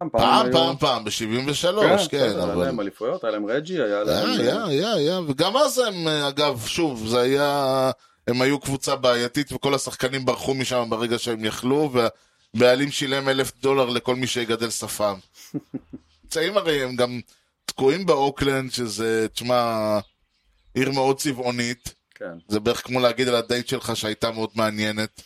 פעם, ב-73, כן. היה להם אליפויות, היה להם רג'י, היה להם... היה, וגם אז הם, אגב, שוב, זה היה, הם היו קבוצה בעייתית, וכל השחקנים ברחו משם ברגע שהם יכלו, והבעלים שילם $1,000 לכל מי שיגדל שפם. צעים הרי הם גם תקועים באוקלנד, שזה, תשמע, עיר מאוד צבעונית. כן. זה בערך כמו להגיד על הדייט שלך שהייתה מאוד מעניינת.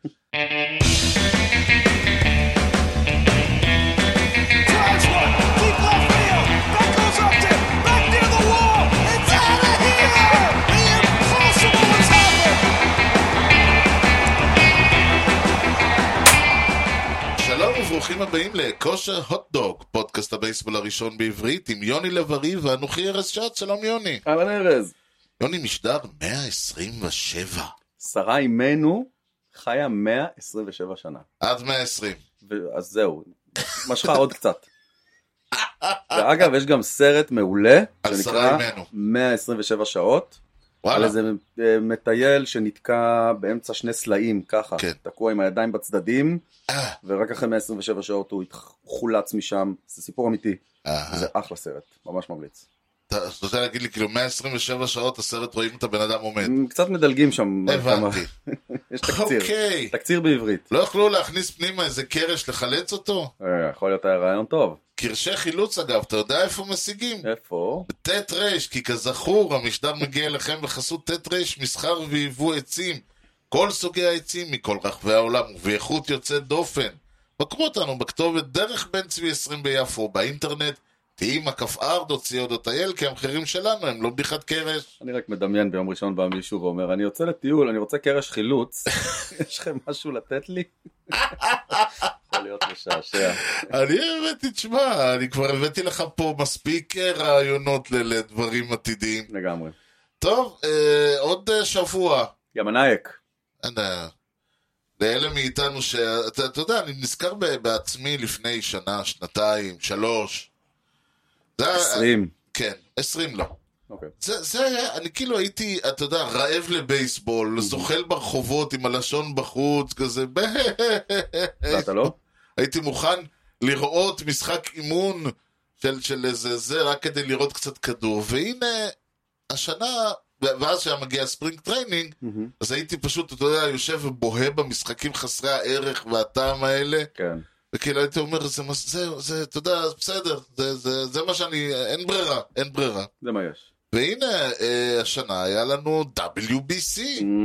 שלום וברוכים הבאים לכושר הוטדוג, פודקאסט הבייסבול הראשון בעברית עם יוני לב-ארי ואנוכי ארז שץ. שלום יוני. אהלן ארז. יוני, משדר 127. שרה אימנו חיה 127 שנה. עד 120. אז זהו, משכה עוד קצת. ואגב, יש גם סרט מעולה, שנקרא 127 שעות, על איזה מטייל שנתקע באמצע שני סלעים, ככה, תקוע עם הידיים בצדדים, ורק אחרי 127 שעות הוא חולץ משם. זה סיפור אמיתי, זה אחלה סרט, ממש ממליץ. אתה רוצה להגיד לי, כאילו 127 שעות הסרט רואים את הבן אדם עומד. קצת מדלגים שם. הבנתי. יש תקציר, תקציר בעברית. לא יכלו להכניס פנימה איזה קרש לחלץ אותו? יכול להיות היה רעיון טוב. קרשי חילוץ אגב, אתה יודע איפה משיגים? איפה? בתת רש, כי כזכור המשדר מגיע אליכם בחסות תת רש, מסחר ויבוא עצים. כל סוגי העצים מכל רחבי העולם ובאיכות יוצאת דופן. בקרו אותנו בכתובת דרך בן צבי 20 ביפו, באינטרנט, TIM-ARD.co.il, כי המחירים שלנו הם לא בדיחת קרש. אני רק מדמיין ביום ראשון בא מישהו ואומר, אני יוצא לטיול, אני רוצה קרש חילוץ, יש לכם משהו לתת לי? יכול להיות משעשע. אני הבאתי, תשמע, אני כבר הבאתי לך פה מספיק רעיונות לדברים עתידיים. לגמרי. טוב, עוד שבוע. ים הנייק. לאלה מאיתנו אתה יודע, אני נזכר בעצמי לפני שנה, שנתיים, 3. 20. כן, 20 לא. אוקיי. זה היה, אני כאילו הייתי, אתה יודע, רעב לבייסבול, זוחל ברחובות עם הלשון בחוץ, כזה, ואתה לא? הייתי מוכן לראות משחק אימון של איזה זה, רק כדי לראות קצת כדור, והנה, השנה, ואז שהיה מגיע ספרינג טריינינג, אז הייתי פשוט, אתה יודע, יושב ובוהה במשחקים חסרי הערך והטעם האלה, כן. וכאילו הייתי אומר, זה, אתה יודע, בסדר, זה מה שאני, אין ברירה. זה מה יש. והנה, השנה היה לנו WBC.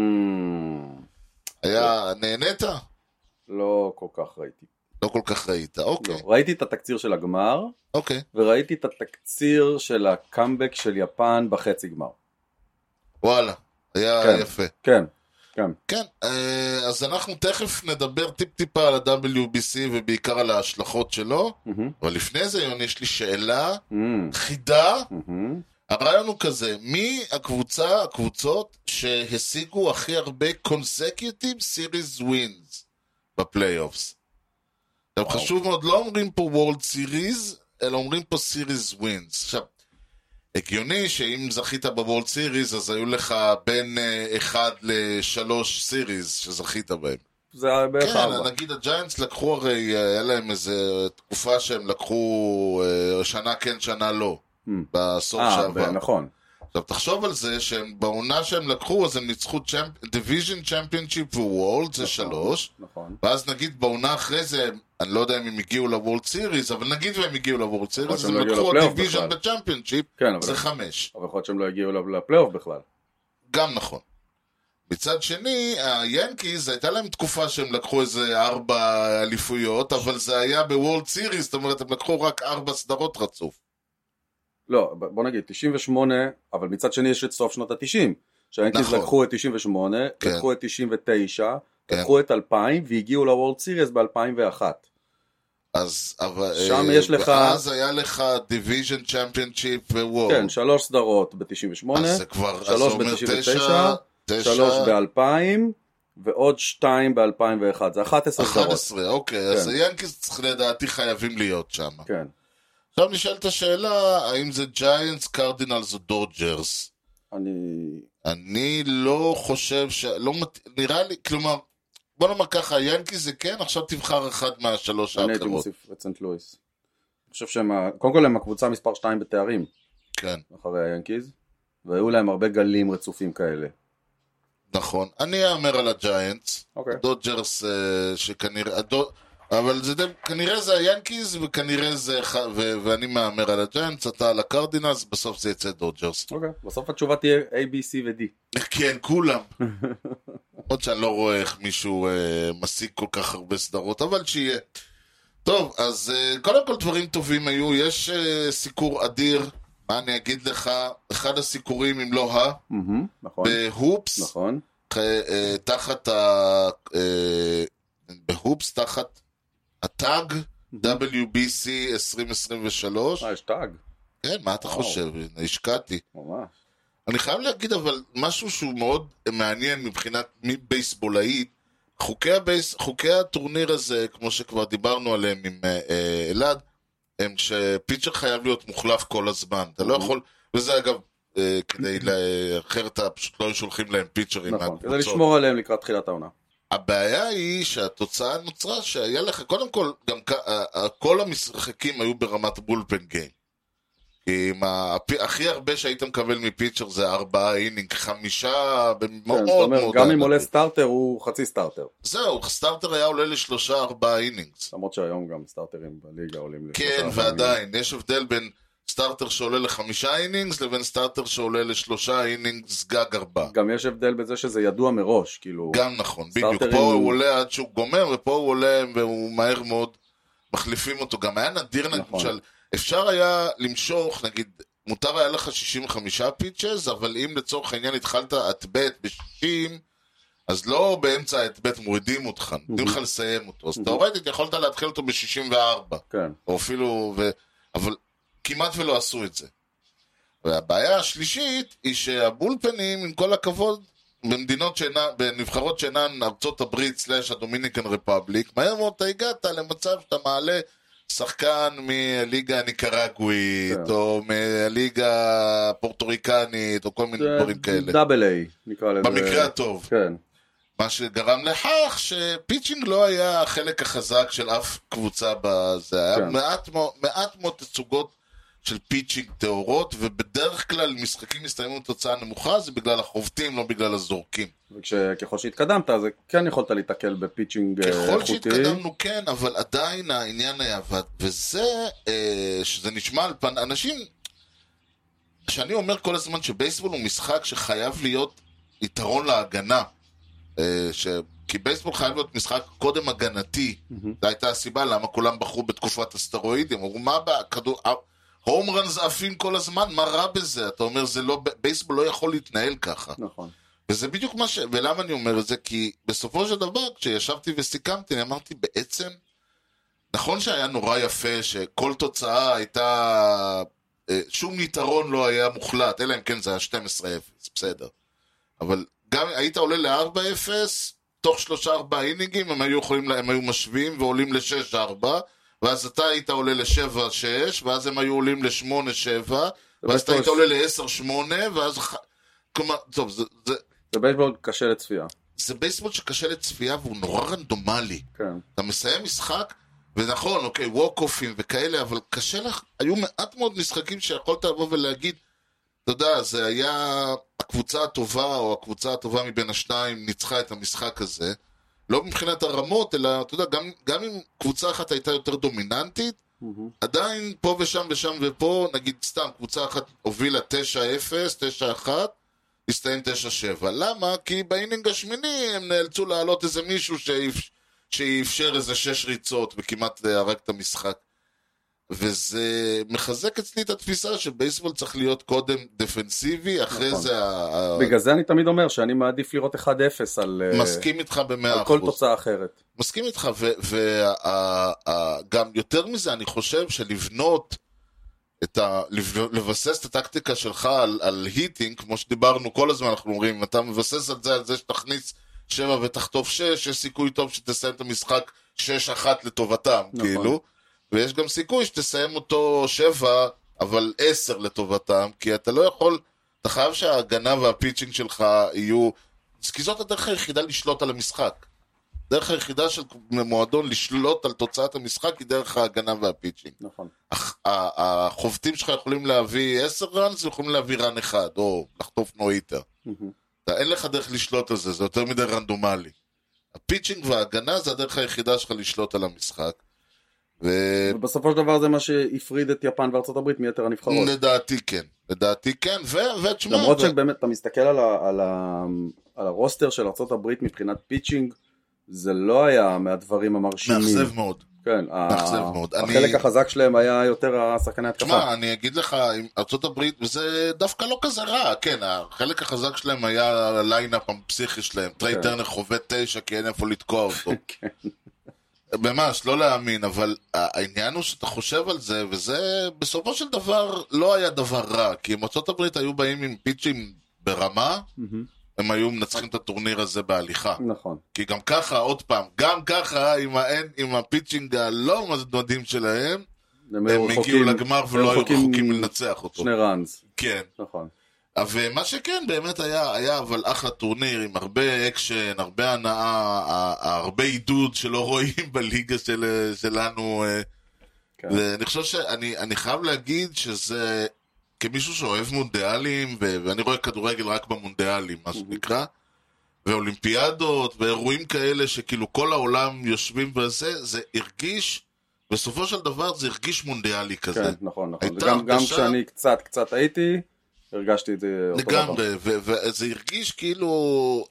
נהנית? לא כל כך ראיתי. לא כל כך ראית, אוקיי. לא, ראיתי את התקציר של הגמר, אוקיי. וראיתי את התקציר של הקאמבק של יפן בחצי גמר. וואלה, היה יפה. כן. כן, אז אנחנו תכף נדבר טיפ-טיפה על ה-WBC ובעיקר על ההשלכות שלו, אבל לפני זה, יוני, יש לי שאלה חידה. הרעיון הוא כזה, מי הקבוצות שהשיגו הכי הרבה consecutive series wins בפלייאופס? חשוב מאוד, לא אומרים פה World Series, אלא אומרים פה series wins. עכשיו, הגיוני שאם זכית בוולד סיריז, אז היו לך בין 1 ל3 סיריז שזכית בהם. זה בערך 4. כן, נגיד הג'יינטס לקחו, הרי היה להם איזו תקופה שהם לקחו שנה כן, שנה לא, בסוף שעבר. נכון. עכשיו, תחשוב על זה שבעונה שהם לקחו, אז הם ניצחו Division Championship ו-World, זה 3. נכון. ואז נגיד בעונה אחרי זה, אני לא יודע אם הם הגיעו לוולד סיריז, אבל נגיד והם הגיעו לוולד סיריז, אז הם לקחו Division בצ'מפיונשיפ, זה 5. אבל יכול להיות שהם לא הגיעו לפלייאוף בכלל. גם נכון. מצד שני, היאנקיז, הייתה להם תקופה שהם לקחו איזה 4 אליפויות, אבל זה היה בוולד סיריז, זאת אומרת, הם לקחו רק 4 סדרות רצוף. לא, בוא נגיד, 98, אבל מצד שני יש את סוף שנות ה-90, שהיאנקיז לקחו את 98, לקחו את 99, לקחו את 2000, והגיעו לוולד סיריז ב-2001. אז, שם יש לך... אז היה לך Division Championship ו-World. כן, 3 סדרות ב-98, 3 ב-99, 3 ב-2000, ועוד 2 ב-2001. זה 11 סדרות. 11, אוקיי. אז היאנקיז לדעתי חייבים להיות שם. כן. עכשיו נשאלת השאלה, האם זה ג'יינטס, קרדינלס או דודג'רס? אני לא חושב נראה לי, כלומר, בוא נאמר ככה, היאנקיז זה כן, עכשיו תבחר אחד מהשלוש האחרות. אני הייתי מוסיף את סנט לואיס. אני חושב שהם, קודם כל הם הקבוצה מספר 2 בתארים. כן. אחרי היאנקיז, והיו להם הרבה גלים רצופים כאלה. נכון. אני אאמר על הג'יינטס. הדודג'רס שכנראה... אבל כנראה זה היאנקיז, וכנראה זה... ואני מאמר על הג'יינטס, אתה על הקרדינלס, בסוף זה יצא דודג'רס. אוקיי, בסוף התשובה תהיה A, B, C ו-D. כן, כולם. עוד שאני לא רואה איך מישהו משיג כל כך הרבה סדרות, אבל שיהיה. טוב, אז קודם כל דברים טובים היו, יש סיקור אדיר, מה אני אגיד לך, אחד הסיקורים אם לא נכון. בהופס, נכון. תחת בהופס, תחת הטאג WBC 2023. יש טאג? כן, מה אתה חושב? השקעתי. ממש. אני חייב להגיד אבל משהו שהוא מאוד מעניין מבחינת בייסבולאית, חוקי הטורניר הזה, כמו שכבר דיברנו עליהם עם אלעד, הם שפיצ'ר חייב להיות מוחלף כל הזמן. אתה לא יכול, וזה אגב, כדי אחרת פשוט לא שולחים להם פיצ'רים. נכון, כדי לשמור עליהם לקראת תחילת העונה. הבעיה היא שהתוצאה נוצרה שהיה לך, קודם כל, גם כל המשחקים היו ברמת בולפן גיים. הכי הרבה שהיית מקבל מפיצ'ר זה 4 אינינג, 5 מאוד מאוד. גם אם עולה סטארטר הוא חצי סטארטר. זהו, סטארטר היה עולה ל3-4 אינינגס. למרות שהיום גם סטארטרים בליגה עולים כן, ועדיין, יש הבדל בין סטארטר שעולה ל5 אינינגס לבין סטארטר שעולה ל3 אינינגס גג 4. גם יש הבדל בזה שזה ידוע מראש, כאילו. גם נכון, בדיוק. פה הוא עולה עד שהוא גומר, ופה הוא עולה והוא מהר מאוד מחליפים אותו. גם היה נדיר נגיד אפשר היה למשוך, נגיד, מותר היה לך 65 פיצ'ז, אבל אם לצורך העניין התחלת את בית ב-60, אז לא באמצע את בית מורידים אותך, נותנים לך לסיים אותו. אז תאורטית יכולת להתחיל אותו ב-64. כן. או אפילו, אבל כמעט ולא עשו את זה. והבעיה השלישית היא שהבולפנים, עם כל הכבוד, בנבחרות שאינן ארצות הברית / הדומיניקן רפבליק, מהר מאוד אתה הגעת למצב שאתה מעלה שחקן מהליגה הניקרגואית, או מהליגה הפורטוריקנית, או כל מיני דברים כאלה. דאבל איי, נקרא לזה. במקרה הטוב. כן. מה שגרם לכך שפיצ'ינג לא היה החלק החזק של אף קבוצה בזה. היה מעט מאוד תצוגות של פיצ'ינג תיאורות, ובדרך כלל משחקים מסתיימים בתוצאה נמוכה, זה בגלל החובטים, לא בגלל הזורקים. וככל שהתקדמת, אז כן יכולת להתקל בפיצ'ינג איכותי. ככל שהתקדמנו כן, אבל עדיין העניין היה, וזה, שזה נשמע על פן, אנשים, שאני אומר כל הזמן שבייסבול הוא משחק שחייב להיות יתרון להגנה, כי בייסבול חייב להיות משחק קודם הגנתי, זו הייתה הסיבה למה כולם בחרו בתקופת הסטרואידים, אמרו מה בכדור... הום רנס עפים כל הזמן, מה רע בזה? אתה אומר, בייסבול לא יכול להתנהל ככה. נכון. וזה בדיוק מה ולמה אני אומר את זה? כי בסופו של דבר, כשישבתי וסיכמתי, אני אמרתי, בעצם, נכון שהיה נורא יפה, שכל תוצאה הייתה, שום יתרון לא היה מוחלט, אלא אם כן זה היה 12-0, בסדר. אבל גם היית עולה ל-4-0, תוך 3-4 אינינגים, הם היו משווים ועולים ל-6-4, ואז אתה היית עולה ל-7-6, ואז הם היו עולים ל-8-7, ואז אתה היית עולה ל-10-8, ואז... כלומר, טוב, זה בייסבול קשה לצפייה. זה בייסבול שקשה לצפייה, והוא נורא רנדומלי. כן. אתה מסיים משחק, ונכון, אוקיי, ווק-אופים וכאלה, אבל קשה לך, היו מעט מאוד משחקים שיכולת לבוא ולהגיד, אתה יודע, זה היה הקבוצה הטובה, או הקבוצה הטובה מבין השניים, ניצחה את המשחק הזה, לא מבחינת הרמות, אלא, אתה יודע, גם אם קבוצה אחת הייתה יותר דומיננטית, עדיין פה ושם ושם ופה, נגיד סתם, קבוצה אחת הובילה 9-0, 9-1, הסתיים 9-7. למה? כי באינינג השמיני הם נאלצו להעלות איזה מישהו שאפשר איזה 6 ריצות וכמעט הרג את המשחק. וזה מחזק אצלי את התפיסה שבייסבול צריך להיות קודם דפנסיבי, אחרי זה... בגלל זה אני תמיד אומר שאני מעדיף לראות 1-0 על... מסכים איתך ב-100%. על כל תוצאה אחרת. מסכים איתך, וגם יותר מזה אני חושב שלבנות לבסס את הטקטיקה שלך על היטינג, כמו שדיברנו כל הזמן, אנחנו אומרים, אם אתה מבסס על זה שתכניס 7 ותחטוף 6, יש סיכוי טוב שתסיים את המשחק 6-1 לטובתם, כאילו. ויש גם סיכוי שתסיים אותו 7, אבל 10 לטובתם, כי אתה לא יכול, אתה חייב שההגנה והפיצ'ינג שלך יהיו, כי זאת הדרך היחידה לשלוט על המשחק. הדרך היחידה של מועדון לשלוט על תוצאת המשחק היא דרך ההגנה והפיצ'ינג. נכון. החובטים שלך יכולים להביא 10 ראנס, יכולים להביא רן אחד, או לחטוף נויטר. אין לך דרך לשלוט על זה, זה יותר מדי רנדומלי. הפיצ'ינג וההגנה זה הדרך היחידה שלך לשלוט על המשחק. ובסופו של דבר זה מה שהפריד את יפן וארצות הברית מיתר הנבחרות. לדעתי כן, ותשמע... למרות שבאמת אתה מסתכל על הרוסטר של ארצות הברית מבחינת פיצ'ינג, זה לא היה מהדברים המרשימים. מאכזב מאוד. כן, מאכזב מאוד. החלק החזק שלהם היה יותר השחקני התקפה. תשמע, אני אגיד לך, עם ארצות הברית, וזה דווקא לא כזה רע, כן, החלק החזק שלהם היה הליינאפ הפסיכי שלהם, טריי טרנר חובט 9 כי אין איפה לתקוע אותו. כן. ממש, לא להאמין, אבל העניין הוא שאתה חושב על זה, וזה בסופו של דבר לא היה דבר רע, כי אם ארצות הברית היו באים עם פיצ'ים ברמה, הם היו מנצחים את הטורניר הזה בהליכה. נכון. כי גם ככה, עוד פעם, גם ככה, עם הפיצ'ינג הלא מדהים שלהם, הם הגיעו לגמר ולא היו רחוקים לנצח אותו. 2 ראנס. כן. נכון. ומה שכן, באמת היה אבל אחלה טורניר, עם הרבה אקשן, הרבה הנאה, הרבה עידוד שלא רואים בליגה שלנו. כן. ואני חושב שאני חייב להגיד שזה, כמישהו שאוהב מונדיאלים, ואני רואה כדורגל רק במונדיאלים, מה שנקרא, ואולימפיאדות, ואירועים כאלה שכאילו כל העולם יושבים בזה, זה הרגיש, בסופו של דבר זה הרגיש מונדיאלי כזה. כן, נכון. גם כשאני קצת הייתי, הרגשתי את זה אותו דבר. לגמרי, וזה הרגיש כאילו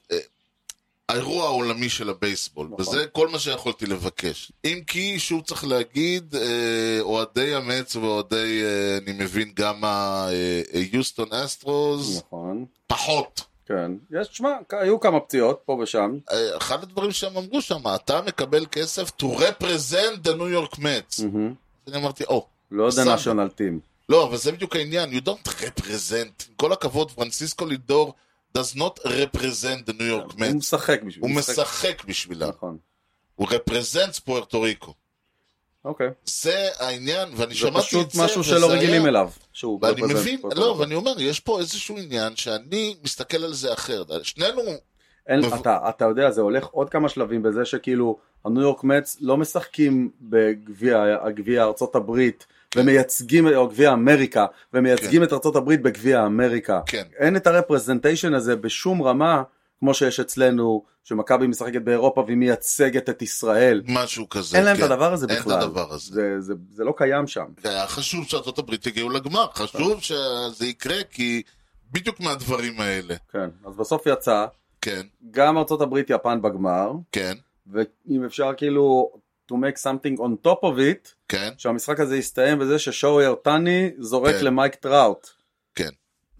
האירוע העולמי של הבייסבול, נכון. וזה כל מה שיכולתי לבקש. אם כי, שוב צריך להגיד, אוהדי המץ ואוהדי, אני מבין, גם היוסטון אסטרוס, נכון. פחות. כן, תשמע, היו כמה פציעות פה ושם. אחד הדברים שהם אמרו שם, אתה מקבל כסף to represent the New York Mets. אני אמרתי, לא the national team. לא, אבל זה בדיוק העניין, you don't represent. עם כל הכבוד, פרנסיסקו לידור does not represent the New York Mets. הוא משחק בשבילה. הוא משחק בשבילה. נכון. הוא represents פוארטו ריקו. אוקיי. זה העניין, ואני שמעתי את זה. זה פשוט משהו שלא רגילים אליו. ואני מבין, לא, ואני אומר, יש פה איזשהו עניין שאני מסתכל על זה אחר. שנינו... אתה יודע, זה הולך עוד כמה שלבים בזה שכאילו, הניו יורק מץ לא משחקים בגביע ארצות הברית, ומייצגים, או גביע אמריקה, ומייצגים את ארצות הברית בגביע אמריקה. אין את הרפרזנטיישן הזה בשום רמה, כמו שיש אצלנו, שמכבי משחקת באירופה, והיא מייצגת את ישראל. משהו כזה. אין להם את הדבר הזה בכלל. אין את הדבר הזה. זה לא קיים שם. היה חשוב שארצות הברית יגיעו לגמר, חשוב שזה יקרה, כי בדיוק מהדברים האלה. כן, אז בסוף יצא, כן. גם ארצות הברית יפן בגמר, כן. ואם אפשר כאילו to make something on top of it, כן. שהמשחק הזה יסתיים בזה ששואי ארטני זורק כן. למייק טראוט. כן.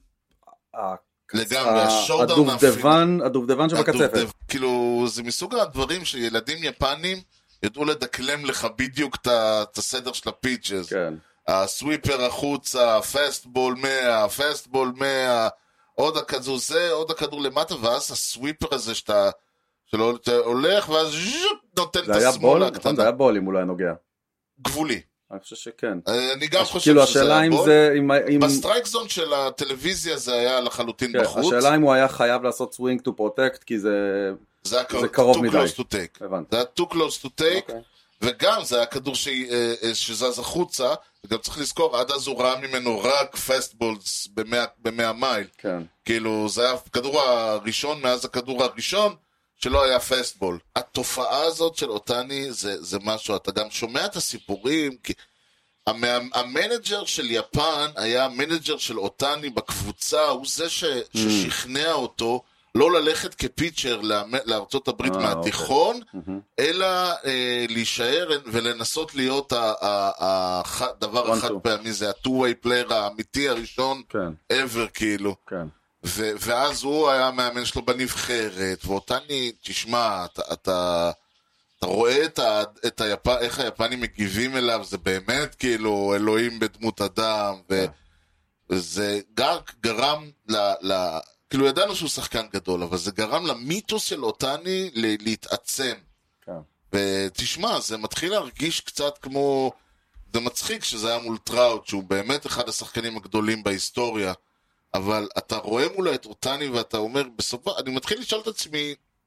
לגמרי, הדובדבן שבקצפת. כאילו, זה מסוג הדברים שילדים יפנים ידעו לדקלם לך בדיוק את הסדר של הפיצ'ס. כן. הסוויפר החוצה, פסטבול 100, פסטבול 100, עוד הכדור זה, עוד הכדור למטה, ואז הסוויפר הזה שאתה הולך, ואז נותן את השמאלה הקטנה. זה היה בול אם הוא לא היה נוגע. גבולי. אני חושב שכן. אני גם חושב כאילו שזה היה בול. אם... בסטרייק זון של הטלוויזיה זה היה לחלוטין כן, בחוץ. השאלה אם הוא היה חייב לעשות swing to protect, כי זה קרוב מדי. זה היה too close to take, וגם זה היה כדור שזז החוצה, וגם צריך לזכור, עד אז הוא ראה ממנו רק פסטבולס ב-100 מייל. כן. כאילו, זה היה הכדור הראשון מאז הכדור הראשון, שלא היה פסטבול. התופעה הזאת של אותני זה משהו, אתה גם שומע את הסיפורים, כי המנג'ר של יפן היה המנג'ר של אותני בקבוצה, הוא זה ששכנע אותו לא ללכת כפיצ'ר לארצות הברית מהתיכון, אלא להישאר ולנסות להיות הדבר החד פעמי, זה ה-2-way player האמיתי הראשון ever כאילו. כן. ואז הוא היה המאמן שלו בנבחרת, ואותני, תשמע, אתה רואה איך היפנים מגיבים אליו, זה באמת כאילו אלוהים בדמות אדם, וזה גרם כאילו ידענו שהוא שחקן גדול, אבל זה גרם למיתוס של אותני להתעצם. ותשמע, זה מתחיל להרגיש קצת כמו, זה מצחיק שזה היה מול טראוט, שהוא באמת אחד השחקנים הגדולים בהיסטוריה, אבל אתה רואה מולה את אותני ואתה אומר, בסופו, אני מתחיל לשאול את עצמי,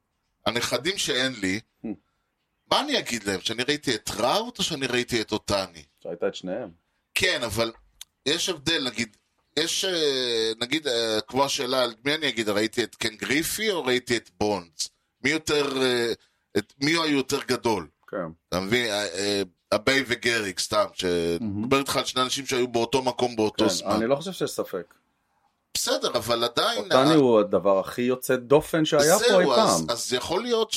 הנכדים שאין לי, מה אני אגיד להם? שאני ראיתי את ראוט או שאני ראיתי את אותני? שהייתה את שניהם. כן, אבל יש הבדל, נגיד, כמו השאלה, מי אני אגיד, ראיתי את קן גריפי או ראיתי את בונדס? מי היו יותר גדול? כן. אתה מבין? אביי וגריק, סתם, שדבר איתך על שני אנשים שהיו באותו מקום באותו זמן. אני לא חושב שיש ספק. בסדר, אבל עדיין... אותני הוא הדבר הכי יוצא דופן שהיה פה אי פעם. אז יכול להיות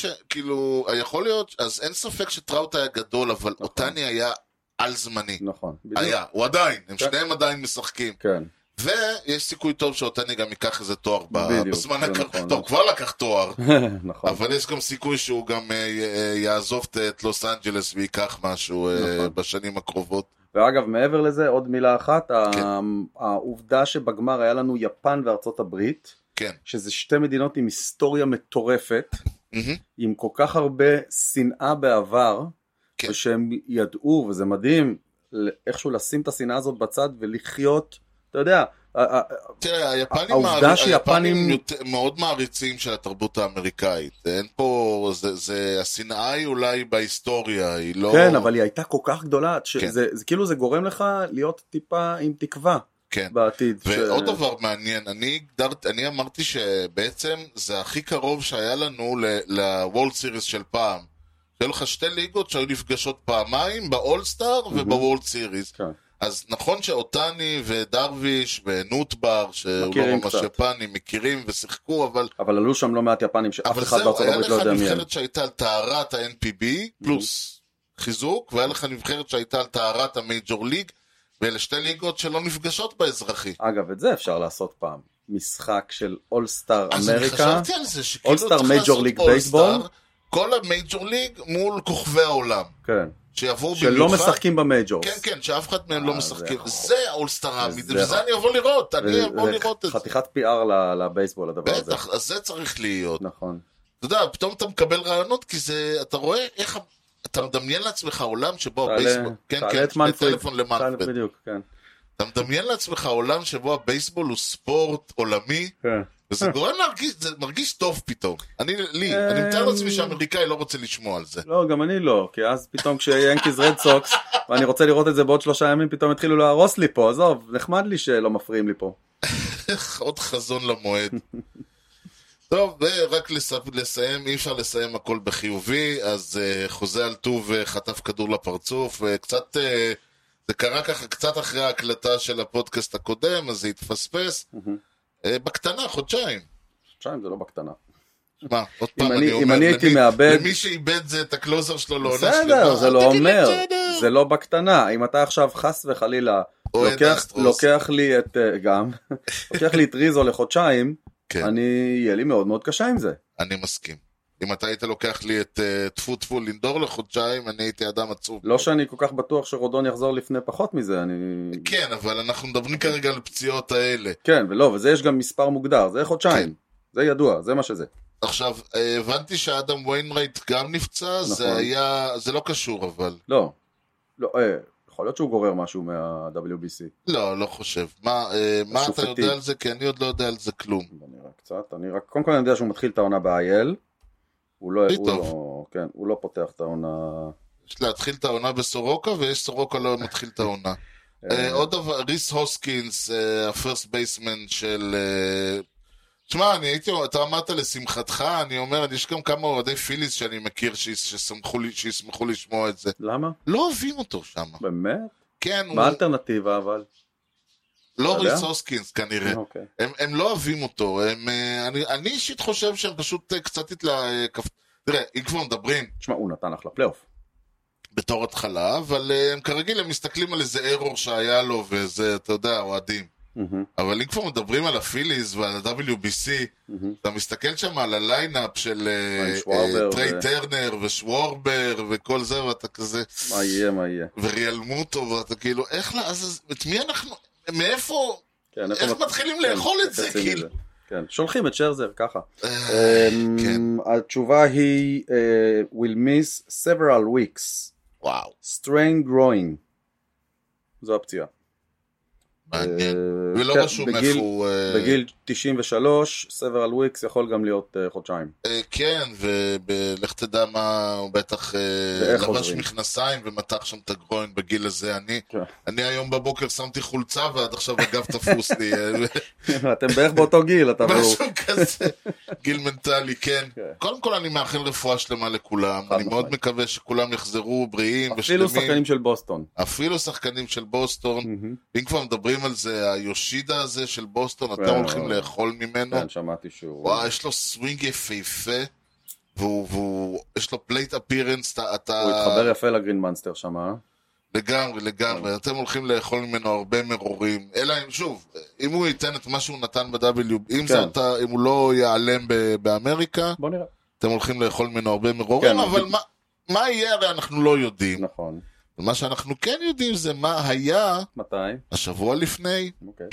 אז אין ספק שטראוט היה גדול, אבל אותני היה על זמני. נכון. היה, הוא עדיין, הם שניהם עדיין משחקים. כן. ויש סיכוי טוב שאותני גם ייקח איזה תואר בזמן הקרוב. טוב, כבר לקח תואר. נכון. אבל יש גם סיכוי שהוא גם יעזוב את לוס אנג'לס ויקח משהו בשנים הקרובות. ואגב, מעבר לזה, עוד מילה אחת, העובדה שבגמר היה לנו יפן וארצות הברית, שזה שתי מדינות עם היסטוריה מטורפת, עם כל כך הרבה שנאה בעבר, ושהם ידעו, וזה מדהים, איכשהו לשים את השנאה הזאת בצד ולחיות, אתה יודע, תראה, היפנים מאוד מעריצים של התרבות האמריקאית. אין פה, השנאה היא אולי בהיסטוריה, היא לא... כן, אבל היא הייתה כל כך גדולה, כאילו זה גורם לך להיות טיפה עם תקווה בעתיד. ועוד דבר מעניין, אני אמרתי שבעצם זה הכי קרוב שהיה לנו לוולד סיריס של פעם. שהיו לך שתי ליגות שהיו נפגשות פעמיים, באולסטאר ובוולד סיריס. כן. אז נכון שאותני ודרוויש ונוטבר, שהוא לא ממש יפנים, מכירים ושיחקו, אבל עלו שם לא מעט יפנים שאף אחד בארצות הברית לא יודע מי. היה לך נבחרת שהייתה על טהרת ה-NPB, פלוס חיזוק, והיה לך נבחרת שהייתה על טהרת המייג'ור ליג, ואלה שתי ליגות שלא נפגשות באזרחי. אגב, את זה אפשר לעשות פעם. משחק של אולסטאר אמריקה, אז אני חשבתי על זה, שכאילו אולסטאר מייג'ור ליג בייסבול, כל המייג'ור ליג מול כוכבי העולם. כן. שיבואו במיוחד. שלא משחקים במייג'ורס. כן, כן, שאף אחד מהם לא משחקים. זה האולסטאר האמיתי, וזה אני אבוא לראות, את זה. חתיכת PR לבייסבול, הדבר הזה. בטח, אז זה צריך להיות. נכון. אתה יודע, פתאום אתה מקבל רעיונות, כי זה, אתה רואה איך, אתה מדמיין לעצמך עולם שבו הבייסבול, כן, כן, שני טלפון למנפרד. בדיוק, כן. אתה מדמיין לעצמך עולם שבו הבייסבול הוא ספורט עולמי, כן. וזה גורם להרגיש, זה מרגיש טוב פתאום. אני מתאר לעצמי שהאמריקאי לא רוצה לשמוע על זה. לא, גם אני לא, כי אז פתאום כשיהיה ינקיז רד סוקס, ואני רוצה לראות את זה בעוד 3 ימים, פתאום התחילו להרוס לי פה, עזוב, נחמד לי שלא מפריעים לי פה. עוד חזון למועד. טוב, ורק לסיים, אי אפשר לסיים הכל בחיובי, אז חוזה על טוב חטף כדור לפרצוף, וקצת, זה קרה ככה קצת אחרי ההקלטה של הפודקאסט הקודם, אז זה התפספס. בקטנה, חודשיים. חודשיים זה לא בקטנה. מה, עוד פעם אם אני הייתי מאבד... למי שאיבד זה את הקלוזר שלו לעונה שלמה. בסדר, זה לא אומר. זה לא בקטנה. אם אתה עכשיו חס וחלילה לוקח לי את ריזו לחודשיים, יהיה לי מאוד מאוד קשה עם זה. אני מסכים. אם אתה היית לוקח לי את טפו לינדור לחודשיים, אני הייתי אדם עצוב. לא שאני כל כך בטוח שרודון יחזור לפני פחות מזה, כן, אבל אנחנו מדברים כרגע על פציעות האלה. כן, ולא, וזה יש גם מספר מוגדר, זה חודשיים. זה ידוע, זה מה שזה. עכשיו, הבנתי שאדם ויינרייט גם נפצע, זה לא קשור אבל. לא, יכול להיות שהוא גורר משהו מה-WBC. לא חושב. מה אתה יודע על זה? כי אני עוד לא יודע על זה כלום. אני רק, קודם כל אני יודע שהוא מתחיל את העונה ב-IL. הוא לא פותח את העונה. יש להתחיל את העונה בסורוקה, ויש סורוקה לא מתחיל את העונה. עוד דבר, ריס הוסקינס, הפרסט בייסמן של... תשמע, אתה אמרת לשמחתך, אני אומר, יש גם כמה אוהדי פיליס שאני מכיר שישמחו לשמוע את זה. למה? לא אוהבים אותו שם. באמת? כן. מה האלטרנטיבה אבל? לא ריס הוסקינס כנראה. הם לא אוהבים אותו. אני אישית חושב שהם פשוט קצת תראה, אם כבר מדברים... תשמע, הוא נתן לך לפלייאוף. בתור התחלה, אבל הם כרגיל הם מסתכלים על איזה אירור שהיה לו, וזה, אתה יודע, אוהדים. אבל אם כבר מדברים על הפיליז ועל ה-WBC, אתה מסתכל שם על הליינאפ של טריי טרנר ושוורבר וכל זה, ואתה כזה... מה יהיה? וריאל מוטו, ואתה כאילו, איך אז את מי אנחנו... מאיפה... איך מתחילים לאכול את זה, כאילו? כן, שולחים את שרזר, ככה. התשובה היא, will miss several weeks. וואו. strain growing. זו הפציעה. מעניין. ולא רשום איפה הוא... בגיל 93, סברל וויקס יכול גם להיות חודשיים. כן, ולך תדע מה, הוא בטח לבש מכנסיים ומתח שם את הגרוין בגיל הזה. אני היום בבוקר שמתי חולצה ועד עכשיו הגב תפוס לי. אתם בערך באותו גיל, אתה ברור. משהו כזה, גיל מנטלי, כן. קודם כל אני מאחל רפואה שלמה לכולם. אני מאוד מקווה שכולם יחזרו בריאים ושלמים. אפילו שחקנים של בוסטון. אפילו שחקנים של בוסטון. אם כבר מדברים על זה, היושידה הזה של בוסטון, אתם הולכים לאכול ממנו. כן, שמעתי שהוא... וואו, יש לו סווינג יפהפה, ויש לו פלייט אפירנס, הוא התחבר יפה לגרין מנסטר שם, לגמרי, אתם הולכים לאכול ממנו הרבה מרורים, אלא אם שוב, אם הוא ייתן את מה שהוא נתן ב-W, אם הוא לא ייעלם באמריקה, בוא נראה. אתם הולכים לאכול ממנו הרבה מרורים, אבל מה יהיה הרי אנחנו לא יודעים. נכון. ומה שאנחנו כן יודעים זה מה היה... מתי? השבוע לפני. אוקיי.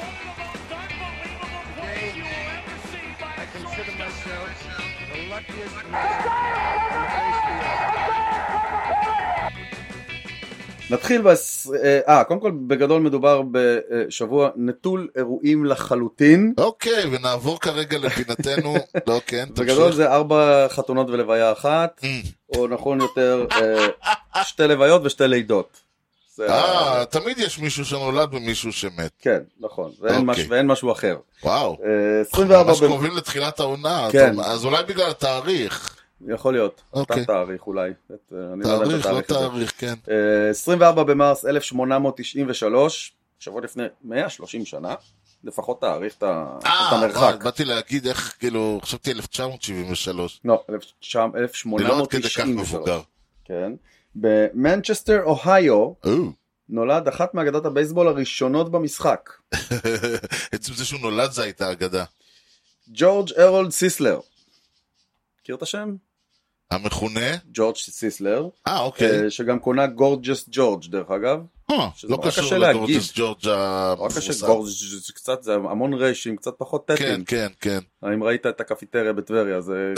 נתחיל קודם כל בגדול מדובר בשבוע נטול אירועים לחלוטין. אוקיי, ונעבור כרגע לפינתנו. לא, כן, בגדול זה 4 חתונות ולוויה אחת, או נכון יותר 2 לוויות ו2 לידות. תמיד יש מישהו שנולד ומישהו שמת. כן, נכון, ואין משהו אחר. וואו, ממש קרובים לתחילת העונה, אז אולי בגלל התאריך. יכול להיות, אותם תאריך אולי. תאריך, לא תאריך, כן. 24 במרס 1893, שבוע לפני 130 שנה, לפחות תאריך את המרחק. באתי להגיד איך, כאילו, חשבתי 1973. לא, 1893. לא עוד כדי כך מבוגר. כן. במנצ'סטר, אוהיו, נולד אחת מאגדות הבייסבול הראשונות במשחק. עצם זה שהוא נולד זה הייתה אגדה. ג'ורג' הרולד סיסלר. מכיר את השם? המכונה? ג'ורג' סיסלר. אוקיי. שגם קונה גורג'ס ג'ורג' דרך אגב. לא קשור לגורג'ס ג'ורג' המפורסם. גורג'ס קצת, זה המון רשים, קצת פחות טטים. כן, כן. אם ראית את הקפיטריה בטבריה, זה...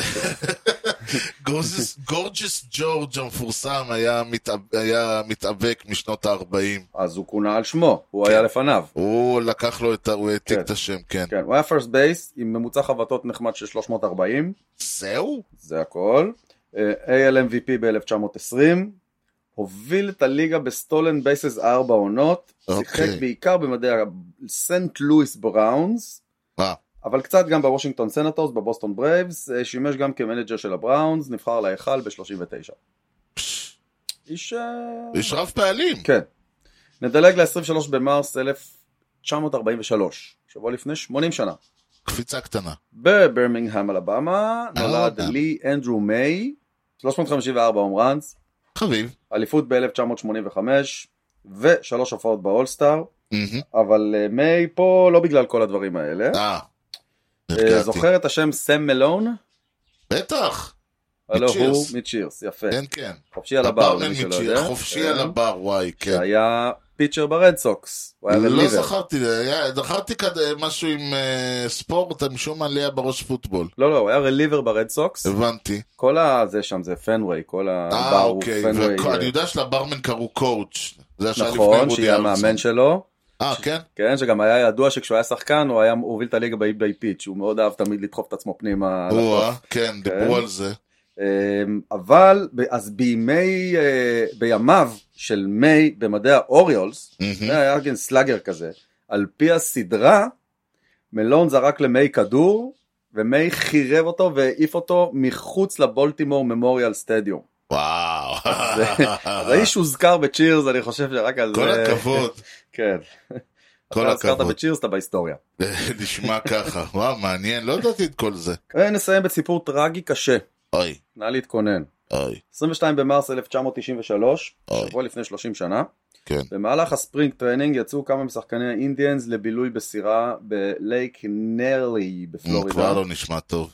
גורג'ס ג'ורג' המפורסם היה מתאבק משנות ה-40. אז הוא קונה על שמו, הוא היה לפניו. הוא לקח לו הוא העתיק את השם, כן. הוא היה פרסט בייס עם ממוצע חבטות נחמד של 340. זהו? זה הכל. AL MVP ב-1920. הוביל את הליגה בסטולן בייסס 4 עונות. שיחק בעיקר במדעי סנט לואיס בראונס. אבל קצת גם בוושינגטון סנטורס, בבוסטון ברייבס, שימש גם כמנג'ר של הבראונס, נבחר להיכל ב-39. איש רב פעלים. כן. נדלג ל-23 במרס 1943, שבוע לפני 80 שנה. קפיצה קטנה. בברמינגהם, אלבמה, נולד לי אנדרו מיי, 354 הום ראנס. חביב. אליפות ב-1985, ו3 הופעות באולסטאר. אבל מיי פה לא בגלל כל הדברים האלה. זוכר את השם סם מלון? בטח. הלו הוא מצ'ירס, יפה. כן, כן. חופשי על הבר. חופשי על הבר, וואי, כן. שהיה פיצ'ר ברד סוקס. לא זכרתי משהו עם ספורט, משום עליה בראש פוטבול. לא, הוא היה רליבר ברד סוקס. הבנתי. כל הזה שם זה פנווי, כל הבר הוא פנווי. אני יודע שלברמן קראו קואוץ'. נכון, שיהיה המאמן שלו. כן? כן, שגם היה ידוע שכשהוא היה שחקן, הוא הוביל את הליגה באי פיץ', הוא מאוד אהב תמיד לדחוף את עצמו פנימה. כן, דיברו על זה. אבל, אז בימיו של מיי במדעי האוריולס, היה כן סלאגר כזה, על פי הסדרה, מלון זרק למיי כדור, ומיי חירב אותו והעיף אותו מחוץ לבולטימור ממוריאל סטדיום. וואו. אז האיש הוזכר בצ'ירס, אני חושב שרק על זה... כל הכבוד. כן. כל הכבוד. הזכרת בצ'ירס, אתה בהיסטוריה. נשמע ככה. וואו, מעניין, לא ידעתי את כל זה. נסיים בסיפור טרגי קשה. אוי. נא להתכונן. אוי. 22 במרס 1993, שבוע לפני 30 שנה. כן. במהלך הספרינג טרנינג יצאו כמה משחקני האינדיאנס לבילוי בסירה בלייק נרלי בפלורידה. כבר לא נשמע טוב.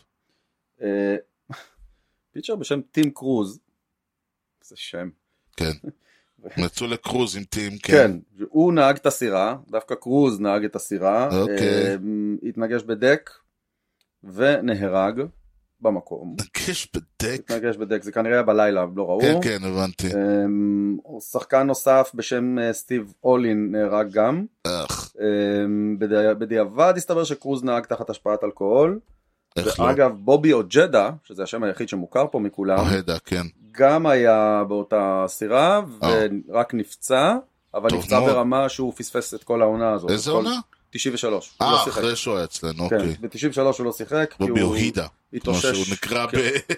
פיצ'ר בשם טים קרוז. זה שם. כן. מצאו לקרוז עם טים, כן. כן, הוא נהג את הסירה, דווקא קרוז נהג את הסירה. אוקיי. התנגש בדק ונהרג במקום. התנגש בדק, זה כנראה היה בלילה, לא ראו. כן, כן, הבנתי. שחקן נוסף בשם סטיב אולין נהרג גם. בדיעבד הסתבר שקרוז נהג תחת השפעת אלכוהול. איך לא? ואגב, בובי אוג'דה, שזה השם היחיד שמוכר פה מכולם, אוהדה, כן. גם היה באותה סירה, ורק נפצע, אבל נפצע ברמה שהוא פספס את כל העונה הזאת. איזה עונה? 93. אחרי שהוא היה אצלנו, אוקיי. ב-93 הוא לא שיחק. בובי אוהדה. התאושש. כמו שהוא נקרא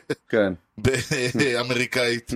באמריקאית.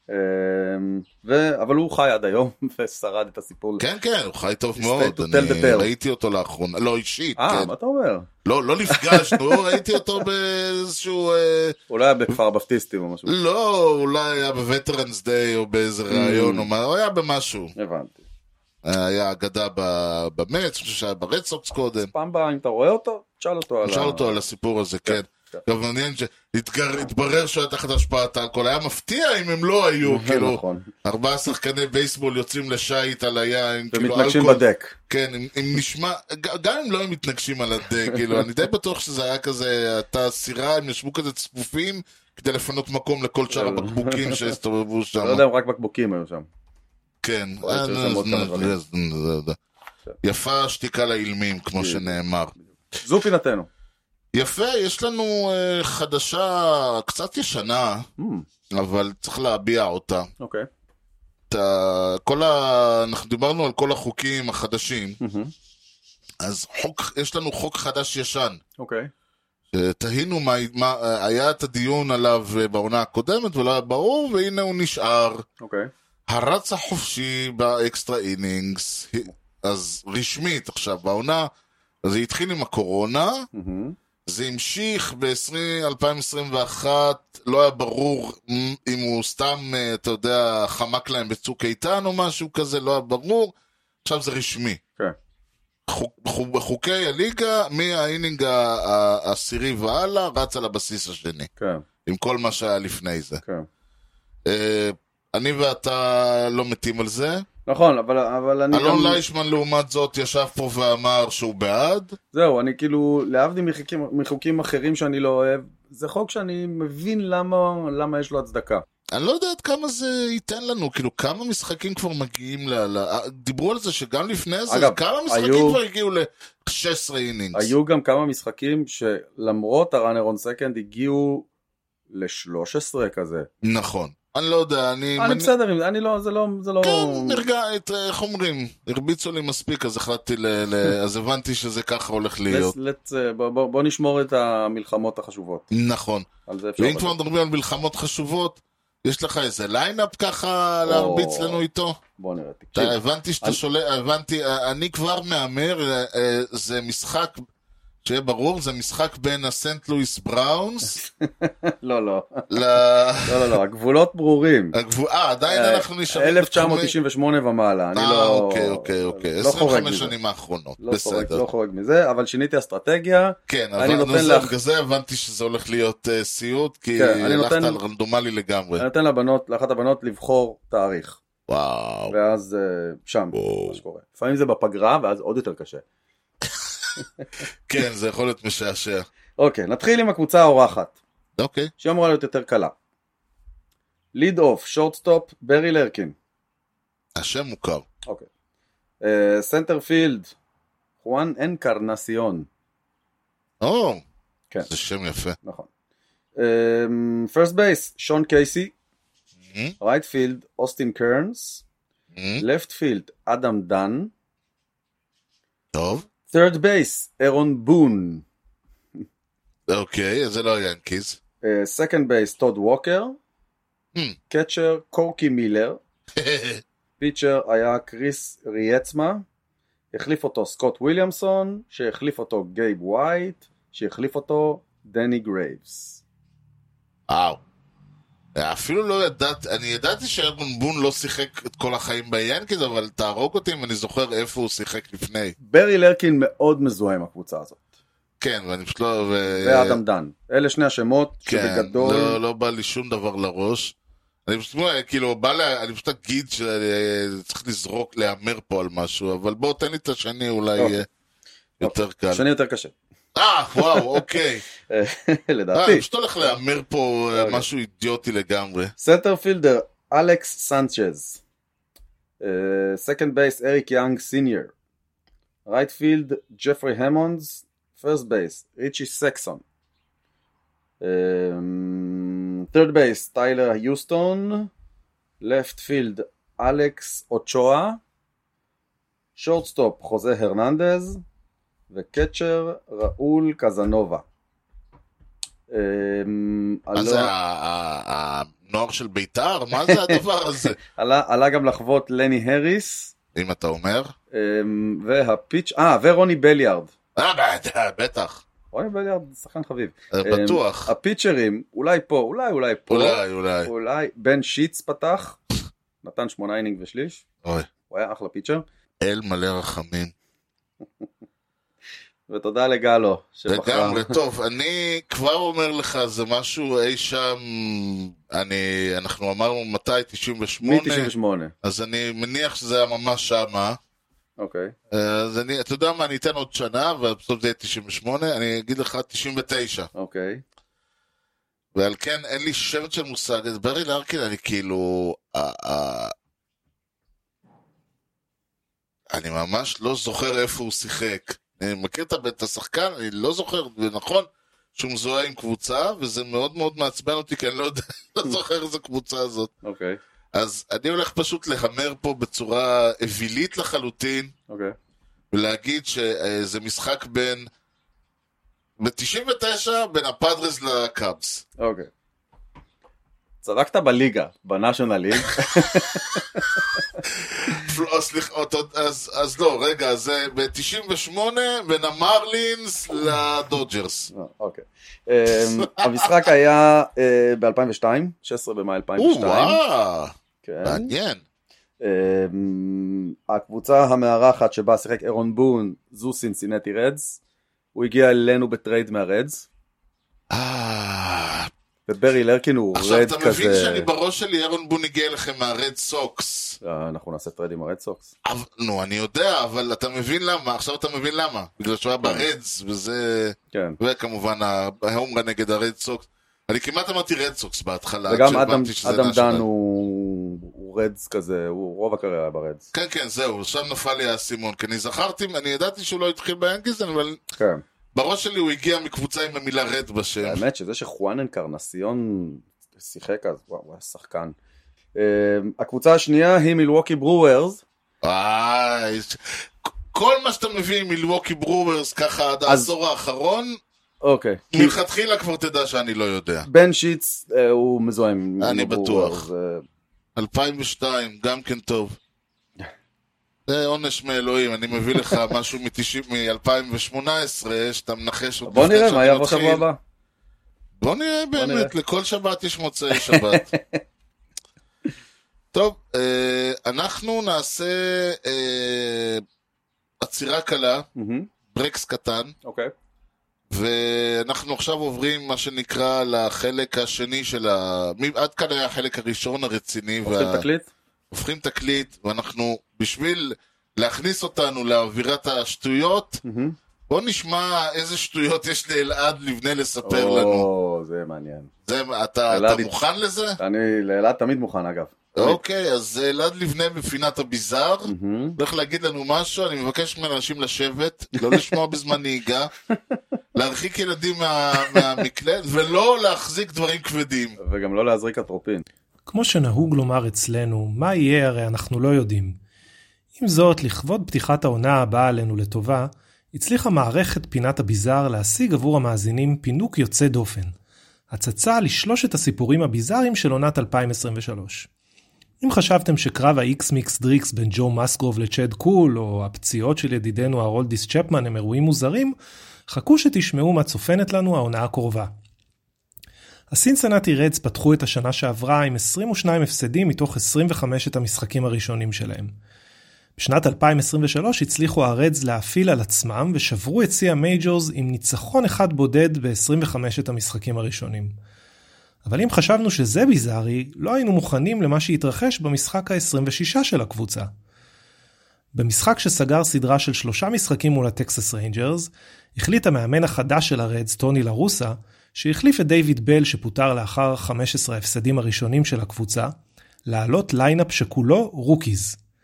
אבל הוא חי עד היום ושרד את הסיפור. כן, כן, הוא חי טוב מאוד. אני ראיתי אותו לאחרונה, לא אישית. מה אתה אומר? לא נפגשנו, ראיתי אותו באיזשהו... אולי היה בכפר בפטיסטים או משהו. לא, אולי היה בווטרנס דיי או באיזה רעיון או מה, הוא היה במשהו. הבנתי. היה אגדה במץ, אני חושב שהיה ברד סוקס קודם. פעם באה, אם אתה רואה אותו, תשאל אותו על הסיפור הזה, כן. גם מעניין שהתברר שהוא היה תחת השפעת האלכוהול, היה מפתיע אם הם לא היו, כאילו, 4 שחקני בייסבול יוצאים לשייט על היין, ומתנגשים בדק. כן, אם נשמע, גם אם לא הם מתנגשים על הדק, כאילו, אני די בטוח שזה היה כזה, אתה סירה, הם ישבו כזה צפופים, כדי לפנות מקום לכל שאר הבקבוקים שהסתובבו שם. לא יודע, רק בקבוקים היו שם. כן, יפה שתיקה לאילמים, כמו שנאמר. זו פינתנו. יפה, יש לנו חדשה קצת ישנה, אבל צריך להביע אותה. אוקיי. אנחנו דיברנו על כל החוקים החדשים, אז יש לנו חוק חדש ישן. אוקיי. תהינו מה היה את הדיון עליו בעונה הקודמת, ולא היה ברור, והנה הוא נשאר. אוקיי. הרץ החופשי באקסטרה אינינגס, אז רשמית עכשיו בעונה, זה התחיל עם הקורונה, זה המשיך ב-2021, לא היה ברור אם הוא סתם, אתה יודע, חמק להם בצוק איתן או משהו כזה, לא היה ברור, עכשיו זה רשמי. בחוקי הליגה, מהאינינג העשירי והלאה, רץ על הבסיס השני. עם כל מה שהיה לפני זה. אני ואתה לא מתים על זה. נכון, אבל אני אלון ליישמן לעומת זאת ישב פה ואמר שהוא בעד. זהו, אני כאילו, להבדיל מחוקים אחרים שאני לא אוהב, זה חוק שאני מבין למה יש לו הצדקה. אני לא יודע עד כמה זה ייתן לנו, כאילו כמה משחקים כבר מגיעים דיברו על זה שגם לפני זה, אגב, כמה משחקים כבר הגיעו ל-16 אינינגס. היו גם כמה משחקים שלמרות הראנר און סקנד הגיעו ל-13 כזה. נכון. אני לא יודע, אני בסדר, אני לא, זה לא... כן, נרגע, איך אומרים, הרביצו לי מספיק, אז החלטתי, אז הבנתי שזה ככה הולך להיות. בוא נשמור את המלחמות החשובות. נכון. ואם כבר מדברים על מלחמות חשובות, יש לך איזה ליינאפ ככה להרביץ לנו איתו? בוא נראה, תקשיב. הבנתי שאתה הבנתי, אני כבר מאמר, זה משחק... שיהיה ברור, זה משחק בין הסנט לואיס בראונס. לא, הגבולות ברורים. עדיין אנחנו נשארים... 1998 ומעלה, אני לא... אוקיי, 25 שנים האחרונות, בסדר. לא חורג מזה, אבל שיניתי אסטרטגיה. כן, אבל בגלל זה הבנתי שזה הולך להיות סיוט, כי הלכת על רנדומלי לגמרי. אני נותן לאחת הבנות לבחור תאריך. וואו. ואז שם, מה שקורה. לפעמים זה בפגרה, ואז עוד יותר קשה. כן, זה יכול להיות משעשע. אוקיי, נתחיל עם הקבוצה האורחת. אוקיי. שהיא אמורה להיות יותר קלה. ליד אוף, שורטסטופ, ברי לרקין. השם מוכר. אוקיי. סנטר פילד, חואן אנקרנסיון. כן. זה שם יפה. נכון. פרסט בייס, שון קייסי. רייט פילד, אוסטין קרנס. לפט פילד, אדם דן. טוב. third base, אירון בון. אוקיי, זה לא ינקיז. second base, טוד ווקר. קצ'ר, קורקי מילר. פיצ'ר היה קריס ריאצמה. החליף אותו סקוט וויליאמסון, שהחליף אותו גייב ווייט, שהחליף אותו דני גרייבס. אפילו לא ידעתי, אני ידעתי שאירון בון לא שיחק את כל החיים ביאנקיז, אבל תהרוג אותי אם אני זוכר איפה הוא שיחק לפני. ברי לרקין מאוד מזוהה עם הקבוצה הזאת. כן, ואני פשוט לא... ואדם דן. אלה שני השמות שבגדול... כן, לא בא לי שום דבר לראש. אני פשוט, כאילו, אני פשוט אגיד שצריך לזרוק, להאמר פה על משהו, אבל בוא תן לי את השני, אולי יהיה יותר קל. השני יותר קשה. וואו, אוקיי. לדעתי. אני פשוט הולך להאמר פה משהו אידיוטי לגמרי. סנטר פילדר, אלכס סנצ'ז. סקנד בייס, אריק יאנג סיניור. right field, Jeffrey Hammonds, first base, Richie Sexton. Third base, Tyler Houston, left field, Alex Ochoa, shortstop, Jose Hernandez, וקצ'ר, ראול קזנובה. מה זה הנוער של ביתר? מה זה הדבר הזה? עלה גם לחוות לני הריס. אם אתה אומר. ורוני בליארד. בטח. רוני בליארד, שחקן חביב. בטוח. הפיצ'רים, אולי פה, אולי פה. אולי. בן שיץ פתח, נתן 8 אינינג ושליש. הוא היה אחלה פיצ'ר. אל מלא רחמים. ותודה לגלו. לגמרי, טוב, אני כבר אומר לך, זה משהו אי שם, אנחנו אמרנו מתי, 98? מ-98. אז אני מניח שזה היה ממש שמה. אוקיי. אז אתה יודע מה, אני אתן עוד שנה, ובסוף זה יהיה 98, אני אגיד לך 99. אוקיי. ועל כן אין לי שבט של מושג, את ברי לארקין, אני כאילו, אני ממש לא זוכר איפה הוא שיחק. אני מכיר את השחקן, אני לא זוכר, ונכון שהוא מזוהה עם קבוצה, וזה מאוד מאוד מעצבן אותי, כי אני לא יודע, לא זוכר איזה קבוצה הזאת. אוקיי. אז אני הולך פשוט להמר פה בצורה אווילית לחלוטין, ולהגיד שזה משחק ב-99 בין הפאדרס לקאבס. אוקיי. צדקת בליגה, בנאשונל ליג. סליחה, אז לא, רגע, זה ב-98 בין המרלינס לדודג'רס. אוקיי. המשחק היה ב-2002, 16 במאי 2002. וואו, מעניין. הקבוצה המארחת שבה שיחק אירון בון, זו סינסינטי רדס. הוא הגיע אלינו בטרייד מהרדס. וברי לרקין הוא רד כזה... עכשיו אתה מבין שאני בראש שלי אירון בון הגיע לכם מהרד סוקס. אנחנו נעשה טרייד עם הרד סוקס. נו, אני יודע, אבל אתה מבין למה, עכשיו אתה מבין למה. בגלל שהוא היה ברדס, וזה... כן. וכמובן ההומרה נגד הרד סוקס. אני כמעט אמרתי רד סוקס בהתחלה. וגם אדם דן הוא רדס כזה, הוא רוב הקריירה ברדס. כן, כן, זהו, עכשיו נפל לי האסימון. כי אני זכרתי, אני ידעתי שהוא לא התחיל ביאנקיז, אבל... כן. בראש שלי הוא הגיע מקבוצה עם המילה רד בשם. האמת שזה שחואן אנקרנסיון שיחק אז, וואו, הוא היה שחקן. הקבוצה השנייה היא מילווקי ברוורס. כל מה שאתה מביא עם מילווקי ברוורס ככה עד העשור האחרון, אוקיי. מלכתחילה כבר תדע שאני לא יודע. בן שיץ הוא מזוהה עם ברוורס. אני בטוח. 2002, גם כן טוב. זה עונש מאלוהים, אני מביא לך משהו מ-2018, שאתה מנחש אותי. בוא נראה מה יבוא שבוע הבא. בוא נראה באמת, לכל שבת יש מוצאי שבת. טוב, אנחנו נעשה עצירה קלה, ברקס קטן, ואנחנו עכשיו עוברים מה שנקרא לחלק השני של עד כאן היה החלק הראשון הרציני. הופכים תקליט? הופכים תקליט, ואנחנו בשביל להכניס אותנו לאווירת השטויות, בוא נשמע איזה שטויות יש לאלעד לבנה לספר לנו. זה מעניין. אתה מוכן לזה? אני לאלעד תמיד מוכן אגב. אוקיי, אז אלעד לבנה בפינת הביזר, הולך להגיד לנו משהו, אני מבקש מאנשים לשבת, לא לשמוע בזמן נהיגה, להרחיק ילדים מהמקלט, ולא להחזיק דברים כבדים. וגם לא להזריק אטרופין. כמו שנהוג לומר אצלנו, מה יהיה הרי אנחנו לא יודעים. עם זאת, לכבוד פתיחת העונה הבאה עלינו לטובה, הצליחה מערכת פינת הביזר להשיג עבור המאזינים פינוק יוצא דופן. הצצה לשלושת הסיפורים הביזרים של עונת 2023. אם חשבתם שקרב ה-X-Mix דריקס בין ג'ו מסגרוב לצ'ד קול, או הפציעות של ידידנו הרולדיס צ'פמן הם אירועים מוזרים, חכו שתשמעו מה צופנת לנו העונה הקרובה. הסינסינטי רדס פתחו את השנה שעברה עם 22 הפסדים מתוך 25 המשחקים הראשונים שלהם. בשנת 2023 הצליחו הרדס להפיל על עצמם ושברו את שיא המייג'ורס עם ניצחון אחד בודד ב-25 המשחקים הראשונים. אבל אם חשבנו שזה ביזארי, לא היינו מוכנים למה שהתרחש במשחק ה-26 של הקבוצה. במשחק שסגר סדרה של 3 משחקים מול הטקסס ריינג'רס, החליט המאמן החדש של הרדס, טוני לרוסה, שהחליף את דיוויד בל שפוטר לאחר 15 ההפסדים הראשונים של הקבוצה, לעלות ליינאפ שכולו רוקיז.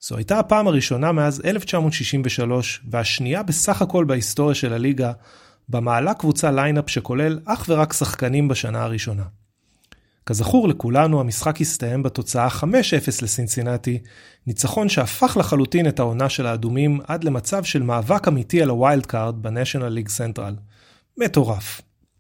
זו הייתה הפעם הראשונה מאז 1963, והשנייה בסך הכל בהיסטוריה של הליגה, במעלה קבוצה ליינאפ שכולל אך ורק שחקנים בשנה הראשונה. כזכור לכולנו, המשחק הסתיים בתוצאה 5-0 לסינסינטי, ניצחון שהפך לחלוטין את העונה של האדומים עד למצב של מאבק אמיתי על הווילד קארד בנשיונל ליג סנטרל. מטורף.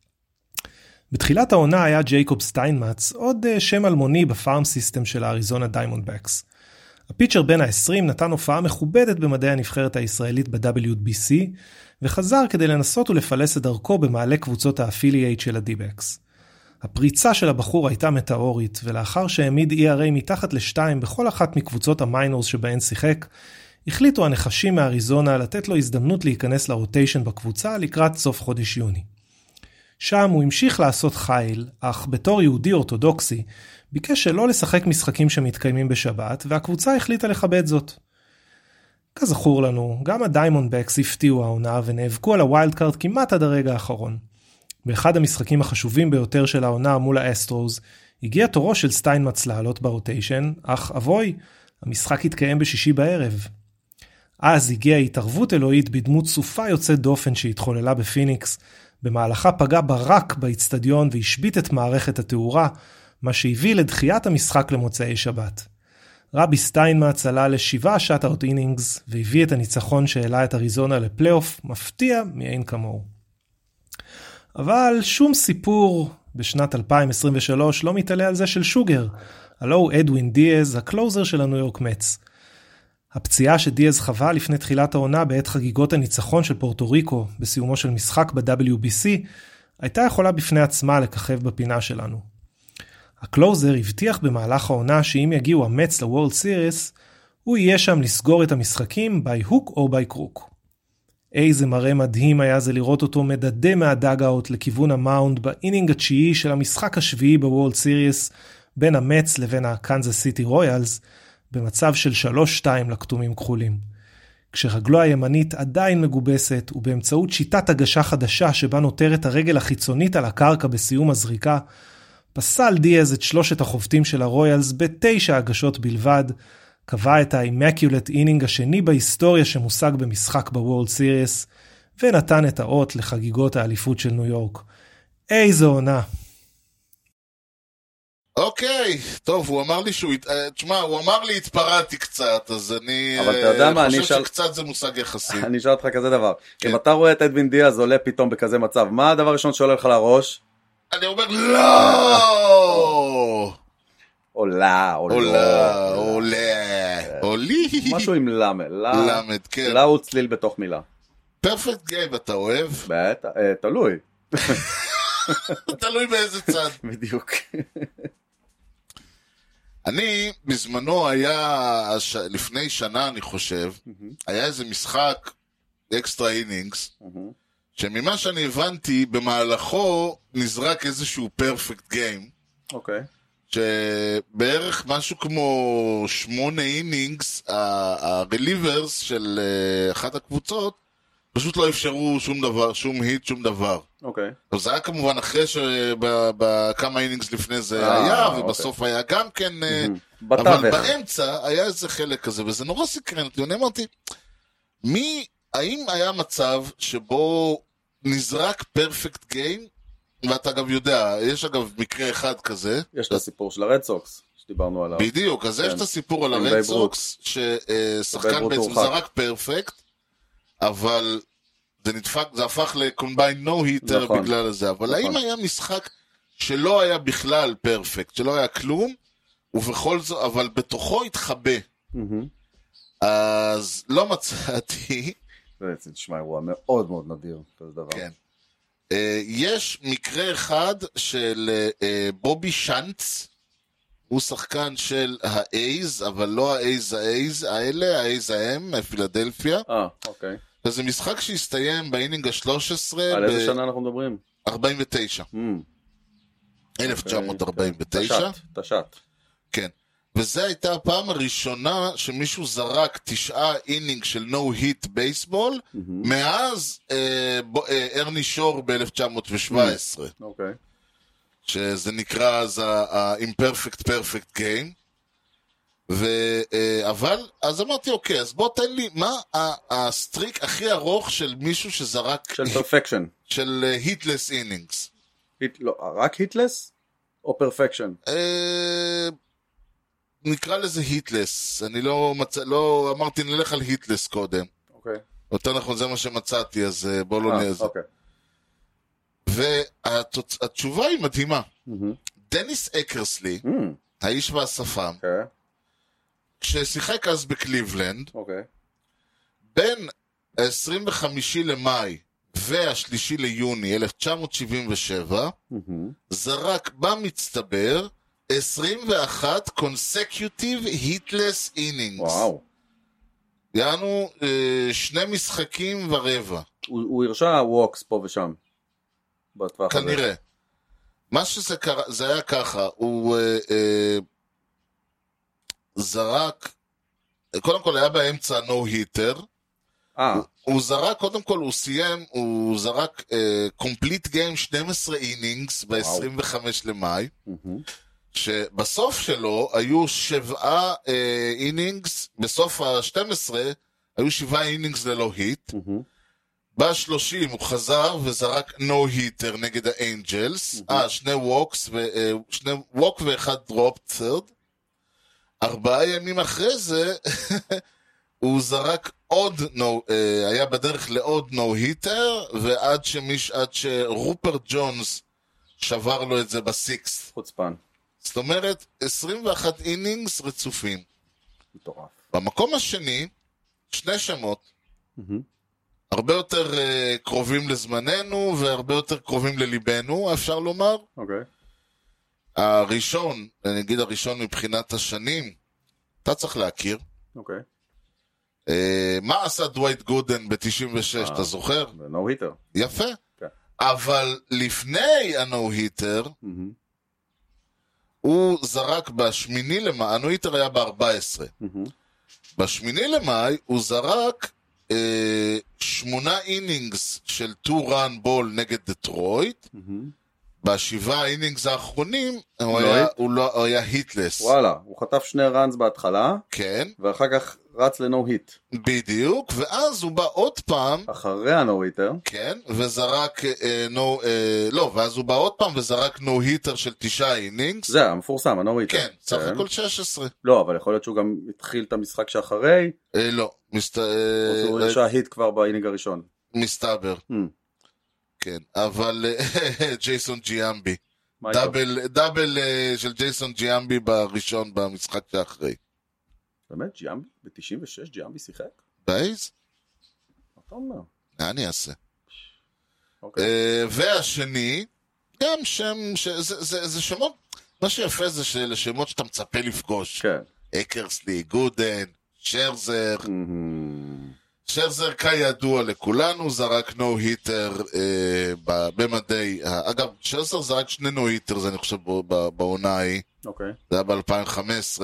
בתחילת העונה היה ג'ייקוב סטיינמץ, עוד שם אלמוני בפארם סיסטם של האריזונה דיימונדבקס. הפיצ'ר בין ה-20 נתן הופעה מכובדת במדעי הנבחרת הישראלית ב-WBC, וחזר כדי לנסות ולפלס את דרכו במעלה קבוצות האפילייט של הדיבקס. הפריצה של הבחור הייתה מטאורית, ולאחר שהעמיד ERA מתחת ל-2 בכל אחת מקבוצות המיינורס שבהן שיחק, החליטו הנחשים מאריזונה לתת לו הזדמנות להיכנס לרוטיישן בקבוצה לקראת סוף חודש יוני. שם הוא המשיך לעשות חייל, אך בתור יהודי אורתודוקסי, ביקש שלא לשחק משחקים שמתקיימים בשבת, והקבוצה החליטה לכבד זאת. כזכור לנו, גם הדיימונדבקס הפתיעו העונה ונאבקו על הווילד קארד כמעט עד הרגע האחרון. באחד המשחקים החשובים ביותר של העונה מול האסטרוס, הגיע תורו של סטיינמץ לעלות ברוטיישן, אך אבוי, המשחק התקיים בשישי בערב. אז הגיעה התערבות אלוהית בדמות סופה יוצאת דופן שהתחוללה בפיניקס, במהלכה פגע ברק באצטדיון והשבית את מערכת התאורה, מה שהביא לדחיית המשחק למוצאי שבת. רבי סטיינמץ עלה ל7 שאט-אוט אינינגס, והביא את הניצחון שהעלה את אריזונה לפלייאוף, מפתיע מאין כמוהו. אבל שום סיפור בשנת 2023 לא מתעלה על זה של שוגר, הלא הוא אדווין דיאז, הקלוזר של הניו יורק מצ. הפציעה שדיאז חווה לפני תחילת העונה בעת חגיגות הניצחון של פורטו ריקו בסיומו של משחק ב-WBC, הייתה יכולה בפני עצמה לככב בפינה שלנו. הקלוזר הבטיח במהלך העונה שאם יגיעו המץ לוורלד סיריס, הוא יהיה שם לסגור את המשחקים by hook או by crook. איזה מראה מדהים היה זה לראות אותו מדדה מהדאגאוט לכיוון המאונד באינינג התשיעי של המשחק השביעי בוורלד סיריס בין המץ לבין הקנזס סיטי רויאלס, במצב של 3-2 לכתומים כחולים. כשרגלו הימנית עדיין מגובסת, ובאמצעות שיטת הגשה חדשה שבה נותרת הרגל החיצונית על הקרקע בסיום הזריקה, פסל דיאז את 3 החובטים של הרויאלס ב9 הגשות בלבד, קבע את האימקיולט אינינג השני בהיסטוריה שמושג במשחק בוורלד סיריס, ונתן את האות לחגיגות האליפות של ניו יורק. איזו עונה. אוקיי, טוב, הוא אמר לי תשמע, הוא אמר לי התפרעתי קצת, אז אני חושב שקצת זה מושג יחסי. אני אשאל אותך כזה דבר, אם אתה רואה את אדווין דיאז עולה פתאום בכזה מצב, מה הדבר הראשון שעולה לך לראש? אני אומר לא! עולה. משהו עם למד. למד, כן. לה הוא צליל בתוך מילה. פרפקט גיים, אתה אוהב? תלוי. תלוי באיזה צד. בדיוק. אני, בזמנו היה, לפני שנה אני חושב, היה איזה משחק אקסטרה אינינגס, שממה שאני הבנתי, במהלכו נזרק איזשהו פרפקט גיים. אוקיי. שבערך משהו כמו 8 אינינגס, הרליברס של אחת הקבוצות, פשוט לא אפשרו שום דבר, שום היט, שום דבר. אוקיי. אז זה היה כמובן אחרי שבכמה אינינגס לפני זה היה, ובסוף היה גם כן, אבל באמצע היה איזה חלק כזה, וזה נורא סקרן אותי. אני אמרתי, האם היה מצב שבו נזרק פרפקט גיים, ואתה אגב יודע, יש אגב מקרה אחד כזה. יש את הסיפור של הרד סוקס, שדיברנו עליו. בדיוק, אז יש את הסיפור על הרד סוקס, ששחקן בעצם זרק פרפקט, אבל זה הפך לקומביין נו היטר בגלל זה. אבל האם היה משחק שלא היה בכלל פרפקט, שלא היה כלום, ובכל זאת, אבל בתוכו התחבא. אז לא מצאתי. זה נשמע אירוע מאוד מאוד נדיר, כזה דבר. כן. יש מקרה אחד של בובי שנץ, הוא שחקן של האייז, אבל לא האייז האלה, האייז ההם, מפילדלפיה. אוקיי. וזה משחק שהסתיים באינינג ה-13. על איזה שנה אנחנו מדברים? 49. 1949. תשת. כן. וזו הייתה הפעם הראשונה שמישהו זרק 9 אינינג של נו-היט בייסבול, מאז ארני שור ב-1917. אוקיי. שזה נקרא אז ה-imperfect perfect game. אבל, אז אמרתי, אוקיי, אז בוא תן לי, מה הסטריק הכי ארוך של מישהו שזרק... של פרפקשן. של היטלס אינינגס. לא, רק היטלס? או פרפקשן? נקרא לזה היטלס. אני לא אמרתי, נלך על היטלס קודם. אוקיי. יותר נכון, זה מה שמצאתי, אז בוא לא נעזר. אוקיי. והתשובה היא מדהימה. דניס אקרסלי, האיש והשפם, כששיחק אז בקליבלנד, בין ה-25 למאי וה-3 ליוני 1977, זרק במצטבר 21 consecutive hitless innings. וואו. יענו 2 משחקים ורבע. הוא הרשה ווקס פה ושם. בטווח הזה. כנראה. מה שזה קרה, זה היה ככה, הוא זרק, קודם כל היה באמצע נו היטר, הוא זרק, קודם כל הוא סיים, הוא זרק complete game 12 אינינגס ב-25 למאי, שבסוף שלו היו 7 אינינגס, בסוף ה-12 היו 7 אינינגס ללא היט, ב-30 הוא חזר וזרק נו היטר נגד האנג'לס, 2 ווק ואחד דרופ צרד, 4 ימים אחרי זה הוא זרק עוד היה בדרך לעוד נו היטר, ועד שרופרט ג'ונס שבר לו את זה בסיקס. חוצפן. זאת אומרת 21 אינינגס רצופים. מטורף. במקום השני 2 שמות, הרבה יותר קרובים לזמננו והרבה יותר קרובים לליבנו, אפשר לומר. אוקיי. הראשון, אני אגיד הראשון מבחינת השנים, אתה צריך להכיר. אוקיי. מה עשה דווייט גודן ב-96, אתה זוכר? נו היטר. יפה. אבל לפני הנו היטר, הוא זרק בשמיני למאי, הנו היטר היה ב-14. בשמיני למאי הוא זרק 8 אינינגס של 2-run בול נגד דטרויט, ב7 אינינגס האחרונים הוא היה היטלס. וואלה, הוא חטף 2 ראנס בהתחלה, כן. ואחר כך רץ לנו היט. בדיוק, ואז הוא בא עוד פעם. אחרי הנו היטר. כן, וזרק ואז הוא בא עוד פעם וזרק נו היטר של 9 אינינגס. זה המפורסם, הנו היטר. כן, סך הכל 16. לא, אבל יכול להיות שהוא גם התחיל את המשחק שאחרי. לא. הוא הרשה היט כבר באינינג הראשון. מסתבר. כן, אבל ג'ייסון ג'יאמבי. דאבל של ג'ייסון ג'יאמבי בראשון במשחק שאחרי. באמת? ג'יאמבי? ב-96 ג'יאמבי שיחק? בייז? אתה אומר. אני אעשה. והשני, גם שם, זה שמות, מה שיפה זה שאלה שמות שאתה מצפה לפגוש. כן. אקרסלי, גודן, שרזר. שרזר כידוע לכולנו, זרק נו היטר במדי, אגב, שרזר זרק 2 נו היטר, אני חושב, בעונה ההיא. אוקיי. זה היה ב-2015.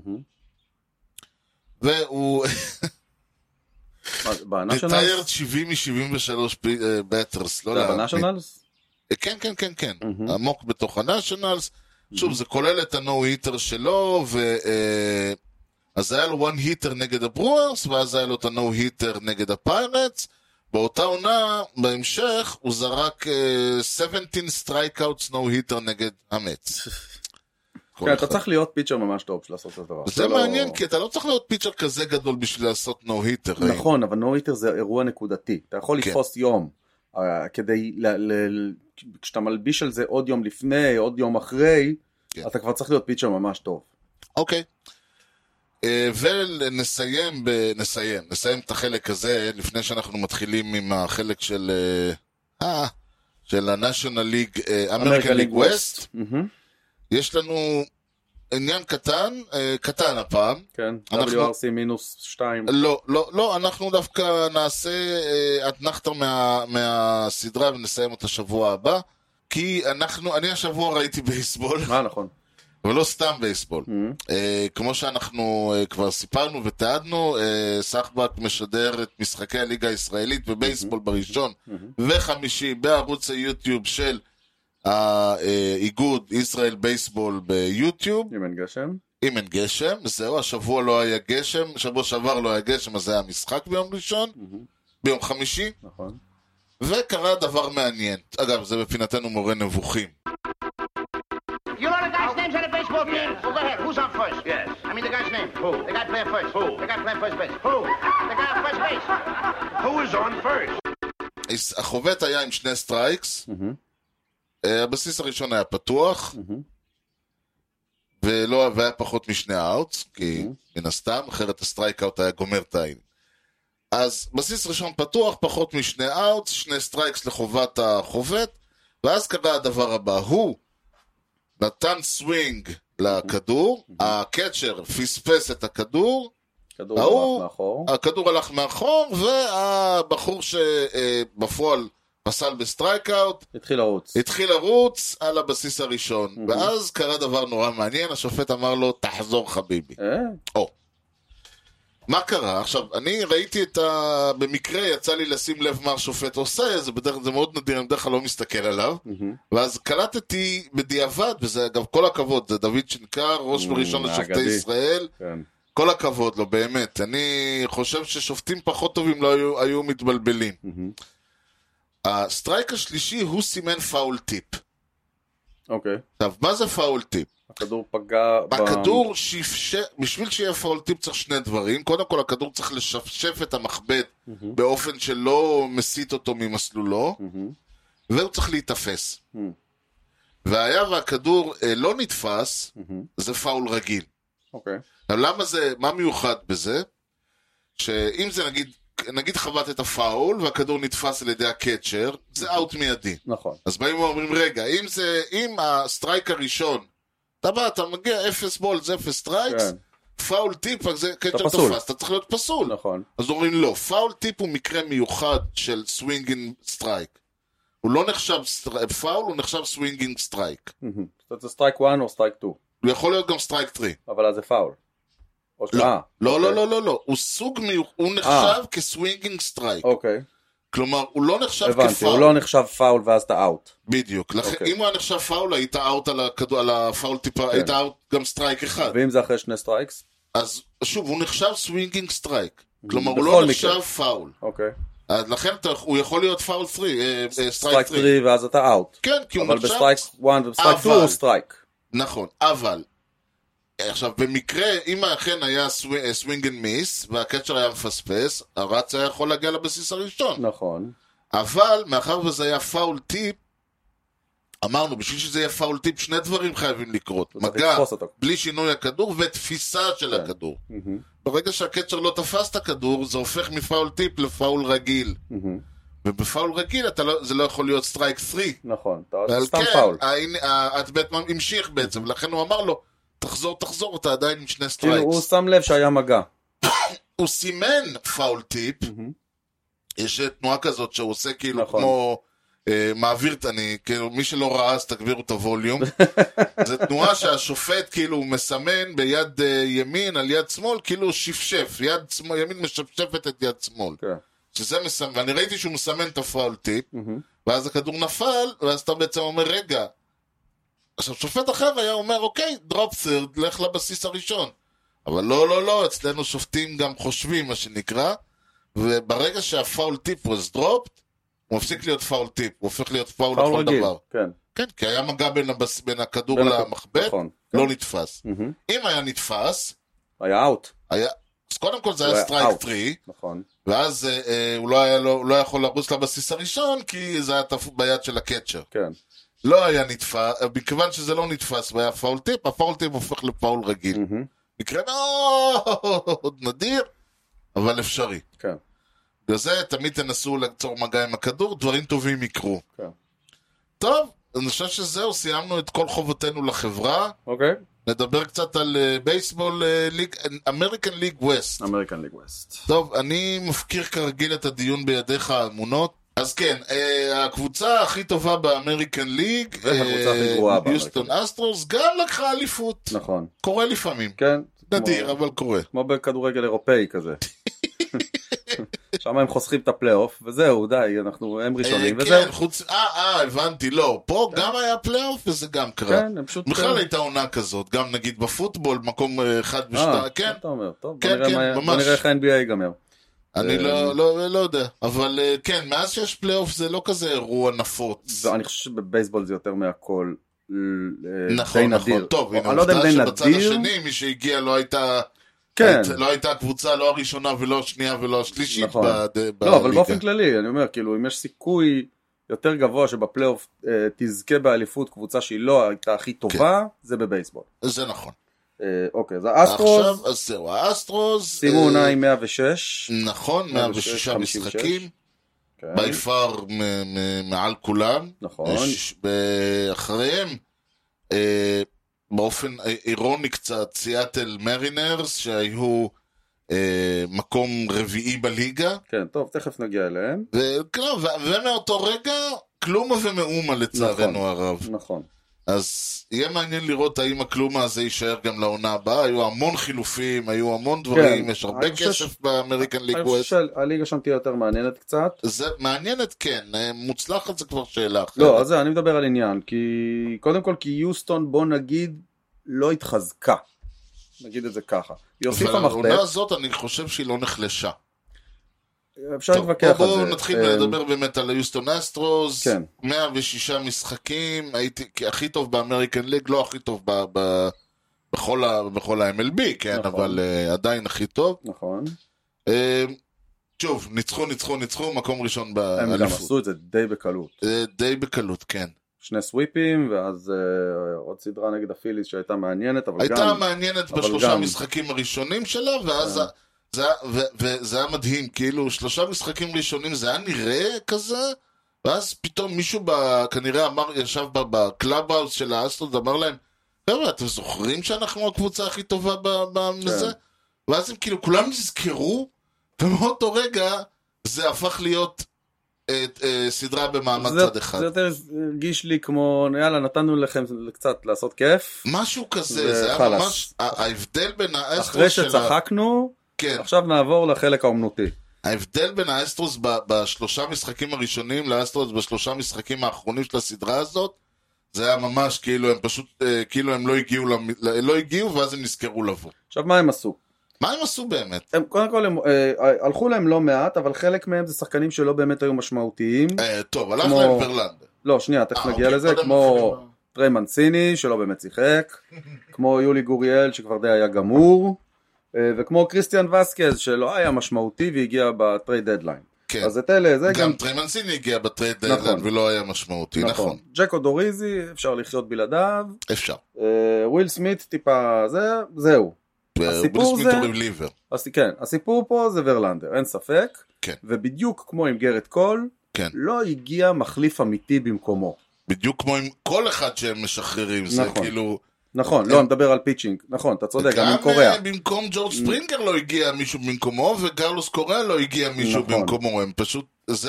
והוא... בנאשונלס? רטיירד 70 מ-73 בטרס. זה בנאשונלס? כן, כן, כן, כן. עמוק בתוך הנאשונלס. שוב, זה כולל את הנו היטר שלו, אז היה לו 1 היטר נגד הברוארס, ואז היה לו את הנו היטר נגד הפיירטס. באותה עונה, בהמשך, הוא זרק 17 סטרייקאוטס נו היטר נגד המץ. כן, אתה צריך להיות פיצ'ר ממש טוב בשביל לעשות את הדבר. זה מעניין, כי אתה לא צריך להיות פיצ'ר כזה גדול בשביל לעשות נו היטר. נכון, אבל נו היטר זה אירוע נקודתי. אתה יכול לתפוס יום, כדי, כשאתה מלביש על זה עוד יום לפני, עוד יום אחרי, אתה כבר צריך להיות פיצ'ר ממש טוב. אוקיי. ונסיים את החלק הזה, לפני שאנחנו מתחילים עם החלק של ה-National League, American League West. יש לנו עניין קטן הפעם. כן, WRC מינוס 2. לא, אנחנו דווקא נעשה אתנחתא מהסדרה ונסיים אותה שבוע הבא, כי אני השבוע ראיתי בייסבול. נכון. אבל לא סתם בייסבול. כמו שאנחנו כבר סיפרנו ותעדנו, סחבק משדר את משחקי הליגה הישראלית בבייסבול בראשון וחמישי בערוץ היוטיוב של האיגוד ישראל בייסבול ביוטיוב. אם אין גשם. אם אין גשם, זהו, השבוע לא היה גשם, שבוע שעבר לא היה גשם, אז זה היה משחק ביום ראשון, ביום חמישי, נכון. וקרה דבר מעניין. אגב, זה בפינתנו מורה נבוכים. You know the guy's names on the baseball team? Well, go ahead. Who's on first? Yes. I mean the guy's name. Who? The guy playing first. Who? The guy playing first base. Who? The guy on first base. Who is on first? החובט היה עם 2 סטרייקס. הבסיס הראשון היה פתוח. והיה פחות מ2 אאוטס, כי מן הסתם, אחרת הסטרייקאוט היה גומר את העין. אז בסיס ראשון פתוח, פחות מ2 אאוטס, 2 סטרייקס לחובת החובט, ואז קרה הדבר הבא, הוא נתן סווינג לכדור, הקצ'ר פספס את הכדור, הכדור הלך מאחור, והבחור שבפועל פסל בסטרייקאוט, התחיל לרוץ על הבסיס הראשון, ואז קרה דבר נורא מעניין, השופט אמר לו, תחזור חביבי. מה קרה? עכשיו, אני ראיתי במקרה יצא לי לשים לב מה השופט עושה, זה מאוד נדיר, אני בדרך כלל לא מסתכל עליו, ואז קלטתי בדיעבד, וזה אגב כל הכבוד, זה דוד שנקר, ראש וראשון לשופטי ישראל, כל הכבוד לו, באמת. אני חושב ששופטים פחות טובים לא היו מתבלבלים. הסטרייק השלישי הוא סימן פאול טיפ. אוקיי. עכשיו, מה זה פאול טיפ? הכדור פגע... הכדור, בשביל שיהיה פאול טיפ צריך 2 דברים. קודם כל, הכדור צריך לשפשף את המחבט באופן שלא מסית אותו ממסלולו, והוא צריך להתאפס. והיה והכדור לא נתפס, זה פאול רגיל. אוקיי. למה זה, מה מיוחד בזה? שאם זה נגיד חוות את הפאול, והכדור נתפס על ידי הקצ'ר, זה אאוט מיידי. נכון. אז באים ואומרים, רגע, אם הסטרייק הראשון, אתה מגיע 0 בול, זה 0 סטרייקס, פאול טיפ, אז זה קצ'ר תפס, אתה צריך להיות פסול. נכון. אז אומרים, לא, פאול טיפ הוא מקרה מיוחד של סווינגינג סטרייק. הוא לא נחשב פאול, הוא נחשב סווינגינג סטרייק. זה סטרייק 1 או סטרייק 2? הוא יכול להיות גם סטרייק 3. אבל אז זה פאול. לא, הוא נחשב כסווינגינג סטרייק. אוקיי. כלומר, הוא לא נחשב כפאול. הבנתי, הוא לא נחשב פאול ואז אתה אאוט. בדיוק. אם הוא היה נחשב פאול, היית אאוט על הפאול טיפה, היית אאוט גם סטרייק אחד. ואם זה אחרי 2 סטרייקס? אז שוב, הוא נחשב סווינגינג סטרייק. כלומר, הוא לא נחשב פאול. אוקיי. לכן הוא יכול להיות פאול 3, סטרייק 3 ואז אתה אאוט. כן, כי הוא נחשב... אבל בסטרייק 1 ובסטרייק 2 הוא סטרייק. נכון, אבל... עכשיו, במקרה, אם אכן היה סווינג אנד מיס, והקצ'ר היה מפספס, הרץ היה יכול להגיע לבסיס הראשון. נכון. אבל, מאחר וזה היה פאול טיפ, אמרנו, בשביל שזה יהיה פאול טיפ, 2 דברים חייבים לקרות. מגע, בלי שינוי הכדור, ותפיסה של הכדור. ברגע שהקצ'ר לא תפס את הכדור, זה הופך מפאול טיפ לפאול רגיל. ובפאול רגיל, זה לא יכול להיות סטרייק 3. נכון, אתה סתם פאול. בטמן המשיך בעצם, לכן הוא אמר לו, תחזור, אתה עדיין עם 2 סטרייקס. כאילו הוא שם לב שהיה מגע. הוא סימן פאול טיפ, יש תנועה כזאת שהוא עושה כאילו כמו מעביר, כאילו מי שלא ראה אז תגבירו את הווליום, זו תנועה שהשופט כאילו הוא מסמן ביד ימין על יד שמאל, כאילו שפשף, יד ימין משפשפת את יד שמאל. שזה מסמן, ואני ראיתי שהוא מסמן את הפאול טיפ, ואז הכדור נפל, ואז אתה בעצם אומר רגע, עכשיו, שופט אחר היה אומר, אוקיי, דרופ third, לך לבסיס הראשון. אבל לא, אצלנו שופטים גם חושבים, מה שנקרא, וברגע שהפאול טיפ was dropped, הוא מפסיק להיות פאול טיפ, הוא הופך להיות פאול לכל דבר. כן, כי היה מגע בין הכדור למחבט, לא נתפס. אם היה נתפס, היה אאוט. אז קודם כל זה היה סטרייק 3, נכון. ואז הוא לא יכול לרוץ לבסיס הראשון, כי זה היה תפות ביד של הקצ'ר. כן. לא היה נתפס, מכיוון שזה לא נתפס והיה פאול טיפ, הפאול טיפ הופך לפאול רגיל. מקרה מאוד נדיר, אבל אפשרי. כן. בזה תמיד תנסו ליצור מגע עם הכדור, דברים טובים יקרו. כן. טוב, אני חושב שזהו, סיימנו את כל חובותינו לחברה. אוקיי. נדבר קצת על בייסבול ליג, אמריקן ליג ווסט. אמריקן ליג ווסט. טוב, אני מפקיר כרגיל את הדיון בידיך האמונות. אז כן, הקבוצה הכי טובה באמריקן ליג, והקבוצה הכי גרועה יוסטון אסטרוס, גם לקחה אליפות. נכון. קורה לפעמים. כן. נדיר, אבל קורה. כמו בכדורגל אירופאי כזה. שם הם חוסכים את הפלייאוף, וזהו, די, הם ראשונים, וזהו. כן, חוץ, הבנתי, לא, פה גם היה פלייאוף וזה גם קרה. כן, הם פשוט... בכלל הייתה עונה כזאת, גם נגיד בפוטבול, מקום 1 ו-2, כן. אתה אומר, טוב, בוא נראה איך ה-NBA ייגמר. אני לא יודע, אבל כן, מאז שיש פלייאוף זה לא כזה אירוע נפוץ. אני חושב שבבייסבול זה יותר מהכל נכון, נכון, טוב, הנה עובדה שבצד השני מי שהגיע לא הייתה הקבוצה לא הראשונה ולא השנייה ולא השלישית בליגה. לא, אבל באופן כללי, אני אומר, כאילו, אם יש סיכוי יותר גבוה שבפלייאוף תזכה באליפות קבוצה שהיא לא הייתה הכי טובה, זה בבייסבול. זה נכון. אוקיי, אז האסטרוס. עכשיו, אז זהו, האסטרוס. שימו עונה עם 106. נכון, 106 משחקים. ביפר מעל כולם. נכון. אחריהם, באופן אירוני קצת, סיאטל מרינרס, שהיו מקום רביעי בליגה. כן, טוב, תכף נגיע אליהם. ומאותו רגע, כלומה ומאומה לצערנו הרב. נכון. אז יהיה מעניין לראות האם הכלומה הזה יישאר גם לעונה הבאה, היו המון חילופים, היו המון דברים, יש הרבה כסף באמריקן ליג ווסט. אני חושב שהליגה שם תהיה יותר מעניינת קצת. זה מעניינת, כן, מוצלחת זה כבר שאלה אחרת. לא, אז אני מדבר על עניין, כי קודם כל כי יוסטון בוא נגיד לא התחזקה, נגיד את זה ככה. אבל העונה הזאת אני חושב שהיא לא נחלשה. אפשר להתווכח על זה. בואו נתחיל לדבר באמת על היוסטון אסטרוס, 106 משחקים, הייתי הכי טוב באמריקן ליג, לא הכי טוב בכל ה-MLB, כן, אבל עדיין הכי טוב. נכון. שוב, ניצחו, מקום ראשון באליפות. הם גם עשו את זה די בקלות. די בקלות, כן. 2 סוויפים, ואז עוד סדרה נגד הפיליס שהייתה מעניינת, אבל גם... הייתה מעניינת בשלושה משחקים הראשונים שלה, ואז... וזה היה מדהים, כאילו 3 משחקים ראשונים זה היה נראה כזה, ואז פתאום מישהו כנראה ישב בקלאב-האוס של האסטרוס, אמר להם, חבר'ה, אתם זוכרים שאנחנו הקבוצה הכי טובה בזה? ואז הם כאילו כולם נזכרו, ומאותו רגע זה הפך להיות סדרה במעמד צד אחד. זה יותר הרגיש לי כמו, יאללה, נתנו לכם קצת לעשות כיף. משהו כזה, זה היה ממש, ההבדל בין האסטרוס אחרי שצחקנו, כן. עכשיו נעבור לחלק האומנותי. ההבדל בין האסטרוס בשלושה משחקים הראשונים לאסטרוס בשלושה משחקים האחרונים של הסדרה הזאת, זה היה ממש כאילו הם פשוט, כאילו הם לא הגיעו ואז הם נזכרו לבוא. עכשיו מה הם עשו? מה הם עשו באמת? קודם כל הם הלכו להם לא מעט, אבל חלק מהם זה שחקנים שלא באמת היו משמעותיים. טוב, הלכנו עם ורלנדר. לא, שנייה, תכף נגיע לזה, כמו טריי מנסיני שלא באמת שיחק, כמו יולי גוריאל שכבר די היה גמור, וכמו קריסטיאן וסקז שלא היה משמעותי והגיע בטרייד דדליין. כן. אז את אלה, זה גם טריי מנסיני הגיע בטרייד דדליין ולא היה משמעותי, נכון. ג'קו דוריזי, אפשר לחיות בלעדיו. אפשר. וויל סמית טיפה, זהו. הסיפור זה... כן, הסיפור פה זה ורלנדר, אין ספק. כן. ובדיוק כמו עם גרד קול, כן. לא הגיע מחליף אמיתי במקומו. בדיוק כמו עם כל אחד שהם משחררים, זה כאילו... נכון, לא, אני מדבר על פיצ'ינג, נכון, אתה צודק, גם עם קוריאה. גם במקום ג'ורג' ספרינגר לא הגיע מישהו במקומו, וגרלוס קוריאה לא הגיע מישהו במקומו, הם פשוט,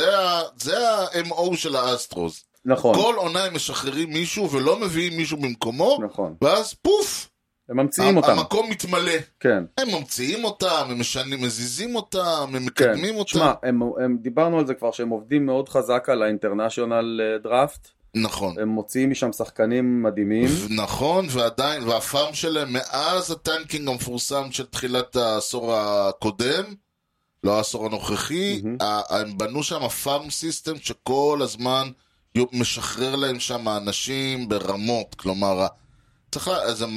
זה ה-MO של האסטרוס. נכון. כל עונה הם משחררים מישהו ולא מביאים מישהו במקומו, ואז פוף! הם ממציאים אותם. המקום מתמלא. כן. הם ממציאים אותם, הם מזיזים אותם, הם מקדמים אותם. תשמע, דיברנו על זה כבר שהם עובדים מאוד חזק על האינטרנשיונל דראפט. נכון. הם מוציאים משם שחקנים מדהימים. נכון, ועדיין, והפארם שלהם מאז הטנקינג המפורסם של תחילת העשור הקודם, לא העשור הנוכחי, הם בנו שם הפארם סיסטם שכל הזמן משחרר להם שם אנשים ברמות, כלומר, אז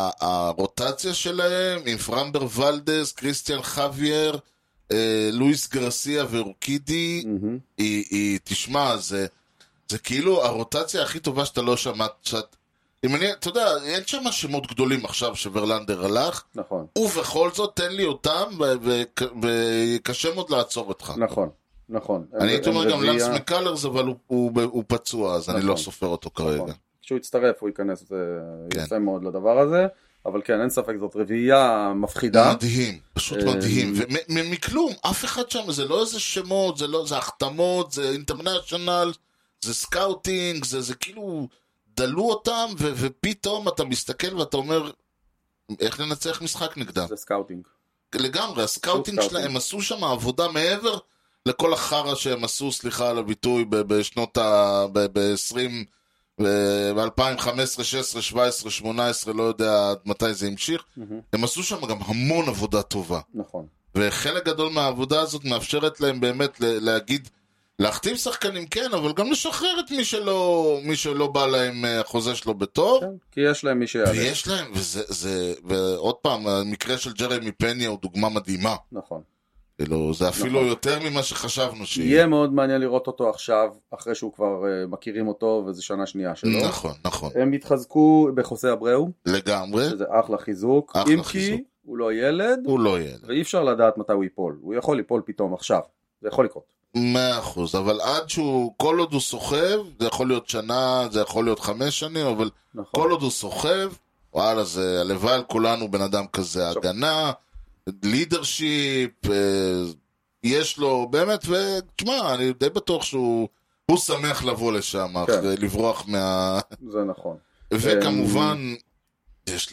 הרוטציה שלהם עם פרמבר ולדס, קריסטיאן חווייר, לואיס גרסיה ואורקידי, היא תשמע, זה כאילו הרוטציה הכי טובה שאתה לא שמעת, אתה יודע, אין שם שמות גדולים עכשיו שוורלנדר הלך, נכון. ובכל זאת תן לי אותם, וקשה מאוד לעצור אותך. נכון. אני הייתי אומר גם לנס מקלרס, אבל הוא פצוע, אז אני לא סופר אותו כרגע. כשהוא יצטרף הוא ייכנס, זה יפה מאוד לדבר הזה, אבל כן, אין ספק, זאת רביעייה מפחידה. מדהים, פשוט מדהים. ומכלום, אף אחד שם, זה לא איזה שמות, זה החתמות, זה אינטרנשיונל, זה סקאוטינג, זה כאילו דלו אותם, ופתאום אתה מסתכל ואתה אומר, איך לנצח משחק נגדם? זה סקאוטינג. לגמרי, הסקאוטינג שלהם, הם עשו שם עבודה מעבר לכל החרא שהם עשו, סליחה על הביטוי, בשנות ב-20, ב-2015, 16, 17, 18, לא יודע מתי זה המשיך, הם עשו שם גם המון עבודה טובה. נכון. וחלק גדול מהעבודה הזאת מאפשרת להם באמת להגיד, להחתים שחקנים כן, אבל גם לשחרר את מי שלא בא להם החוזה שלו בטוב. כן, כי יש להם מי שיעלה. ויש להם, ועוד פעם, המקרה של ג'רמי פניה הוא דוגמה מדהימה. נכון. זה אפילו יותר ממה שחשבנו שיהיה. יהיה מאוד מעניין לראות אותו עכשיו, אחרי שהוא כבר מכירים אותו, וזו שנה שנייה שלו. נכון, נכון. הם התחזקו בחוסה אבראו. לגמרי. שזה אחלה חיזוק. אם כי הוא לא ילד. הוא לא ילד. ואי אפשר לדעת מתי הוא ייפול. הוא יכול ליפול פתאום עכשיו. זה יכול לקרות. 100%, אבל עד שהוא, כל עוד הוא סוחב, זה יכול להיות שנה, זה יכול להיות 5 שנים, אבל נכון. כל עוד הוא סוחב, וואלה, זה הלוואי על כולנו בן אדם כזה, הגנה, לידרשיפ, יש לו באמת, ותשמע, אני די בטוח שהוא שמח לבוא לשם, כן. לברוח זה נכון. וכמובן, יש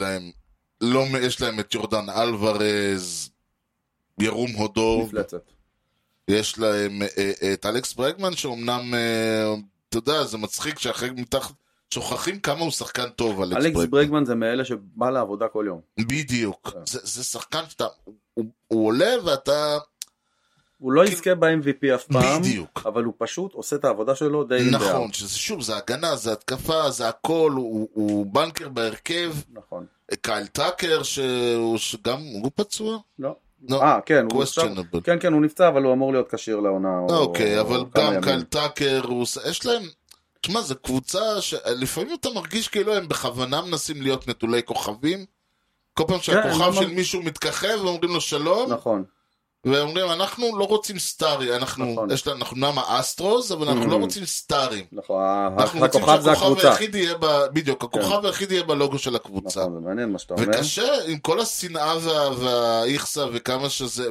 להם את יורדן אלוורז, ירום הודוב, מפלצת. יש להם את אלכס ברגמן, שאומנם, אתה יודע, זה מצחיק שאחרי מתחת, שוכחים כמה הוא שחקן טוב, אלכס ברגמן זה מאלה שבא לעבודה כל יום. בדיוק. זה שחקן שאתה, הוא עולה ואתה... הוא לא יזכה ב-MVP אף פעם, אבל הוא פשוט עושה את העבודה שלו די... נכון, שוב, זה הגנה, זה התקפה, זה הכל, הוא בנקר בהרכב. נכון. קייל טאקר, שגם הוא פצוע? לא. כן, הוא נפצע, אבל הוא אמור להיות קשיר לעונה. אוקיי, אבל גם קייל טאקר, יש להם, תשמע, זו קבוצה שלפעמים אתה מרגיש כאילו הם בכוונה מנסים להיות נטולי כוכבים, כל פעם שהכוכב של מישהו מתכחב ואומרים לו שלום, נכון. ואומרים, אנחנו לא רוצים סטארי, אנחנו נמה אסטרוס, אבל אנחנו לא רוצים סטארים. נכון, הכוכב זה הקבוצה. בדיוק, הכוכב היחיד יהיה בלוגו של הקבוצה. נכון, זה מעניין מה שאתה אומר. וקשה, עם כל השנאה והאיכסה וכמה שזה,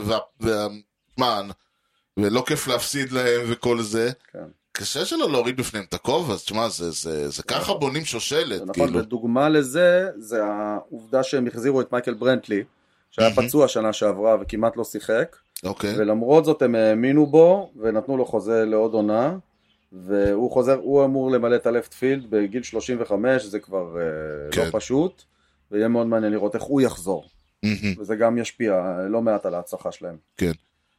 ולא כיף להפסיד להם וכל זה, קשה שלא להוריד בפניהם את הכובע, אז תשמע, זה ככה בונים שושלת. נכון, ודוגמה לזה, זה העובדה שהם החזירו את מייקל ברנטלי, שהיה פצוע שנה שעברה וכמעט לא שיחק, ולמרות זאת הם האמינו בו ונתנו לו חוזה לעוד עונה, והוא חוזר, הוא אמור למלא את הלפט פילד בגיל 35, זה כבר לא פשוט, ויהיה מאוד מעניין לראות איך הוא יחזור, וזה גם ישפיע לא מעט על ההצלחה שלהם. כן.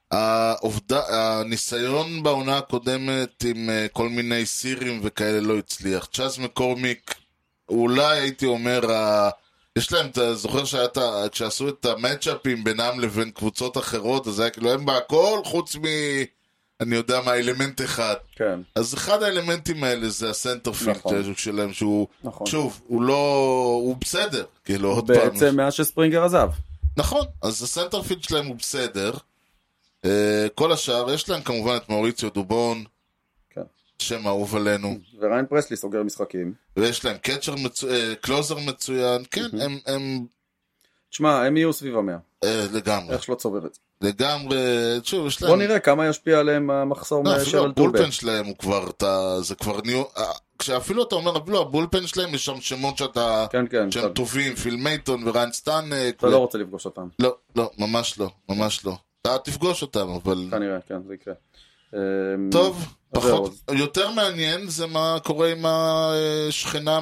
הניסיון בעונה הקודמת עם כל מיני סירים וכאלה לא הצליח. צ'אז מקורמיק, אולי הייתי אומר, יש להם, אתה זוכר כשעשו את המאצ'אפים בינם לבין קבוצות אחרות, אז זה היה כאילו הם בהכל חוץ אני יודע מה, אלמנט אחד. כן. אז אחד האלמנטים האלה זה הסנטרפילד שלהם, שהוא, שוב, הוא בסדר. כאילו, בעצם מאז שספרינגר עזב. נכון, אז הסנטרפילד שלהם הוא בסדר. כל השאר, יש להם כמובן את מאוריציו דובון, שם אהוב עלינו. וריין פרסלי סוגר משחקים. ויש להם קלוזר מצוין, כן, הם... תשמע, הם יהיו סביב 100. לגמרי. איך שלא צובר את זה. לגמרי, שוב, יש להם... בוא נראה כמה ישפיע עליהם המחסור אפילו הבולפן שלהם הוא כבר, זה כבר כשאפילו אתה אומר, אפילו הבולפן שלהם יש שם שמות שהם טובים, פיל מייטון וריין סטאנק. אתה לא רוצה לפגוש אותם. לא, ממש לא, ממש לא. אתה תפגוש אותם, אבל... כנראה, כן, זה יקרה. טוב, פחות, יותר מעניין זה מה קורה עם השכנה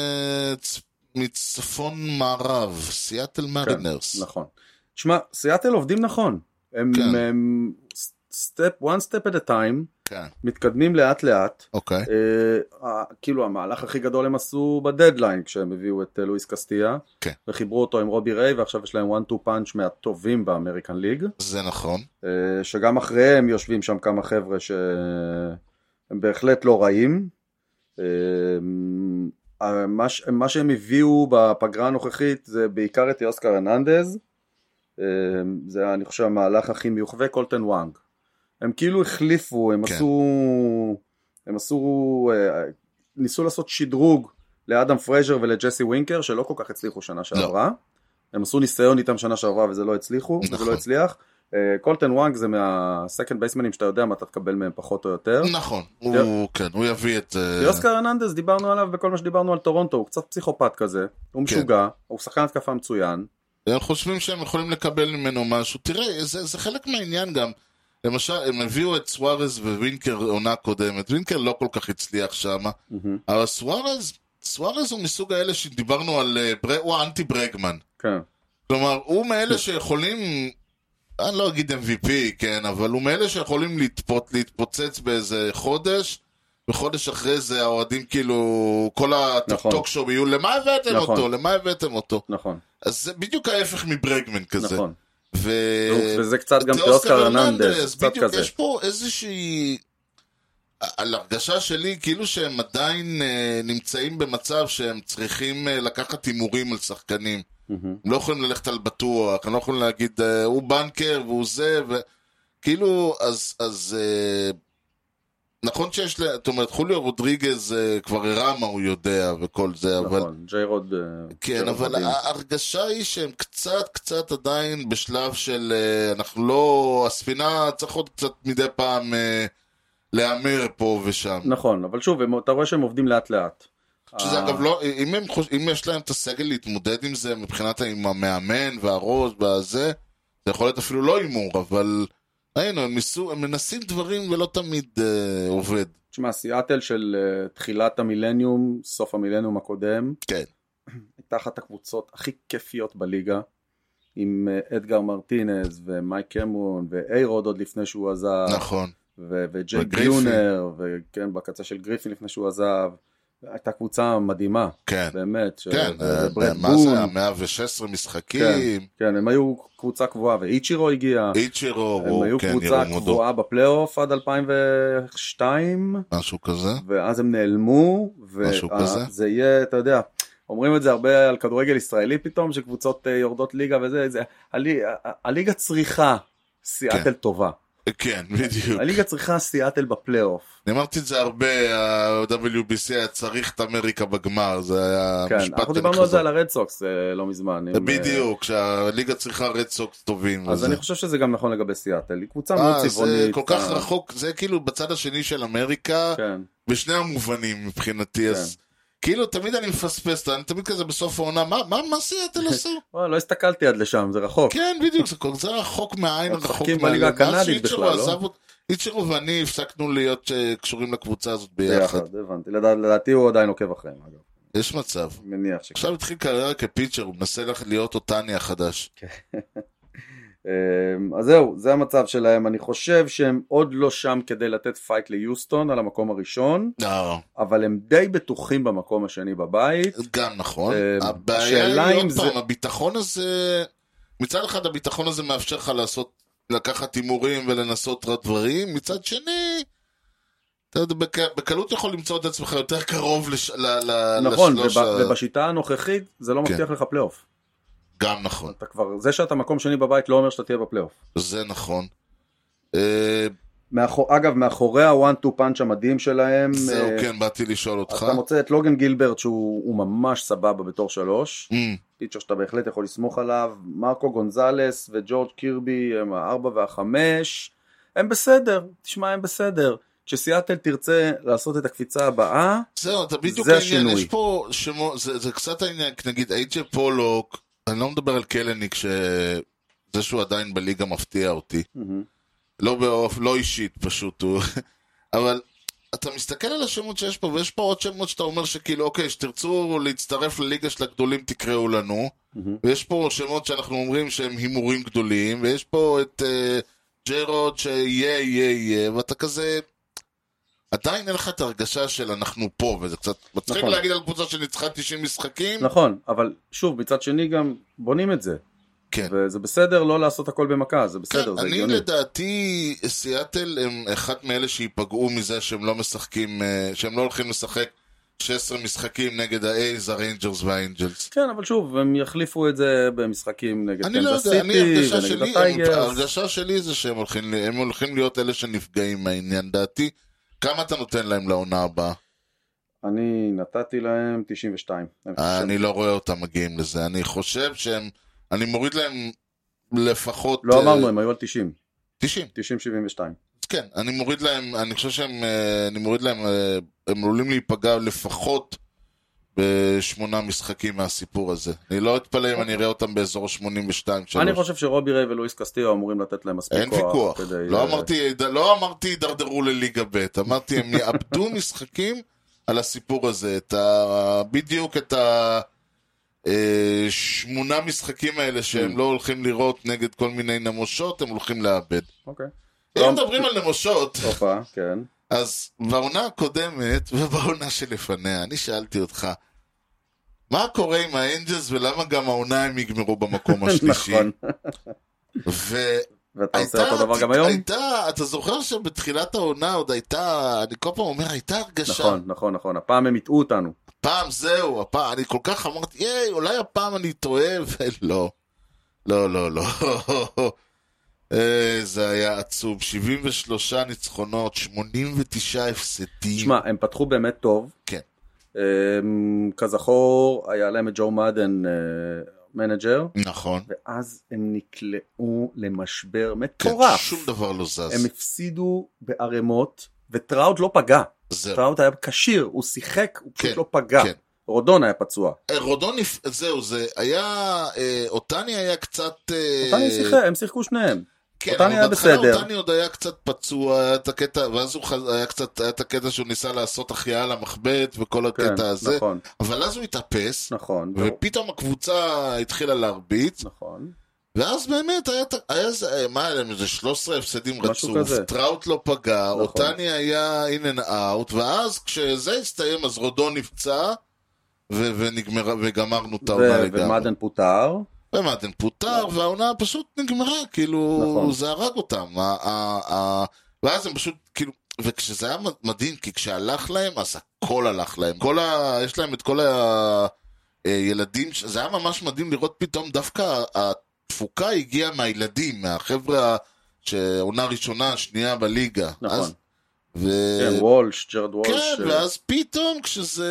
מצפון מערב, סיאטל מרינרס. נכון. תשמע, סיאטל עובדים נכון. הם one step at a time, מתקדמים לאט לאט. כאילו המהלך הכי גדול הם עשו בדדליין, כשהם הביאו את לואיס קסטיה, וחיברו אותו עם רובי ריי, ועכשיו יש להם 1-2 פאנץ' מהטובים באמריקן ליג. זה נכון. שגם אחריהם יושבים שם כמה חבר'ה שהם בהחלט לא רעים. מה שהם הביאו בפגרה הנוכחית זה בעיקר את יוסקר הרננדז, זה אני חושב המהלך הכי מיוחד, קולטן וואנג. הם כאילו החליפו, הם ניסו לעשות שדרוג לאדם פרייזר ולג'סי ווינקר, שלא כל כך הצליחו שנה שעברה. הם עשו ניסיון איתם שנה שעברה וזה לא הצליח. קולטן וואנג זה מהסקנד בייסמנים שאתה יודע מה אתה תקבל מהם פחות או יותר. נכון, הוא יביא את... יוסקר הרננדז, דיברנו עליו בכל מה שדיברנו על טורונטו, הוא קצת פסיכופת כזה, הוא משוגע, הוא שחקן התקפה מצוין. הם חושבים שהם יכולים לקבל ממנו משהו. תראה, זה חלק מהעניין גם, למשל, הם הביאו את סוארז ווינקר עונה קודמת, וינקר לא כל כך הצליח שם, אבל סוארז הוא מסוג האלה שדיברנו על, הוא האנטי ברגמן. כן. כלומר, הוא מאלה שיכולים, אני לא אגיד MVP, כן, אבל הוא מאלה שיכולים להתפוצץ באיזה חודש, וחודש אחרי זה האוהדים כאילו, כל הטוק שואו יהיו, למה הבאתם אותו? למה הבאתם אותו? נכון. אז זה בדיוק ההפך מברגמן כזה. נכון. וזה קצת גם אוסקר הרננדז, קצת בדיוק, כזה. יש פה איזושהי, על הרגשה שלי, כאילו שהם עדיין נמצאים במצב שהם צריכים לקחת הימורים על שחקנים. הם לא יכולים ללכת על בטוח, הם לא יכולים להגיד, הוא בנקר והוא זה, וכאילו, אז נכון שיש, זאת אומרת, חוליו רודריגז כבר הראה מה הוא יודע וכל זה, אבל... נכון, ג'יי רוד... כן, אבל ההרגשה היא שהם קצת עדיין בשלב של, אנחנו לא, הספינה צריך עוד קצת מדי פעם להאמר פה ושם. נכון, אבל שוב, אתה רואה שהם עובדים לאט לאט. שזה אגב לא, אם יש להם את הסגל להתמודד עם זה מבחינת עם המאמן והראש והזה, זה יכול להיות אפילו לא אימור, אבל היינו, הם מנסים דברים ולא תמיד עובד. תשמע, סיאטל של תחילת המילניום, סוף המילניום הקודם, כן. הייתה אחת הקבוצות הכי כיפיות בליגה, עם אדגר מרטינז ומייק קמרון ואיירוד עוד לפני שהוא עזב. נכון. וג'יי ביונר, וכן, בקצה של גריפין לפני שהוא עזב. הייתה קבוצה מדהימה, כן, באמת. כן, מה זה, 116 משחקים. כן, הם היו קבוצה קבועה, ואיצ'ירו הגיע. איצ'ירו, הם היו קבוצה קבועה בפלייאוף עד 2002. משהו כזה. ואז הם נעלמו, וזה יהיה, אתה יודע, אומרים את זה הרבה על כדורגל ישראלי פתאום, שקבוצות יורדות ליגה וזה, הליגה צריכה סיאטל טובה. כן, בדיוק. הליגה צריכה סיאטל בפלייאוף. אני אמרתי את זה הרבה, ה-WBC היה צריך את אמריקה בגמר, זה היה משפט... כן, אנחנו דיברנו על זה על הרד סוקס לא מזמן. בדיוק, שהליגה צריכה רד סוקס טובים. אז אני חושב שזה גם נכון לגבי סיאטל, היא קבוצה מאוד צבעונית. זה כל כך רחוק, זה כאילו בצד השני של אמריקה, בשני המובנים מבחינתי, אז... כאילו תמיד אני מפספס, אני תמיד כזה בסוף העונה, מה סיאטל עושה? לא הסתכלתי עד לשם, זה רחוק. כן, בדיוק, זה רחוק מהעין, רחוק מהליגה הקנדית בכלל, לא? איצ'רו ואני הפסקנו להיות קשורים לקבוצה הזאת ביחד. הבנתי, לדעתי הוא עדיין עוקב אחריהם, אגב. יש מצב. מניח שכן. עכשיו התחיל קריירה כפיצ'ר, הוא מנסה להיות אותני החדש. אז זהו, זה המצב שלהם. אני חושב שהם עוד לא שם כדי לתת פייט ליוסטון על המקום הראשון, אבל הם די בטוחים במקום השני בבית. גם נכון. הבעיה היא עוד פעם, הביטחון הזה, מצד אחד הביטחון הזה מאפשר לך לקחת הימורים ולנסות דברים, מצד שני, אתה יודע, בקלות יכול למצוא את עצמך יותר קרוב נכון, ובשיטה הנוכחית זה לא מבטיח לך פלייאוף. גם נכון. אתה כבר, זה שאתה מקום שני בבית לא אומר שאתה תהיה בפלייאוף. זה נכון. אגב, מאחורי ה-1-2 פאנץ' המדהים שלהם, זהו, כן, באתי לשאול אותך. אתה מוצא את לוגן גילברט שהוא ממש סבבה בתור 3, פיצ'ר שאתה בהחלט יכול לסמוך עליו, מרקו גונזלס וג'ורג' קירבי הם 4 ו5, הם בסדר, תשמע, הם בסדר. כשסיאטל תרצה לעשות את הקפיצה הבאה, זהו, אתה בדיוק זה העניין, השינוי. יש פה שמו, זה קצת העניין, נגיד אייג'י פולוק, אני לא מדבר על קלניק, שזה שהוא עדיין בליגה מפתיע אותי, לא אישית פשוט, אבל אתה מסתכל על השמות שיש פה, ויש פה עוד שמות שאתה אומר שכאילו, אוקיי, שתרצו להצטרף לליגה של הגדולים תקראו לנו, ויש פה שמות שאנחנו אומרים שהם הימורים גדולים, ויש פה את ג'רוד שיהיה, ואתה כזה... עדיין אין לך את הרגשה של אנחנו פה, וזה קצת מצחיק להגיד על קבוצה שניצחה 90 משחקים. נכון, אבל שוב, מצד שני גם בונים את זה. כן. וזה בסדר לא לעשות הכל במכה, זה בסדר, זה הגיוני. אני לדעתי, סיאטל הם אחד מאלה שיפגעו מזה שהם לא משחקים, שהם לא הולכים לשחק 16 משחקים נגד האייז, הריינג'רס והאנג'לס. כן, אבל שוב, הם יחליפו את זה במשחקים נגד קנזס סיטי ונגד הטייגרס. ההרגשה שלי זה שהם הולכים להיות אלה שנפגעים מהעניין דעתי. כמה אתה נותן להם לעונה הבאה? אני נתתי להם 92. אני לא רואה אותם מגיעים לזה. אני חושב שהם... אני מוריד להם לפחות... לא אמרנו, הם היו על 90. 90? 90-72. כן, אני מוריד להם... אני חושב שהם... אני מוריד להם... הם עלולים להיפגע לפחות ב8 משחקים מהסיפור הזה. אני לא אתפלא אם אני אראה אותם באזור 82-3. אני חושב שרובי ריי ולואיס קסטיו אמורים לתת להם מספיק כוח. אין ויכוח. לא אמרתי דרדרו לליגה ב', אמרתי הם יאבדו משחקים על הסיפור הזה. בדיוק את 8 משחקים האלה שהם לא הולכים לראות נגד כל מיני נמושות, הם הולכים לאבד. אוקיי. אם מדברים על נמושות, כן. אז בעונה הקודמת ובעונה שלפניה, אני שאלתי אותך, מה קורה עם האנג'לס ולמה גם העונה הם יגמרו במקום השלישי? נכון. ואתה עושה אותו דבר גם היום? אתה זוכר שבתחילת העונה עוד הייתה, אני כל פעם אומר, הייתה הרגשה. נכון, הפעם הם יטעו אותנו. הפעם זהו, אני כל כך אמרתי, אולי הפעם אני טועה, ולא. לא. זה היה עצוב, 73 ניצחונות, 89 הפסדים. שמע, הם פתחו באמת טוב. כן. כזכור, היה להם את ג'ו מדן מנג'ר. נכון. ואז הם נקלעו למשבר מטורף. כן, שום דבר לא זז. הם הפסידו בערימות, וטראוט לא פגע. טראוט היה קשיר, הוא שיחק, הוא פשוט לא פגע. רודון היה פצוע. רודון, זהו, זה היה, אותני היה קצת... אותני שיחק, הם שיחקו שניהם. כן, אותני היה בסדר. אותני עוד היה קצת פצוע, היה את הקטע, ואז הוא היה קצת, היה את הקטע שהוא ניסה לעשות החייאה למחבט וכל הקטע הזה. נכון. אבל אז הוא התאפס. נכון. ופתאום הקבוצה התחילה להרביץ. נכון. ואז באמת מה היה להם, זה 13 הפסדים רצוף, טראוט לא פגע, נכון. אותני היה in and out, ואז כשזה הסתיים אז רודון נפצע, וגמרנו את העונה לגמרי. ומדן פוטר. ומדן פוטר, והעונה פשוט נגמרה, כאילו, נכון. זה הרג אותם. ואז הם פשוט, כאילו, וכשזה היה מדהים, כי כשהלך להם, אז הכל הלך להם. יש להם את כל הילדים, זה היה ממש מדהים לראות פתאום, דווקא התפוקה הגיעה מהילדים, מהחבר'ה שעונה ראשונה, שנייה בליגה. נכון. כן, וולש, ג'רד וולש. כן, ואז פתאום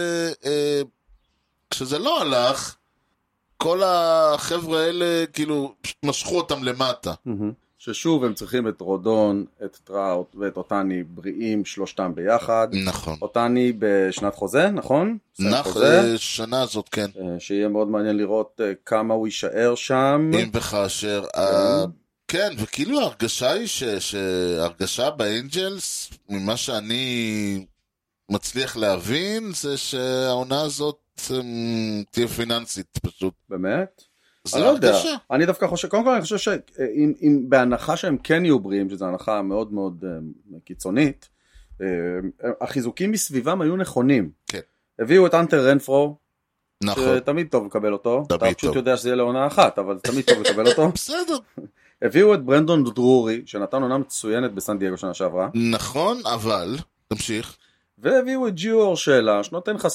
כשזה לא הלך, כל החבר'ה האלה כאילו משכו אותם למטה. ששוב הם צריכים את רודון, את טראוט ואת אותני בריאים, שלושתם ביחד. נכון. אותני בשנת חוזה, נכון? שנה הזאת, כן. שיהיה מאוד מעניין לראות כמה הוא יישאר שם. אם וכאשר. כן, וכאילו ההרגשה היא שההרגשה באנג'לס, ממה שאני מצליח להבין, זה שהעונה הזאת תהיה פיננסית פשוט. באמת? אני לא יודע. אני דווקא חושב, קודם כל אני חושב שאם בהנחה שהם כן יהיו בריאים, שזו הנחה מאוד מאוד קיצונית, החיזוקים מסביבם היו נכונים. כן. הביאו את אנטר רנפרו, נכון. שתמיד טוב לקבל אותו. אתה פשוט יודע שזה יהיה לעונה אחת, אבל תמיד טוב לקבל אותו. בסדר. הביאו את ברנדון דרורי, שנתן עונה מצוינת בסן דייגו שנה שעברה. נכון, אבל, תמשיך. והביאו את ג'יו אורשלה, שנותן לך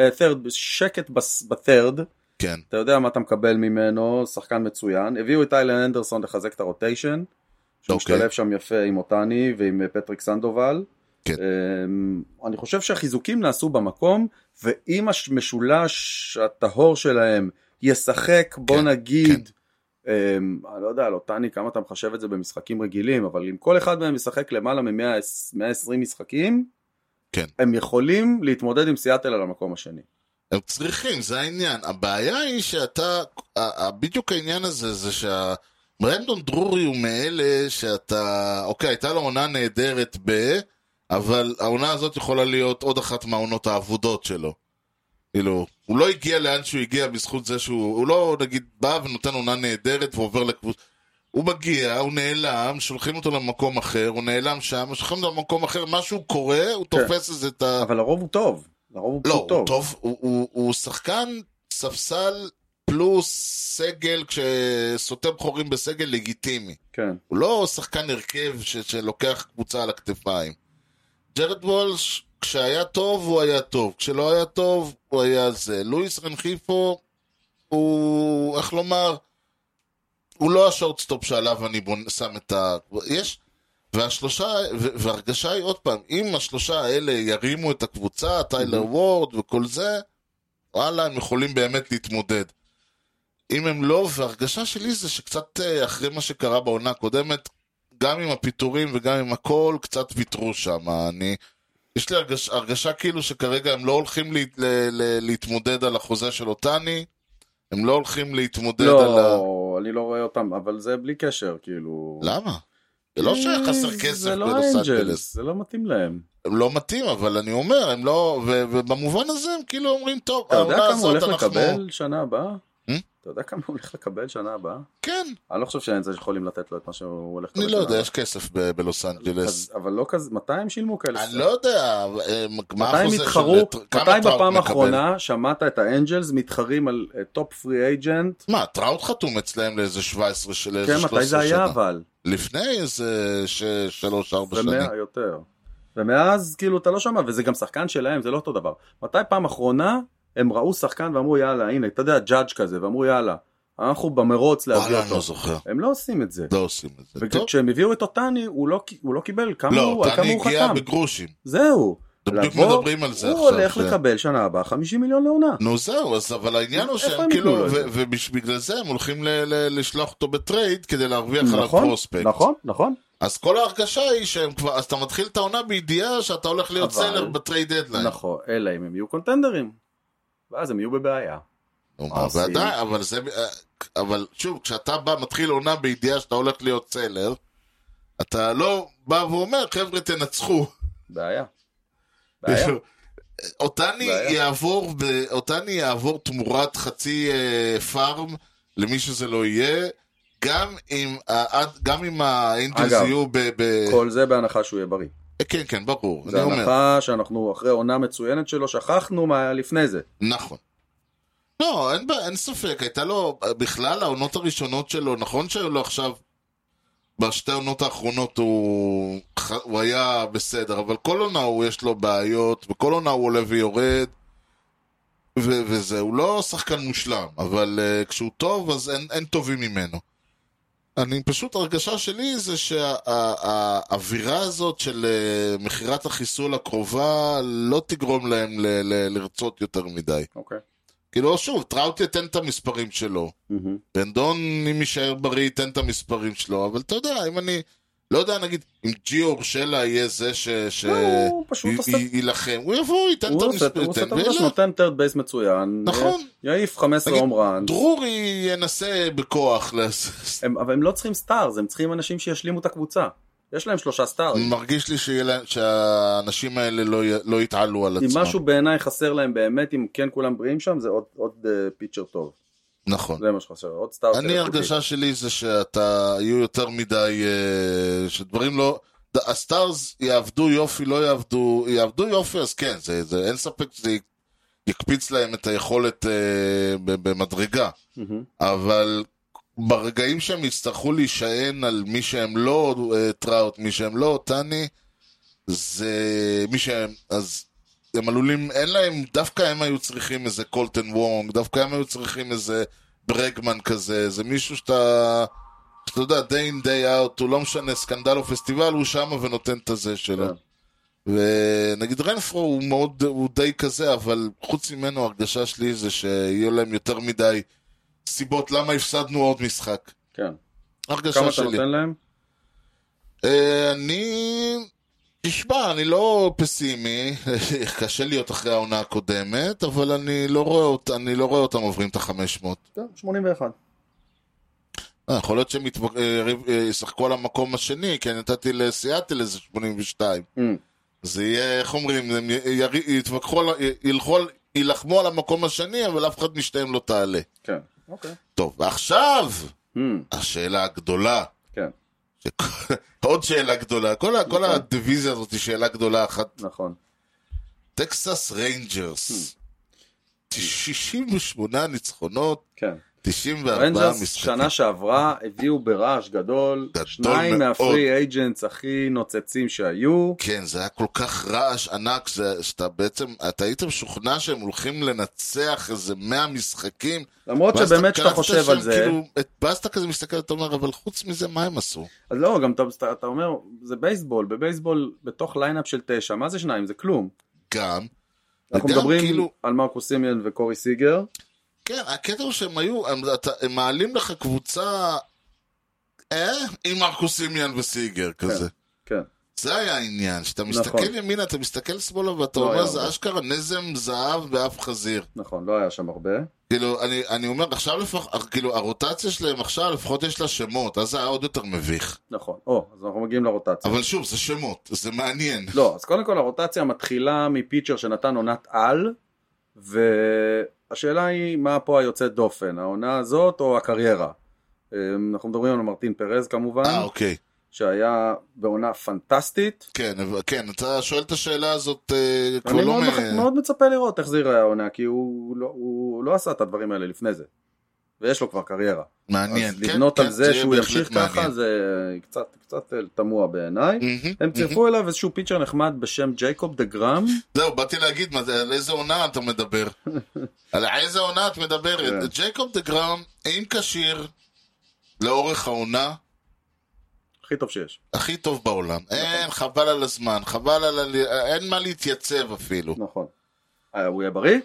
שקט בת'רד. כן. אתה יודע מה אתה מקבל ממנו, שחקן מצוין. הביאו את איילן אנדרסון לחזק את הרוטיישן, שמשתלב שם יפה עם אותני ועם פטריק סנדובל. כן. אני חושב שהחיזוקים נעשו במקום, ואם המשולש הטהור שלהם ישחק, בוא נגיד, אני לא יודע, על אותני כמה אתה מחשב את זה במשחקים רגילים, אבל אם כל אחד מהם ישחק למעלה מ-120 משחקים, כן. הם יכולים להתמודד עם סיאטל על המקום השני. הם צריכים, זה העניין. הבעיה היא שאתה, בדיוק העניין הזה, זה שהברנדון דרורי הוא מאלה שאתה, אוקיי, הייתה לו עונה נהדרת אבל העונה הזאת יכולה להיות עוד אחת מהעונות העבודות שלו. כאילו, הוא לא הגיע לאן שהוא הגיע בזכות זה הוא לא, נגיד, בא ונותן עונה נהדרת ועובר לקבוצה. הוא מגיע, הוא נעלם, שולחים אותו למקום אחר, הוא נעלם שם, שולחים אותו למקום אחר, משהו קורה, הוא תופס איזה את ה... אבל הרוב הוא טוב. לא, הוא טוב, הוא שחקן ספסל פלוס סגל, כשסותם חורים בסגל לגיטימי. כן. הוא לא שחקן הרכב שלוקח קבוצה על הכתפיים. ג'רד וולש, כשהיה טוב, הוא היה טוב. כשלא היה טוב, הוא היה זה. לואיס רנחיפו, הוא, איך לומר, הוא לא השורטסטופ שעליו אני שם את ה... יש... וההרגשה היא עוד פעם, אם השלושה האלה ירימו את הקבוצה, טיילר וורד וכל זה, וואלה, הם יכולים באמת להתמודד. אם הם לא, וההרגשה שלי זה שקצת אחרי מה שקרה בעונה הקודמת, גם עם הפיתורים וגם עם הכל, קצת ויתרו שם. יש לי הרגשה כאילו שכרגע הם לא הולכים להתמודד על החוזה של אותני, הם לא הולכים להתמודד על לא, אני לא רואה אותם, אבל זה בלי קשר, כאילו... למה? זה לא שחסר כסף זה לא בלוס אנג'לס, אנג'לס. זה לא מתאים להם. הם לא מתאים, אבל אני אומר, הם לא, ובמובן הזה הם כאילו אומרים, טוב, אתה יודע כמה הוא הולך לקבל שנה הבאה? אתה יודע כמה הוא הולך לקבל שנה הבאה? כן. אני לא חושב שאנג'לס יכולים לתת לו את מה שהוא הולך לקבל. אני לא יודע, יש כסף בלוס אנג'לס. אבל לא כזה, מתי הם שילמו כאלה? אני לא יודע, מה מתי הם החוזה התחרו, של... מתי בפעם האחרונה שמעת את האנג'לס מתחרים על טופ פרי אייג'נט? מה, טראוט חתום אצלהם לאיזה 17 של איזה 13 כן, שנה. מתי זה היה אבל? לפני איזה 3-4 שנים. ומאה יותר. ומאז כאילו אתה לא שמע, וזה גם שחקן שלהם, זה לא אותו דבר. מתי פעם אחרונה הם ראו שחקן ואמרו יאללה, הנה, אתה יודע, ג'אדג' כזה, ואמרו יאללה, אנחנו במרוץ להביא אותו. אני לא זוכר. הם לא עושים את זה. לא עושים את זה. וכשהם הביאו את אותני, הוא לא קיבל, כמה הוא חתם. לא, אותני הגיע בגרושים. זהו. בדיוק מדברים על זה עכשיו. הוא הולך לקבל שנה הבאה 50 מיליון לעונה. נו זהו, אבל העניין הוא שהם כאילו, ובגלל זה הם הולכים לשלוח אותו בטרייד כדי להרוויח עליו פרוספקט. נכון. אז כל ההרגשה היא שהם כבר, אז אתה מתחיל את העונה בידיעה שאתה הולך להיות סלר בטרייד דדליין. נכון, אלא אם הם יהיו קונטנדרים. ואז הם יהיו בבעיה. אבל שוב, כשאתה מתחיל עונה בידיעה שאתה הולך להיות סלר, אתה לא בא ואומר, חבר'ה תנצחו. בעיה. אותני יעבור תמורת חצי פארם למי שזה לא יהיה, גם אם האנג'לס יהיו כל זה בהנחה שהוא יהיה בריא. כן, ברור. זה הנחה שאנחנו אחרי עונה מצוינת שלו שכחנו לפני זה. נכון. לא, אין ספק, הייתה לו, בכלל העונות הראשונות שלו, נכון שהיו לו עכשיו, בשתי העונות האחרונות הוא היה בסדר, אבל כל עונה יש לו בעיות, וכל עונה הוא עולה ויורד, וזה, הוא לא שחקן מושלם, אבל כשהוא טוב, אז אין טובים ממנו. אני פשוט, הרגשה שלי זה שהאווירה הזאת של מחירת החיסול הקרובה לא תגרום להם לרצות יותר מדי. אוקיי. כאילו, שוב, טראוט ייתן את המספרים שלו. רנדון, אם יישאר בריא, ייתן את המספרים שלו, אבל אתה יודע, אם אני... לא יודע, נגיד, אם ג'י אורשלה יהיה זה שילחם, הוא יבוא, ייתן את המספרים. הוא עושה את המספרים, נותן טרד בייס מצוין. נכון. יעיף 15 הומרן. דרורי ינסה בכוח. אבל הם לא צריכים סטארס, הם צריכים אנשים שישלימו את הקבוצה. יש להם 3 סטארס. מרגיש לי שהאנשים האלה לא יתעלו על עצמם. אם משהו בעיניי חסר להם באמת, אם כן כולם בריאים שם, זה עוד פיצ'ר טוב. נכון. זה מה שחסר, עוד סטארס. אני הרגשה שלי זה שאתה יהיו יותר מדי, שדברים לא, הסטארס יעבדו יופי, לא יעבדו יופי, אז כן, אין ספק שזה יקפיץ להם את היכולת במדרגה. אבל ברגעים שהם יצטרכו להישען על מי שהם לא טראוט, מי שהם לא אותני, זה מי שהם, אז הם עלולים, אין להם, דווקא הם היו צריכים איזה קולטן וונג, דווקא הם היו צריכים איזה ברגמן כזה, זה מישהו שאתה יודע, day in day out, הוא לא משנה, סקנדל או פסטיבל, הוא שם ונותן את הזה שלו. ונגיד רנפרו הוא די כזה, אבל חוץ ממנו הרגשה שלי זה שיהיו להם יותר מדי סיבות למה הפסדנו עוד משחק. כן. הרגשה שלי. כמה אתה נותן להם? תשמע, אני לא פסימי, קשה להיות אחרי העונה הקודמת, אבל אני לא רואה אותם עוברים את ה-500. טוב, 81. יכול להיות שהם ישחקו על המקום השני, כי אני נתתי לסיאטל איזה 82. זה יהיה, איך אומרים, הם ילחמו על המקום השני, אבל אף אחד משתהם לא תעלה. כן, אוקיי. טוב, ועכשיו, השאלה הגדולה. כן. עוד שאלה גדולה, כל הדיוויזיה הזאת היא שאלה גדולה אחת. נכון. טקסס ריינג'רס, 68 ניצחונות, כן. 94 משחקים. שנה שעברה הביאו ברעש גדול, 2 מהפרי אייג'נטס הכי נוצצים שהיו. כן, זה היה כל כך רעש ענק, שאתה בעצם, אתה היית משוכנע שהם הולכים לנצח איזה 100 משחקים. למרות שבאמת שאתה חושב על זה. ואז אתה כזה מסתכל, אתה אומר, אבל חוץ מזה, מה הם עשו? אז לא, גם אתה אומר, זה בייסבול, בבייסבול, בתוך ליינאפ של 9, מה זה 2? זה כלום. גם. אנחנו מדברים על מרקוס סימיאן וקורי סיגר. כן, הקטע הוא שהם היו, הם מעלים לך קבוצה עם מרקוס סימיאן וסיגר כזה. כן. זה היה העניין, שאתה מסתכל ימינה, אתה מסתכל שמאלה, ואתה אומר, זה אשכרה נזם זהב באף חזיר. נכון, לא היה שם הרבה. כאילו, אני אומר, עכשיו כאילו, הרוטציה שלהם עכשיו, לפחות יש לה שמות, אז זה היה עוד יותר מביך. נכון, אז אנחנו מגיעים לרוטציה. אבל שוב, זה שמות, זה מעניין. לא, אז קודם כל הרוטציה מתחילה מפיצ'ר שנתן עונת על, והשאלה היא, מה פה היוצאת דופן, העונה הזאת או הקריירה? אנחנו מדברים על מרטין פרז כמובן. אוקיי. שהיה בעונה פנטסטית. כן, אתה שואל את השאלה הזאת. אני מאוד מצפה לראות איך זה יראה העונה, כי הוא לא עשה את הדברים האלה לפני זה. ויש לו כבר קריירה. מעניין. אז לבנות על זה שהוא ימשיך ככה, זה קצת תמוה בעיניי. הם צירפו אליו איזשהו פיצ'ר נחמד בשם ג'ייקוב דה גראם. זהו, באתי להגיד, על איזה עונה אתה מדבר? על איזה עונה את מדברת? ג'ייקוב דה גראם, אם כשיר לאורך העונה, הכי טוב שיש. הכי טוב בעולם. אין, חבל על הזמן, אין מה להתייצב אפילו. נכון. הוא יהיה בריא?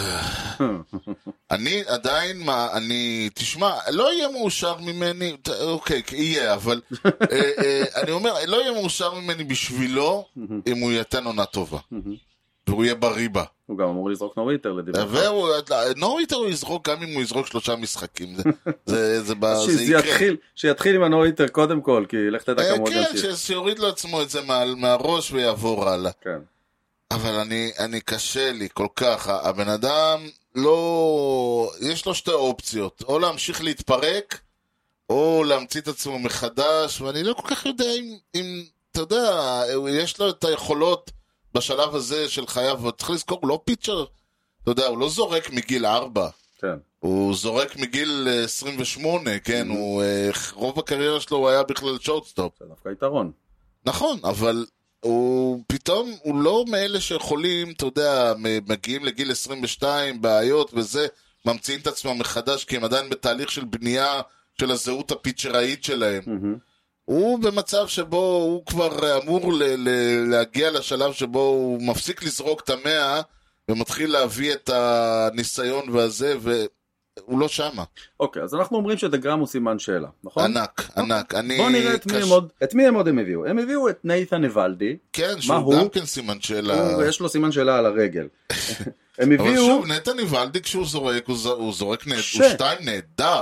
אני עדיין, תשמע, לא יהיה מאושר ממני, אוקיי, יהיה, אבל אני אומר, לא יהיה מאושר ממני בשבילו, אם הוא ייתן עונה טובה. והוא יהיה בריבה. הוא גם אמור לזרוק נוריטר לדבר. נוריטר הוא יזרוק גם אם הוא יזרוק 3 משחקים. זה יקרה. שיתחיל עם הנוריטר קודם כל, כי לך תדע כמה עוד ימשיך. כן, שיוריד לעצמו את זה מהראש ויעבור הלאה. כן. אבל אני קשה לי כל כך. הבן אדם לא... יש לו 2 אופציות. או להמשיך להתפרק, או להמציא את עצמו מחדש, ואני לא כל כך יודע אם אתה יודע, יש לו את היכולות בשלב הזה של חייו, וצריך לזכור, הוא לא פיצ'ר, אתה יודע, הוא לא זורק מגיל 4, כן. הוא זורק מגיל 28, כן, רוב הקריירה שלו הוא היה בכלל שורטסטופ. זה דווקא יתרון. נכון, אבל הוא פתאום, הוא לא מאלה שיכולים, אתה יודע, מגיעים לגיל 22, בעיות וזה, ממציאים את עצמם מחדש, כי הם עדיין בתהליך של בנייה של הזהות הפיצ'ראית שלהם. הוא במצב שבו הוא כבר אמור להגיע לשלב שבו הוא מפסיק לזרוק את 100 ומתחיל להביא את הניסיון והזה, והוא לא שמה. אוקיי, אז אנחנו אומרים שדגרם הוא סימן שאלה, נכון? ענק. בוא נראה את מי הם עוד הם הביאו. הם הביאו את נייתן איבלדי. כן, שהוא גם כן סימן שאלה. יש לו סימן שאלה על הרגל. אבל שוב, נייתן איבלדי כשהוא זורק, הוא זורק הוא 2 נהדר.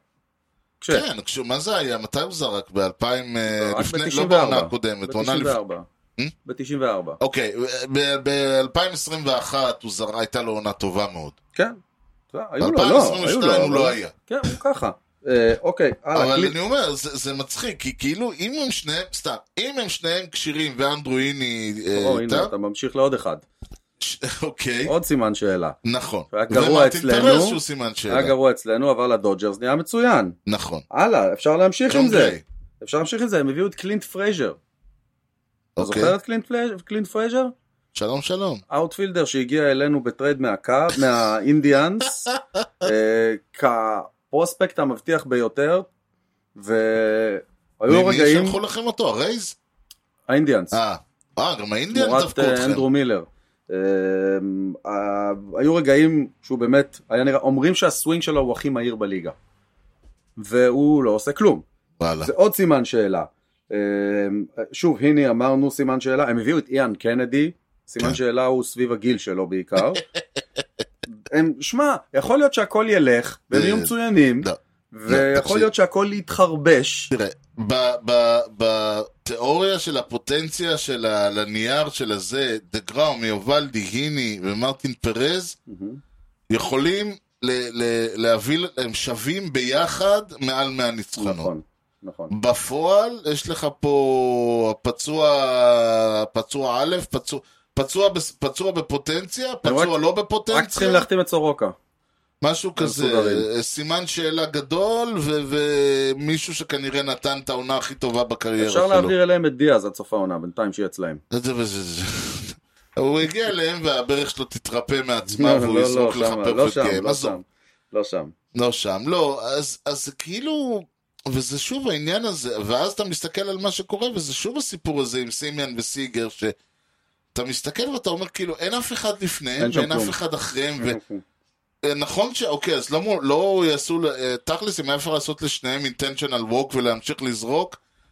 כן, מה זה היה? מתי הוא זרק? ב-2000... לא בעונה הקודמת. ב-94. אוקיי, ב-2021 הייתה לו עונה טובה מאוד. כן. ב-2022 הוא לא היה. כן, הוא ככה. אוקיי. אבל אני אומר, זה מצחיק, כי כאילו, אם הם שניהם קשירים ואנדרואיני... הנה, אתה ממשיך לעוד אחד. אוקיי. עוד סימן שאלה. נכון. ומרטין פרז שהוא סימן שאלה. היה גרוע אצלנו, עבר לדודג'רס, נהיה מצוין. נכון. הלאה, אפשר להמשיך עם זה. הם הביאו את קלינט פרייזר. אתה זוכר את קלינט פרייזר? שלום. אאוטפילדר שהגיע אלינו בטרייד מהאינדיאנס, כפרוספקט המבטיח ביותר, והיו רגעים... מי שלחו לכם אותו, הרייז? האינדיאנס. גם האינדיאנס דווקא אתכם. מורת אנדרו מילר. היו רגעים שהוא באמת היה נראה, אומרים שהסווינג שלו הוא הכי מהיר בליגה והוא לא עושה כלום. זה עוד סימן שאלה. שוב, הנה אמרנו סימן שאלה. הם הביאו את איאן קנדי, סימן שאלה הוא סביב הגיל שלו בעיקר. שמע, יכול להיות שהכל ילך והם יהיו מצוינים, ויכול להיות שהכל יתחרבש. תראה, בתיאוריה של הפוטנציה של הנייר של הזה, דגראום, יובלדי, היני ומרטין פרז, יכולים להביא, הם שווים ביחד מעל 100 ניצחונות. נכון. בפועל, יש לך פה פצוע א', פצוע בפוטנציה, פצוע לא בפוטנציה. רק צריכים להחתים את סורוקה. משהו כזה, סימן שאלה גדול, ומישהו שכנראה נתן את העונה הכי טובה בקריירה שלו. אפשר להעביר אליהם את דיאז עד סוף העונה, בינתיים שיהיה אצלהם. הוא הגיע אליהם והברך שלו תתרפא מעצמה, והוא יזרוק לך פרפקט גיים. לא שם. לא, אז כאילו, וזה שוב העניין הזה, ואז אתה מסתכל על מה שקורה, וזה שוב הסיפור הזה עם סימיאן וסיגר, שאתה מסתכל ואתה אומר כאילו, אין אף אחד לפניהם, ואין אף אחד אחריהם, נכון אוקיי, אז לא יעשו, תכלס אם היה אפשר לעשות לשניהם intentional walk ולהמשיך לזרוק,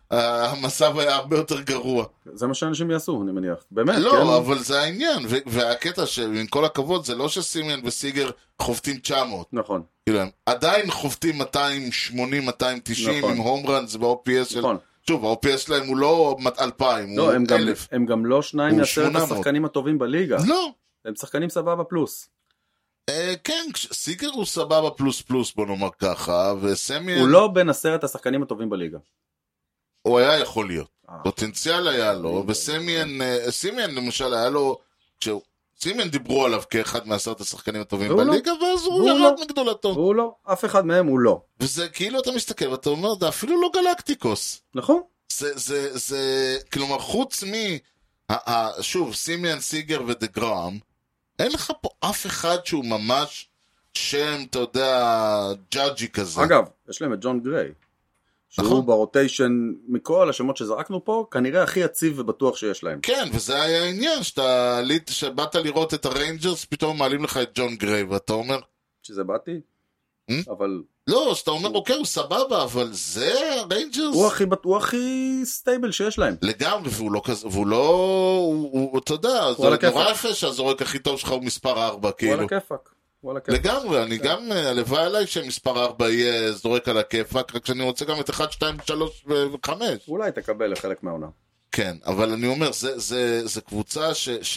המצב היה הרבה יותר גרוע. זה מה שאנשים יעשו, אני מניח. באמת, לא, כן? אבל זה העניין, והקטע שעם כל הכבוד, זה לא שסימיאן וסיגר חובטים 900. נכון. כאילו, הם עדיין חובטים 280, 290 נכון. עם הום-ראנס ב-OPS של... נכון. שוב, ה-OPS שלהם הוא לא 2,000, לא, הוא הם 1,000. הם גם לא שניים הוא מעשרת 800. השחקנים הטובים בליגה. לא. הם שחקנים סבבה פלוס. כן, סיגר הוא סבבה פלוס פלוס, בוא נאמר ככה, וסמיאן... הוא לא בין 10 השחקנים הטובים בליגה. הוא היה יכול להיות. פוטנציאל היה לו, וסימיאן למשל היה לו... סימיאן דיברו עליו כאחד מעשרת השחקנים הטובים בליגה, ואז הוא ירד מגדולתו. הוא לא, אף אחד מהם הוא לא. וזה כאילו אתה מסתכל, ואתה אומר, זה אפילו לא גלקטיקוס. נכון. זה, כלומר, חוץ שוב, סימיאן, סיגר ודגרם, אין לך פה אף אחד שהוא ממש שם, אתה יודע, ג'אג'י כזה. אגב, יש להם את ג'ון גריי, שהוא ברוטיישן, מכל השמות שזרקנו פה, כנראה הכי יציב ובטוח שיש להם. כן, וזה היה העניין, שבאת לראות את הריינג'רס, פתאום מעלים לך את ג'ון גריי, ואתה אומר... שזה באתי? אבל... לא, שאתה אומר, אוקיי, הוא סבבה, אבל זה הריינג'רס... הוא הכי סטייבל שיש להם. לגמרי, והוא לא... אתה יודע, זה נורא יפה שהזורק הכי טוב שלך הוא מספר 4, כאילו. וואלה כיפק. לגמרי, אני גם, הלוואי עליי שמספר 4 יהיה זורק על הכיפק, רק שאני רוצה גם את 1, 2, 3 ו-5. אולי תקבל לחלק מהעונה. כן, אבל אני אומר, זה קבוצה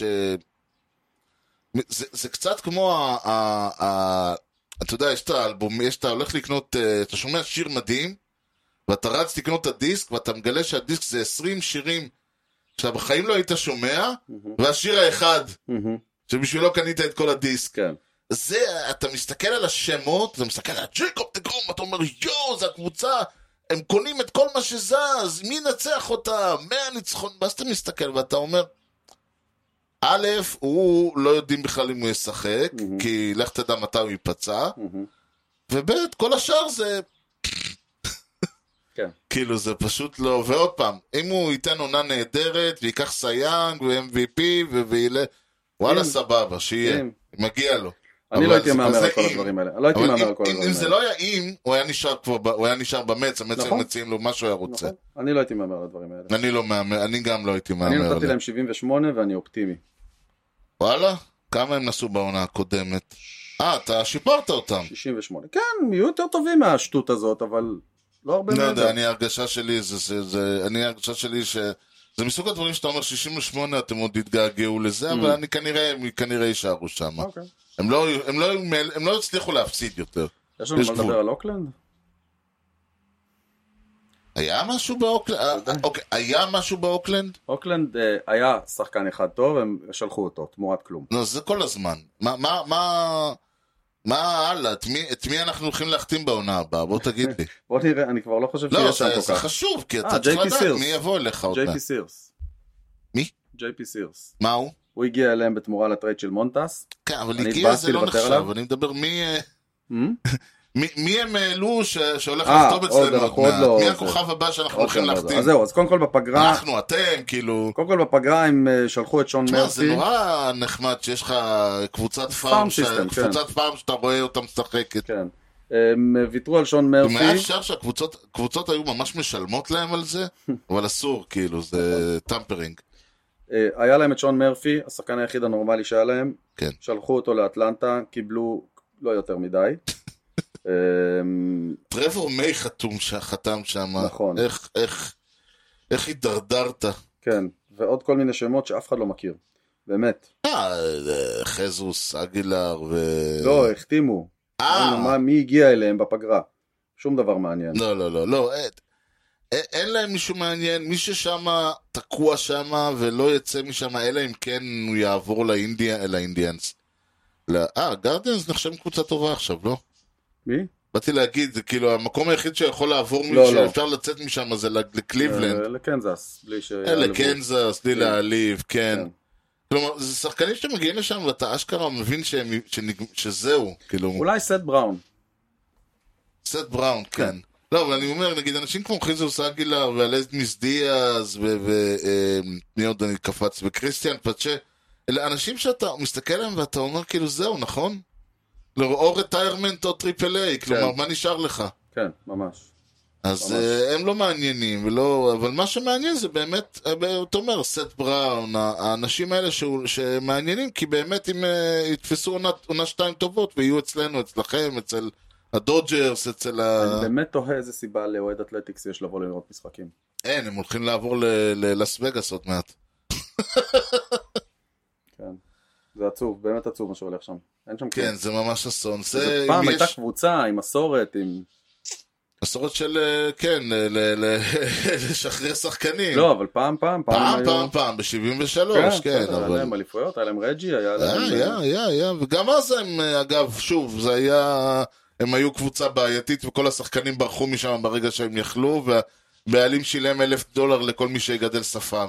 זה קצת כמו אתה יודע, יש את האלבום, אתה הולך לקנות, אתה שומע שיר מדהים, ואתה רץ לקנות את הדיסק, ואתה מגלה שהדיסק זה 20 שירים, שאתה בחיים לא היית שומע, והשיר האחד, שבשבילו קנית את כל הדיסק. כן. זה, אתה מסתכל על השמות, אתה מסתכל על ג'ייקוב דגרום, אתה אומר, יו, זה הקבוצה, הם קונים את כל מה שזז, מי נצח אותה, 100 ניצחון, ואז אתה מסתכל ואתה אומר, א', הוא לא יודעים בכלל אם הוא ישחק, כי לך תדע מתי הוא ייפצע, וב', כל השאר זה... כאילו זה פשוט לא, ועוד פעם, אם הוא ייתן עונה נהדרת, ויקח סייאנג ו-MVP, וואלה סבבה, שיהיה, מגיע לו. אני לא הייתי מאמר על כל הדברים האלה. אם זה לא היה אם, הוא היה נשאר במץ, המץ היו מציעים לו מה שהוא היה רוצה. אני לא הייתי מאמר על הדברים האלה. אני לא מאמר, אני גם לא הייתי מאמר. אני נתתי להם 78 ואני אופטימי. וואלה? כמה הם נסו בעונה הקודמת? אתה שיפרת אותם. 68. כן, הם יהיו יותר טובים מהשטות הזאת, אבל לא הרבה לא יודע, ההרגשה שלי זה מסוג הדברים שאתה אומר 68 אתם עוד התגעגעו לזה, אבל אני כנראה יישארו שם. הם לא הצליחו להפסיד יותר. יש לנו מה לדבר על אוקלנד? היה משהו באוקלנד? היה משהו באוקלנד? אוקלנד היה שחקן אחד טוב, הם שלחו אותו, תמורת כלום. לא, זה כל הזמן. מה הלאה? את מי אנחנו הולכים להחתים בעונה הבאה? בוא תגיד לי. בוא נראה, אני כבר לא חושב שיש שם כל כך. לא, זה חשוב, כי אתה צריך לדעת מי יבוא אליך אותה. ג'יי פי סירס. מי? ג'יי פי סירס. מה הוא? הוא הגיע אליהם בתמורה לטרייד של מונטס. כן, אבל הגיע זה לא נחשב, אני מדבר מי הם העלו שהולך לחתום אצלנו? מי הכוכב הבא שאנחנו הולכים להחתים? אז זהו, אז קודם כל בפגרה... אנחנו, אתם, כאילו... קודם כל בפגרה הם שלחו את שון מרפי. זה נורא נחמד שיש לך קבוצת פארם שאתה רואה אותה משחקת. כן. הם ויתרו על שון מרפי. אם היה אפשר שהקבוצות היו ממש משלמות להם על זה, אבל אסור, כאילו, זה טמפרינג. היה להם את שון מרפי, השחקן היחיד הנורמלי שהיה להם. שלחו אותו לאטלנטה, קיבלו לא יותר מדי. טרבור מיי חתם שם. נכון. איך הידרדרת. כן, ועוד כל מיני שמות שאף אחד לא מכיר. באמת. חזוס, אגילר לא, החתימו. מי הגיע אליהם בפגרה? שום דבר מעניין. לא. אין להם מישהו מעניין. מי ששם תקוע שם ולא יצא משם, אלא אם כן הוא יעבור לאינדיאנס. גארדיאנס נחשב קבוצה טובה עכשיו, לא? מי? באתי להגיד, זה כאילו המקום היחיד שיכול לעבור שאפשר לצאת משם זה לקליבלנד. לקנזס. לקנזס, בלי להעליב, כן. כלומר, זה שחקנים שמגיעים לשם ואתה אשכרה מבין שזהו. אולי סט בראון. סט בראון, כן. לא, אבל אני אומר, נגיד, אנשים כמו חיזוס אגילר ואלזמיס דיאז מי עוד אני קפץ, וקריסטיאן פאצ'ה, אלה אנשים שאתה מסתכל עליהם ואתה אומר כאילו זהו, נכון? או רטיירמנט או טריפל איי, כלומר, מה נשאר לך? כן, ממש. אז הם לא מעניינים, אבל מה שמעניין זה באמת, אתה אומר, סט בראון, האנשים האלה שמעניינים, כי באמת אם יתפסו עונה 2 טובות, ויהיו אצלנו, אצלכם, אצל הדודג'רס, אצל אני באמת תוהה איזה סיבה לאוהד אתלטיקס יש לבוא לראות משחקים. אין, הם הולכים לעבור ללאס וגאס עוד מעט. כן, זה עצוב, באמת עצוב מה שהולך שם. אין שם כן, זה ממש אסון. פעם הייתה קבוצה עם מסורת, עם... מסורת של, כן, לשחרר שחקנים. לא, אבל פעם, ב-73, כן. היה להם אליפויות, היה להם רג'י, היה, וגם אז הם, אגב, שוב, זה היה, הם היו קבוצה בעייתית, וכל השחקנים ברחו משם ברגע שהם יכלו, והבעלים שילם $1,000 לכל מי שיגדל שפם.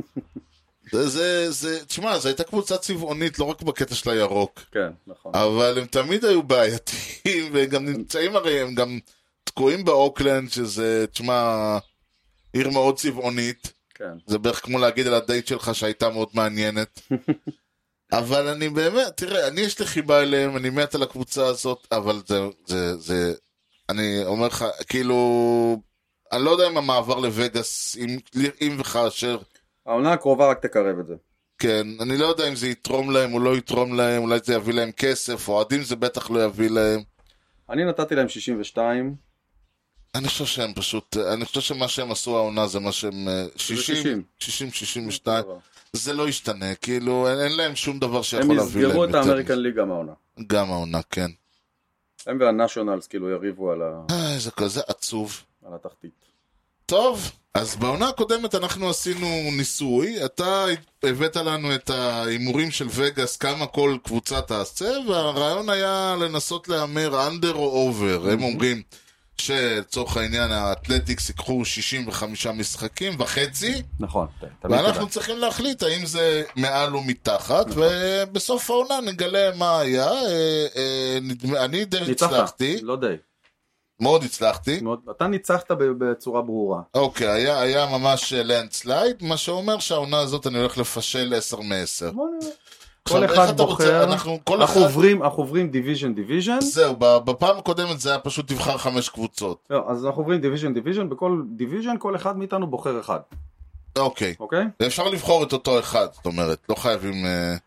תשמע, זו הייתה קבוצה צבעונית, לא רק בקטע של הירוק. כן, נכון. אבל הם תמיד היו בעייתיים, וגם נמצאים הרי, הם גם... תקועים באוקלנד, שזה, תשמע, עיר מאוד צבעונית. כן. זה בערך כמו להגיד על הדייט שלך שהייתה מאוד מעניינת. אבל אני באמת, תראה, אני יש לי חיבה אליהם, אני מת על הקבוצה הזאת, אבל זה, אני אומר לך, כאילו, אני לא יודע אם המעבר לווגאס, אם וכאשר. העונה הקרובה רק תקרב את זה. כן, אני לא יודע אם זה יתרום להם או לא יתרום להם, אולי זה יביא להם כסף, אוהדים זה בטח לא יביא להם. אני נתתי להם 62. אני חושב שהם פשוט, אני חושב שמה שהם עשו העונה זה מה שהם 60, 62, זה לא ישתנה, כאילו אין להם שום דבר שיכול להביא להם. הם יסגרו את האמריקן ליג גם העונה. גם העונה, כן. הם והנשיונלס כאילו יריבו על זה כזה עצוב. על התחתית. טוב, אז בעונה הקודמת אנחנו עשינו ניסוי, אתה הבאת לנו את האימורים של וגאס, כמה כל קבוצה תעשה, והרעיון היה לנסות לאמר אנדר או אובר, הם אומרים שצורך העניין האתלטיקס ייקחו 65 משחקים וחצי, נכון, ואנחנו צריכים להחליט האם זה מעל או מתחת, ובסוף העונה נגלה מה היה, אני די הצלחתי. לא די. מאוד הצלחתי. אתה ניצחת בצורה ברורה. אוקיי, היה ממש לנדסלייד, מה שאומר שהעונה הזאת אני הולך לפשל 10 מ-10. כל אחד בוחר, אנחנו עוברים דיוויז'ן. זהו, בפעם הקודמת זה היה פשוט תבחר 5 קבוצות. לא, אז אנחנו עוברים דיוויז'ן, בכל דיוויז'ן כל אחד מאיתנו בוחר אחד. אוקיי. ואפשר לבחור את אותו אחד, זאת אומרת, לא חייבים...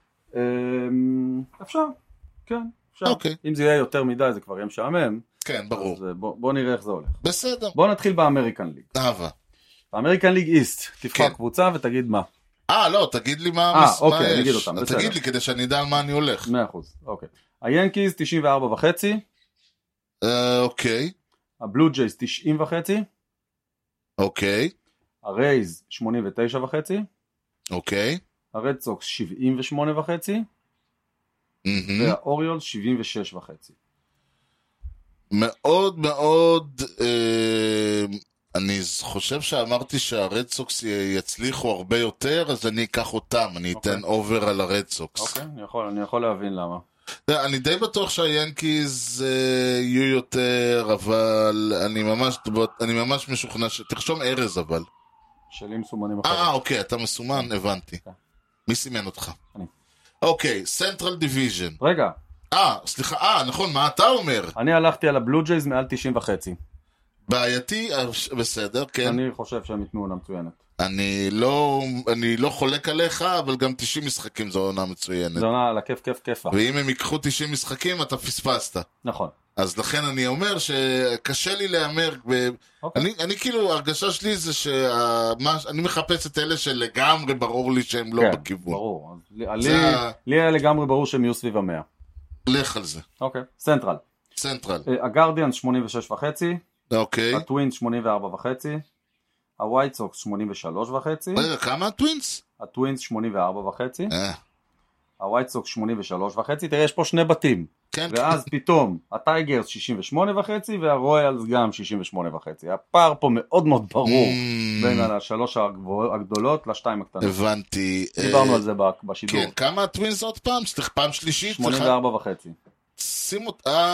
אפשר, כן, אפשר. אם זה יהיה יותר מדי זה כבר יהיה משעמם. כן, ברור. אז בוא נראה איך זה הולך. בסדר. בוא נתחיל באמריקן ליג. אהבה. באמריקן ליג איסט, תבחר קבוצה ותגיד מה. לא, תגיד לי מה יש. אוקיי, נגיד אותם, בסדר. תגיד לי כדי שאני אדע על מה אני הולך. 100%, אוקיי. היאנקיז 94.5. אוקיי. הבלו ג'ייס 90.5. אוקיי. הרייז 89.5. אוקיי. הרד סוקס 78.5. והאוריולס 76.5. מאוד מאוד, אני חושב שאמרתי שהרד סוקס יצליחו הרבה יותר, אז אני אקח אותם, אני אתן אובר על הרד סוקס. אוקיי, אני יכול להבין למה. אני די בטוח שהיאנקיז יהיו יותר, אבל אני ממש משוכנע, תרשום ארז אבל. שלי מסומנים אחרים. אוקיי, אתה מסומן, הבנתי. מי סימן אותך? אני. אוקיי, סנטרל דיוויז'ן. רגע. סליחה, נכון, מה אתה אומר? אני הלכתי על הבלו ג'ייז מעל 90.5. בעייתי, בסדר, כן. אני חושב שהם יתנו עונה מצוינת. אני לא חולק עליך, אבל גם 90 משחקים זו עונה מצוינת. זו עונה על הכיף, כיף, כיפה. ואם הם ייקחו 90 משחקים, אתה פספסת. נכון. אז לכן אני אומר שקשה לי להאמר, אני כאילו, הרגשה שלי זה שאני מחפש את אלה שלגמרי ברור לי שהם לא בכיוון. ברור. לי היה לגמרי ברור שהם יהיו סביב 100. לך על זה. אוקיי, סנטרל. הגארדיאנס 86.5. אוקיי. הטווינס 84.5. הווייט סוקס 83.5. רגע, כמה הטווינס? הטווינס 84.5. הווייט סוקס 83.5. תראה, יש פה שני בתים. כן. ואז פתאום הטייגרס 68.5 והרויאלס גם 68.5. הפער פה מאוד מאוד ברור בין השלוש הגדולות לשתיים הקטנות. הבנתי. דיברנו על זה בשידור. כן, כמה הטווינס עוד פעם? פעם שלישית? 84.5. שים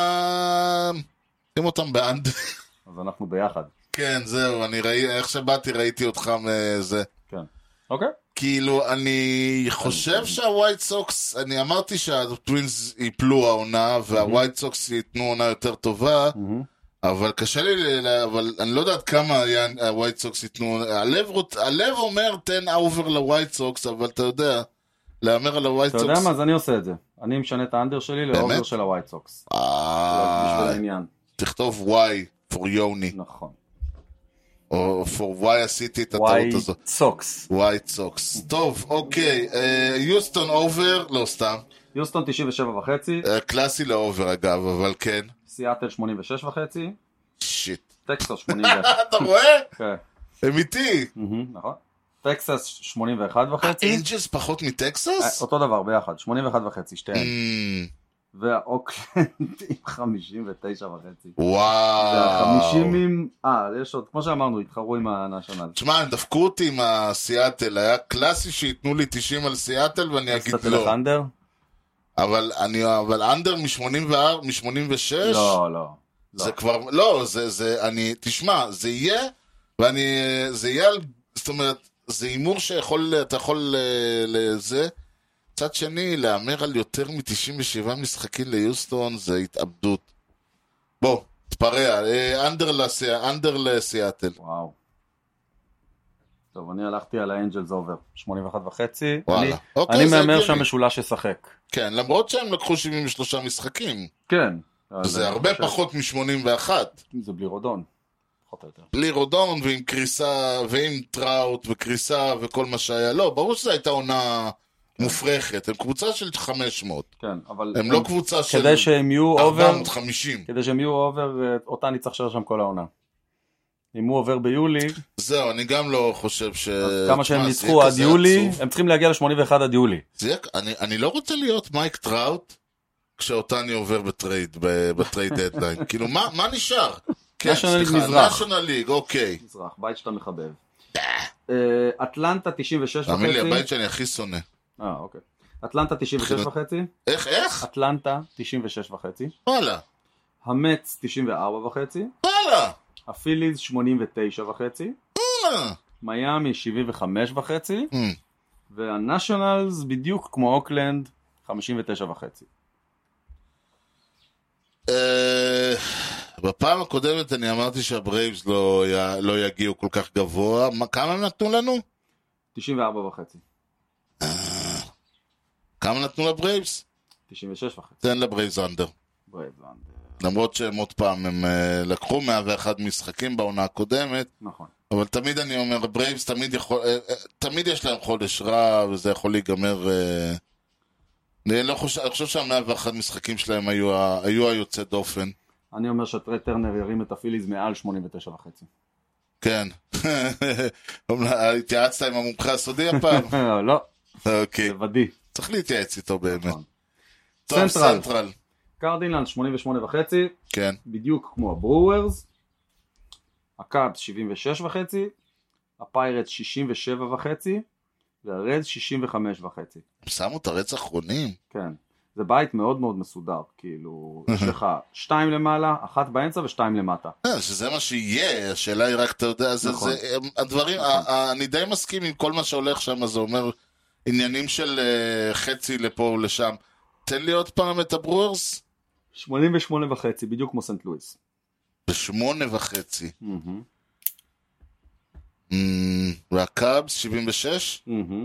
אותם באנד. אז אנחנו ביחד. כן, זהו, איך שבאתי ראיתי אותך מזה. כן. אוקיי. כאילו, אני חושב שהווייט סוקס, אני אמרתי שהטווינס ייפלו העונה, והווייט סוקס ייתנו עונה יותר טובה, אבל קשה לי, אבל אני לא יודעת כמה הווייט סוקס ייתנו, הלב אומר 10 אובר לווייט סוקס, אבל אתה יודע, להאמר על הווייט סוקס. אתה יודע מה, אז אני עושה את זה. אני משנה את האנדר שלי לאובר של הווייט סוקס. בשביל העניין. תכתוב Y for יוני. נכון. או for Y עשיתי את הטעות הזאת. ווייט סוקס. ווייט סוקס. טוב, אוקיי. יוסטון אובר, לא סתם. יוסטון 97.5. קלאסי לאובר אגב, אבל כן. סיאטל 86.5. שיט. טקסס 81. אתה רואה? כן. אמיתי. נכון. טקסס 81.5. אינג'לס פחות מטקסס? אותו דבר ביחד, 81.5 שתיהן. והאוקלנד עם 59.5. וואו. וה-50 עם... יש עוד, כמו שאמרנו, התחרו עם הנאשונל. תשמע, הם דפקו אותי עם הסיאטל, היה קלאסי שיתנו לי 90 על סיאטל ואני אגיד לא. תלך אנדר? אבל אנדר מ-86? לא. זה כבר, לא, תשמע, זה יהיה, זה יהיה, זאת אומרת, זה אימור שיכול, אתה יכול לזה, צד שני, לאמר על יותר מ-97 משחקים ליוסטון, זה התאבדות. בוא, תפרע, אנדר לסיאטל. וואו. טוב, אני הלכתי על האנג'לס אובר, 81.5. וואלה. אני מאמר שהמשולש ישחק. כן, למרות שהם לקחו 73 משחקים. כן. זה הרבה פחות מ-81. זה בלי רודון. בלי רודון ועם קריסה, ועם טראוט וקריסה וכל מה שהיה. לא, ברור שזו הייתה עונה מופרכת. הם קבוצה של 500. כן, אבל... הם לא קבוצה של 450. כדי שהם יהיו אובר, אותה נצטרך שם כל העונה. אם הוא עובר ביולי... זהו, אני גם לא חושב ש... כמה שהם ניצחו עד יולי, הם צריכים להגיע ל-81 עד יולי. אני לא רוצה להיות מייק טראוט כשאותני עובר בטרייד דדליין. כאילו, מה נשאר? כן, סליחה, נשיונל ליג, אוקיי. מזרח, בית שאתה מחבב. אטלנטה 96.5. תאמין לי, הבית שאני הכי שונא. אוקיי. אטלנטה 96.5. איך? אטלנטה 96.5. וואלה. המץ 94.5. וואלה. הפיליז 89.5. מיאמי 75.5. והנשיונלס בדיוק כמו אוקלנד 59.5. בפעם הקודמת אני אמרתי שהברייבס לא יגיעו כל כך גבוה. כמה הם נתנו לנו? 94.5. כמה נתנו לברייבס? 96.5. תן לברייבס אנדר. למרות שהם עוד פעם הם לקחו 101 משחקים בעונה הקודמת. נכון. אבל תמיד אני אומר, ברייבס תמיד יש להם חודש רע וזה יכול להיגמר... אני חושב שה101 משחקים שלהם היו היוצא דופן. אני אומר שטרי טרנר ירים את הפיליז מעל 89.5. כן. התייעצת עם המומחה הסודי הפעם? לא. אוקיי. זה ודי. צריך להתייעץ איתו באמת. טוב, סנטרל. קרדינלס 88.5. כן. בדיוק כמו הברוארס. הקאבס 76.5. הפיירטס 67.5. והרדס 65.5. שמו את הרדס האחרונים. כן. זה בית מאוד מאוד מסודר, כאילו, יש לך 2 למעלה, 1 באמצע ו2 למטה. שזה מה שיהיה, השאלה היא רק, אתה יודע, הדברים, אני די מסכים עם כל מה שהולך שם, זה אומר עניינים של חצי לפה ולשם. תן לי עוד פעם את הברוארס. 88.5, בדיוק כמו סנט לואיס. ב8.5. והקאבס 76?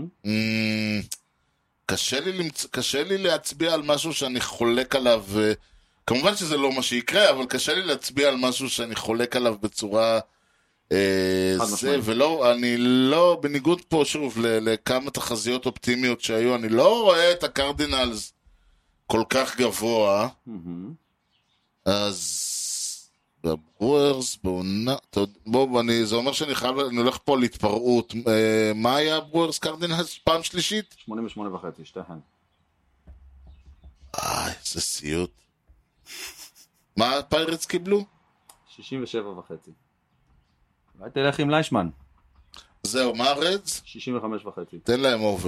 קשה לי להצביע על משהו שאני חולק עליו, כמובן שזה לא מה שיקרה, אבל קשה לי להצביע על משהו שאני חולק עליו בצורה זה, ולא, אני לא, בניגוד פה שוב לכמה תחזיות אופטימיות שהיו, אני לא רואה את הקרדינלס כל כך גבוה, אז הברוארס בעונה, זה אומר שאני הולך פה להתפרעות. מה היה הברוארס קרדינלס פעם שלישית? 88.5, שתיהן. איזה סיוט. מה הפיירטס קיבלו? 67.5. אולי תלך עם ליישמן. זהו, מה הרדס? 65.5. תן להם אובר.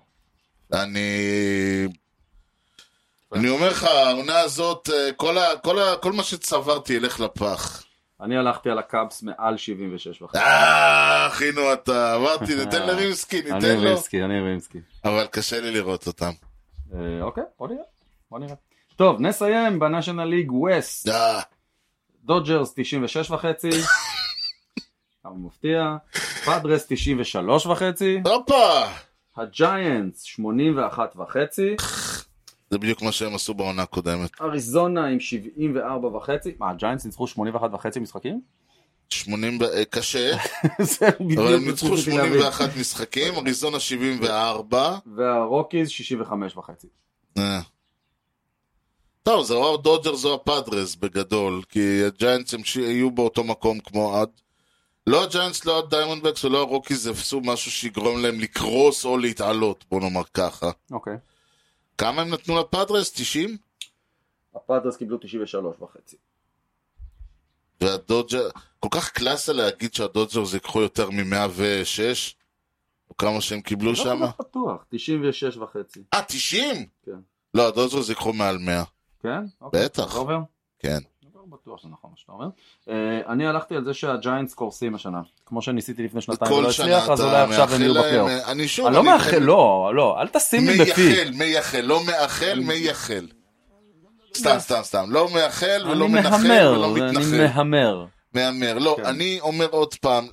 אני אומר לך, העונה הזאת, כל מה שצברתי ילך לפח. אני הלכתי על הקאבס מעל 76.5. אחינו אתה, אמרתי, ניתן לרימסקי, ניתן לו. אני רימסקי. אבל קשה לי לראות אותם. אוקיי, בוא נראה. טוב, נסיים בנשיונל ליג ווסט. דודג'רס 96.5, כמה מפתיע, פאדרס 93.5, הופה! הג'יינטס 81.5, זה בדיוק מה שהם עשו בעונה הקודמת. אריזונה עם 74.5, מה, הג'יינטס ניצחו 81.5 משחקים? 80, קשה, אבל הם ניצחו 81 משחקים, אריזונה 74. והרוקיז 65.5. טוב, זה או הדודג'רס או הפאדרס בגדול, כי הג'יינטס הם יהיו באותו מקום כמו עד. לא הג'יינטס, לא הדיימונדבקס ולא הרוקיז, עשו משהו שיגרום להם לקרוס או להתעלות, בוא נאמר ככה. אוקיי. כמה הם נתנו לפאדרס? 90? הפאדרס קיבלו 93.5. והדודג'ר, כל כך קלאסה להגיד שהדודג'רס יקחו יותר מ-106, או כמה שהם קיבלו שם? לא פתוח, 96.5. 90? כן. לא, הדודג'רס יקחו מעל 100. כן? בטח. זה עובר? כן. לא בטוח שזה נכון מה שאתה אומר. אני הלכתי על זה שהג'יינטס קורסים השנה. כמו שניסיתי לפני שנתיים ולא הצליח, אז אולי עכשיו הם יהיו בפלייאוף. אני לא מאחל, לא, אל תשים לי בפי. מייחל, לא מאחל, מייחל. סתם, לא מאחל ולא מנחל ולא מתנחל. אני מהמר, לא, אני אומר עוד פעם,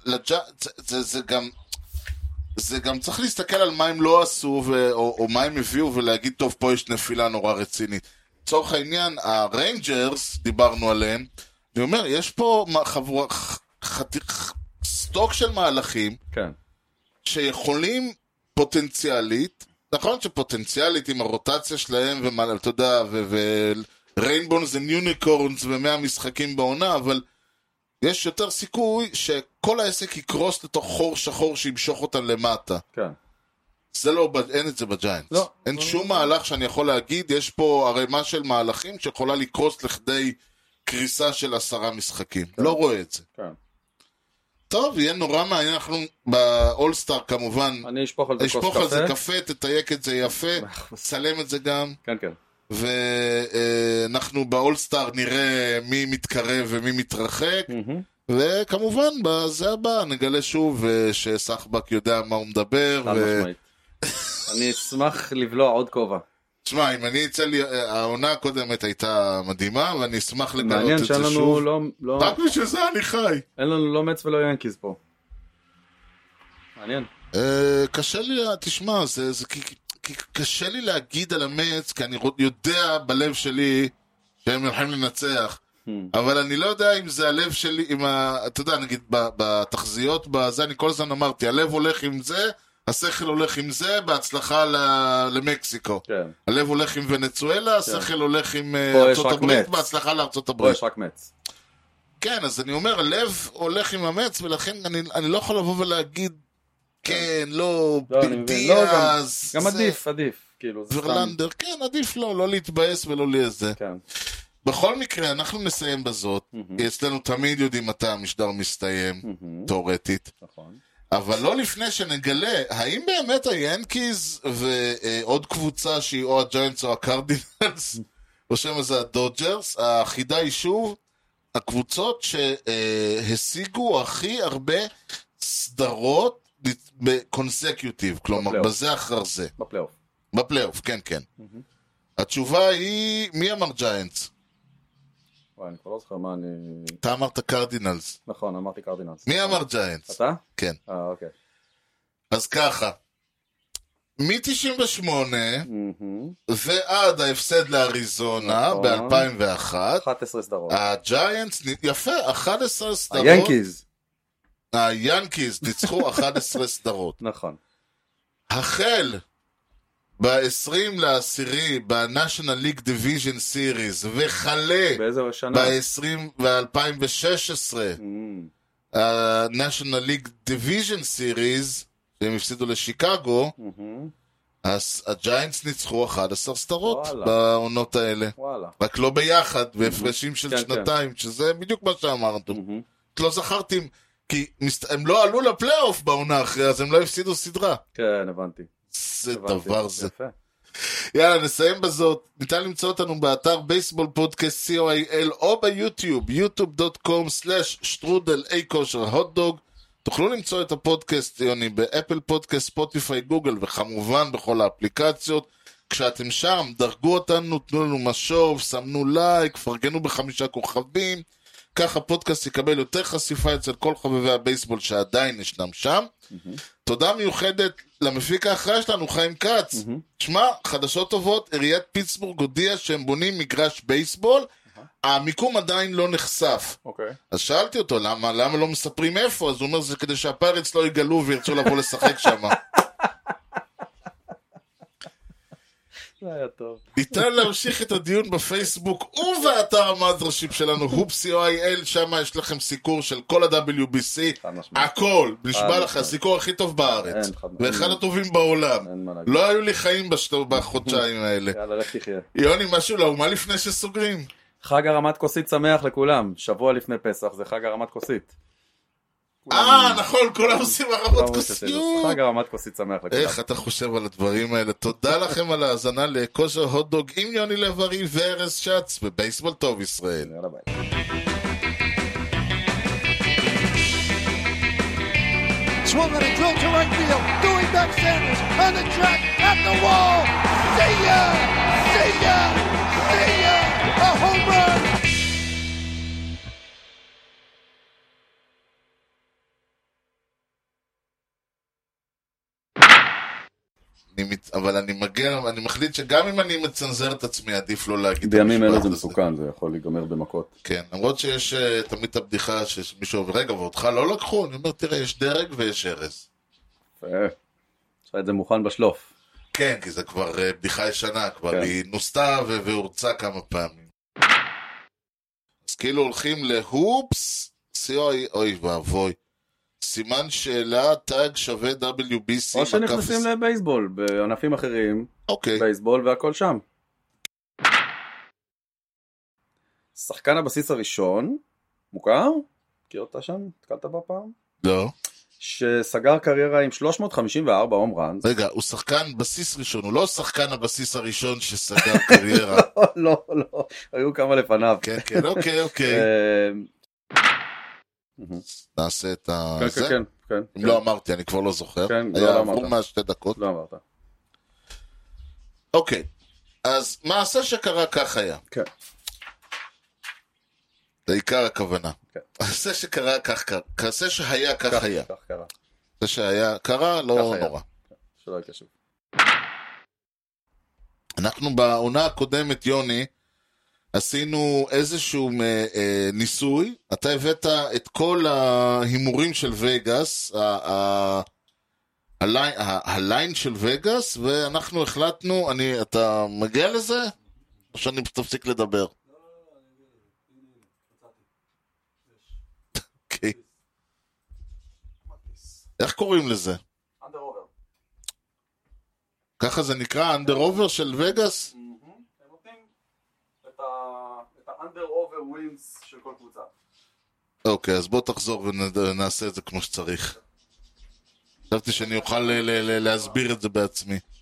זה גם צריך להסתכל על מה הם לא עשו, או מה הם הביאו ולהגיד, טוב, פה יש נפילה נורא רצינית. לצורך העניין, הריינג'רס, דיברנו עליהם, אני אומר, יש פה סטוק של מהלכים, שיכולים פוטנציאלית, נכון שפוטנציאלית עם הרוטציה שלהם, אתה יודע, וריינבונס וניוניקורנס ו100 משחקים בעונה, אבל יש יותר סיכוי שכל העסק יקרוס לתוך חור שחור שימשוך אותם למטה. כן. זה לא, אין את זה בג'יינטס. לא. אין שום מהלך שאני יכול להגיד, יש פה ערימה של מהלכים שיכולה לקרוס לכדי קריסה של 10 משחקים. לא רואה את זה. כן. טוב, יהיה נורא מעניין, אנחנו באולסטאר כמובן. אני אשפוך על זה כוס קפה. אשפוך על זה קפה, תתייק את זה יפה, צלם את זה גם. כן, כן. ואנחנו באולסטאר נראה מי מתקרב ומי מתרחק. וכמובן, בזה הבא נגלה שוב שסחבק יודע מה הוא מדבר. אני אשמח לבלוע עוד כובע. תשמע, אם אני אצא לי, העונה הקודמת הייתה מדהימה, ואני אשמח לגלות את זה שוב. מעניין שאין לנו רק בשביל זה אני חי. אין לנו לא מצ ולא ינקיז פה. מעניין. קשה לי, תשמע, כי קשה לי להגיד על המץ, כי אני יודע בלב שלי שהם הולכים לנצח. אבל אני לא יודע אם זה הלב שלי, אתה יודע, נגיד, בתחזיות, בזה אני כל הזמן אמרתי, הלב הולך עם זה, השכל הולך עם זה, בהצלחה למקסיקו. כן. הלב הולך עם ונצואלה, השכל הולך עם ארצות הברית, בהצלחה לארצות הברית. פה יש רק מצ. כן, אז אני אומר, הלב הולך עם המץ, ולכן אני לא יכול לבוא ולהגיד, כן, לא, דיאז. גם עדיף. ורלנדר, כן, עדיף לא להתבאס ולא לזה. כן. בכל מקרה, אנחנו נסיים בזאת, כי אצלנו תמיד יודעים מתי המשדר מסתיים, תיאורטית. נכון. אבל לא לפני שנגלה, האם באמת היאנקיז ועוד קבוצה שהיא או הג'יינטס או הקרדינלס, או שם זה הדודג'רס, החידה היא שוב, הקבוצות שהשיגו הכי הרבה סדרות בקונסקיוטיב, כלומר, בזה אחר זה. בפלייאוף. בפלייאוף, כן, כן. התשובה היא, מי אמר ג'יינטס? אני כבר לא זוכר מה אני... אתה אמרת קרדינלס. נכון, אמרתי קרדינלס. מי אמר ג'יינטס? אתה? כן. אוקיי. אז ככה, מ-98 ועד ההפסד לאריזונה ב-2001, 11 סדרות. הג'יינטס, יפה, 11 סדרות. היאנקיז ניצחו 11 סדרות. נכון. החל ב-20 לעשירי בנשיונל ליג דיוויז'ן סיריס וחלה ב-2016 הנשיונל ליג דיוויז'ן סיריס שהם הפסידו לשיקגו, אז הג'יינטס ניצחו 11 סדרות בעונות האלה. רק לא ביחד, בהפרשים של שנתיים, שזה בדיוק מה שאמרנו. לא זכרתי, כי הם לא עלו לפלייאוף בעונה אחרי, אז הם לא הפסידו סדרה. כן, הבנתי. זה דבר זה. יאללה, נסיים בזאת. ניתן למצוא אותנו באתר בייסבול פודקאסט co.il או ביוטיוב, youtube.com/strudel_hotdog. תוכלו למצוא את הפודקאסט, יוני, באפל פודקאסט, ספוטיפיי, גוגל, וכמובן בכל האפליקציות. כשאתם שם, דרגו אותנו, תנו לנו משוב, סמנו לייק, פרגנו ב5 כוכבים. וכך הפודקאסט יקבל יותר חשיפה אצל כל חובבי הבייסבול שעדיין ישנם שם. תודה מיוחדת למפיק האחראי שלנו, חיים כץ. תשמע, חדשות טובות, עיריית פיטסבורג הודיעה שהם בונים מגרש בייסבול, המיקום עדיין לא נחשף. אז שאלתי אותו, למה לא מספרים איפה? אז הוא אומר, זה כדי שהפיירטס לא יגלו וירצו לבוא לשחק שם. זה היה טוב. ניתן להמשיך את הדיון בפייסבוק ובאתר המאדרשיפ שלנו, הופסי.או.איי.אל, שם יש לכם סיקור של כל ה-WBC, הכל, נשבע לך, הסיקור הכי טוב בארץ, ואחד הטובים בעולם. לא היו לי חיים בחודשיים האלה. יאללה, לך תחיה. יוני, משהו לאומה לפני שסוגרים? חג הרמת כוסית שמח לכולם, שבוע לפני פסח, זה חג הרמת כוסית. נכון, כולם עושים הרמת כוסיות. חג הרמת כוסית שמח לכולם. איך אתה חושב על הדברים האלה? תודה לכם על ההאזנה לכושר הוטדוג עם יוני לב-ארי וארז שץ בבייסבול טוב ישראל. יאללה ביי. Swung on a drill to right field. Doing back Sanders on the track at the wall. See ya! See ya! See ya! A home run! אבל אני מחליט שגם אם אני מצנזר את עצמי, עדיף לא להגיד. בימים אלה זה מסוכן, זה יכול להיגמר במכות. כן, למרות שיש תמיד את הבדיחה שמישהו אומר, רגע, ואותך לא לקחו? אני אומר, תראה, יש דרג ויש ארז. יש את זה מוכן בשלוף. כן, כי זה כבר בדיחה ישנה, כבר היא נוסתה והורצה כמה פעמים. אז כאילו הולכים להופס, אוי ואבוי. סימן שאלה, טאג שווה WBC. או שנכנסים לבייסבול, בענפים אחרים, בייסבול והכל שם. שחקן הבסיס הראשון, מוכר? מכיר אותה שם? התקלת בה פעם? לא. שסגר קריירה עם 354 הום ראנס. רגע, הוא שחקן בסיס ראשון, הוא לא שחקן הבסיס הראשון שסגר קריירה. לא, היו כמה לפניו. כן, אוקיי. נעשה את זה? כן. אם לא אמרתי, אני כבר לא זוכר. כן, היה עבור מהשתי דקות. לא אמרת. אוקיי, אז מעשה שקרה כך היה. כן. זה עיקר הכוונה. מעשה שקרה כך קרה. מעשה שהיה כך היה. זה שהיה קרה, לא נורא. שלא יקשב. אנחנו בעונה הקודמת, יוני, עשינו איזשהו ניסוי, אתה הבאת את כל ההימורים של וגאס, הליין של וגאס, ואנחנו החלטנו, אתה מגיע לזה? או שאני תפסיק לדבר? אוקיי. איך קוראים לזה? אנדר אובר. ככה זה נקרא, אנדר אובר של וגאס? אנדר אובר ווינס של כל קבוצה. אוקיי, אז בוא תחזור ונעשה את זה כמו שצריך. חשבתי שאני אוכל להסביר את זה בעצמי.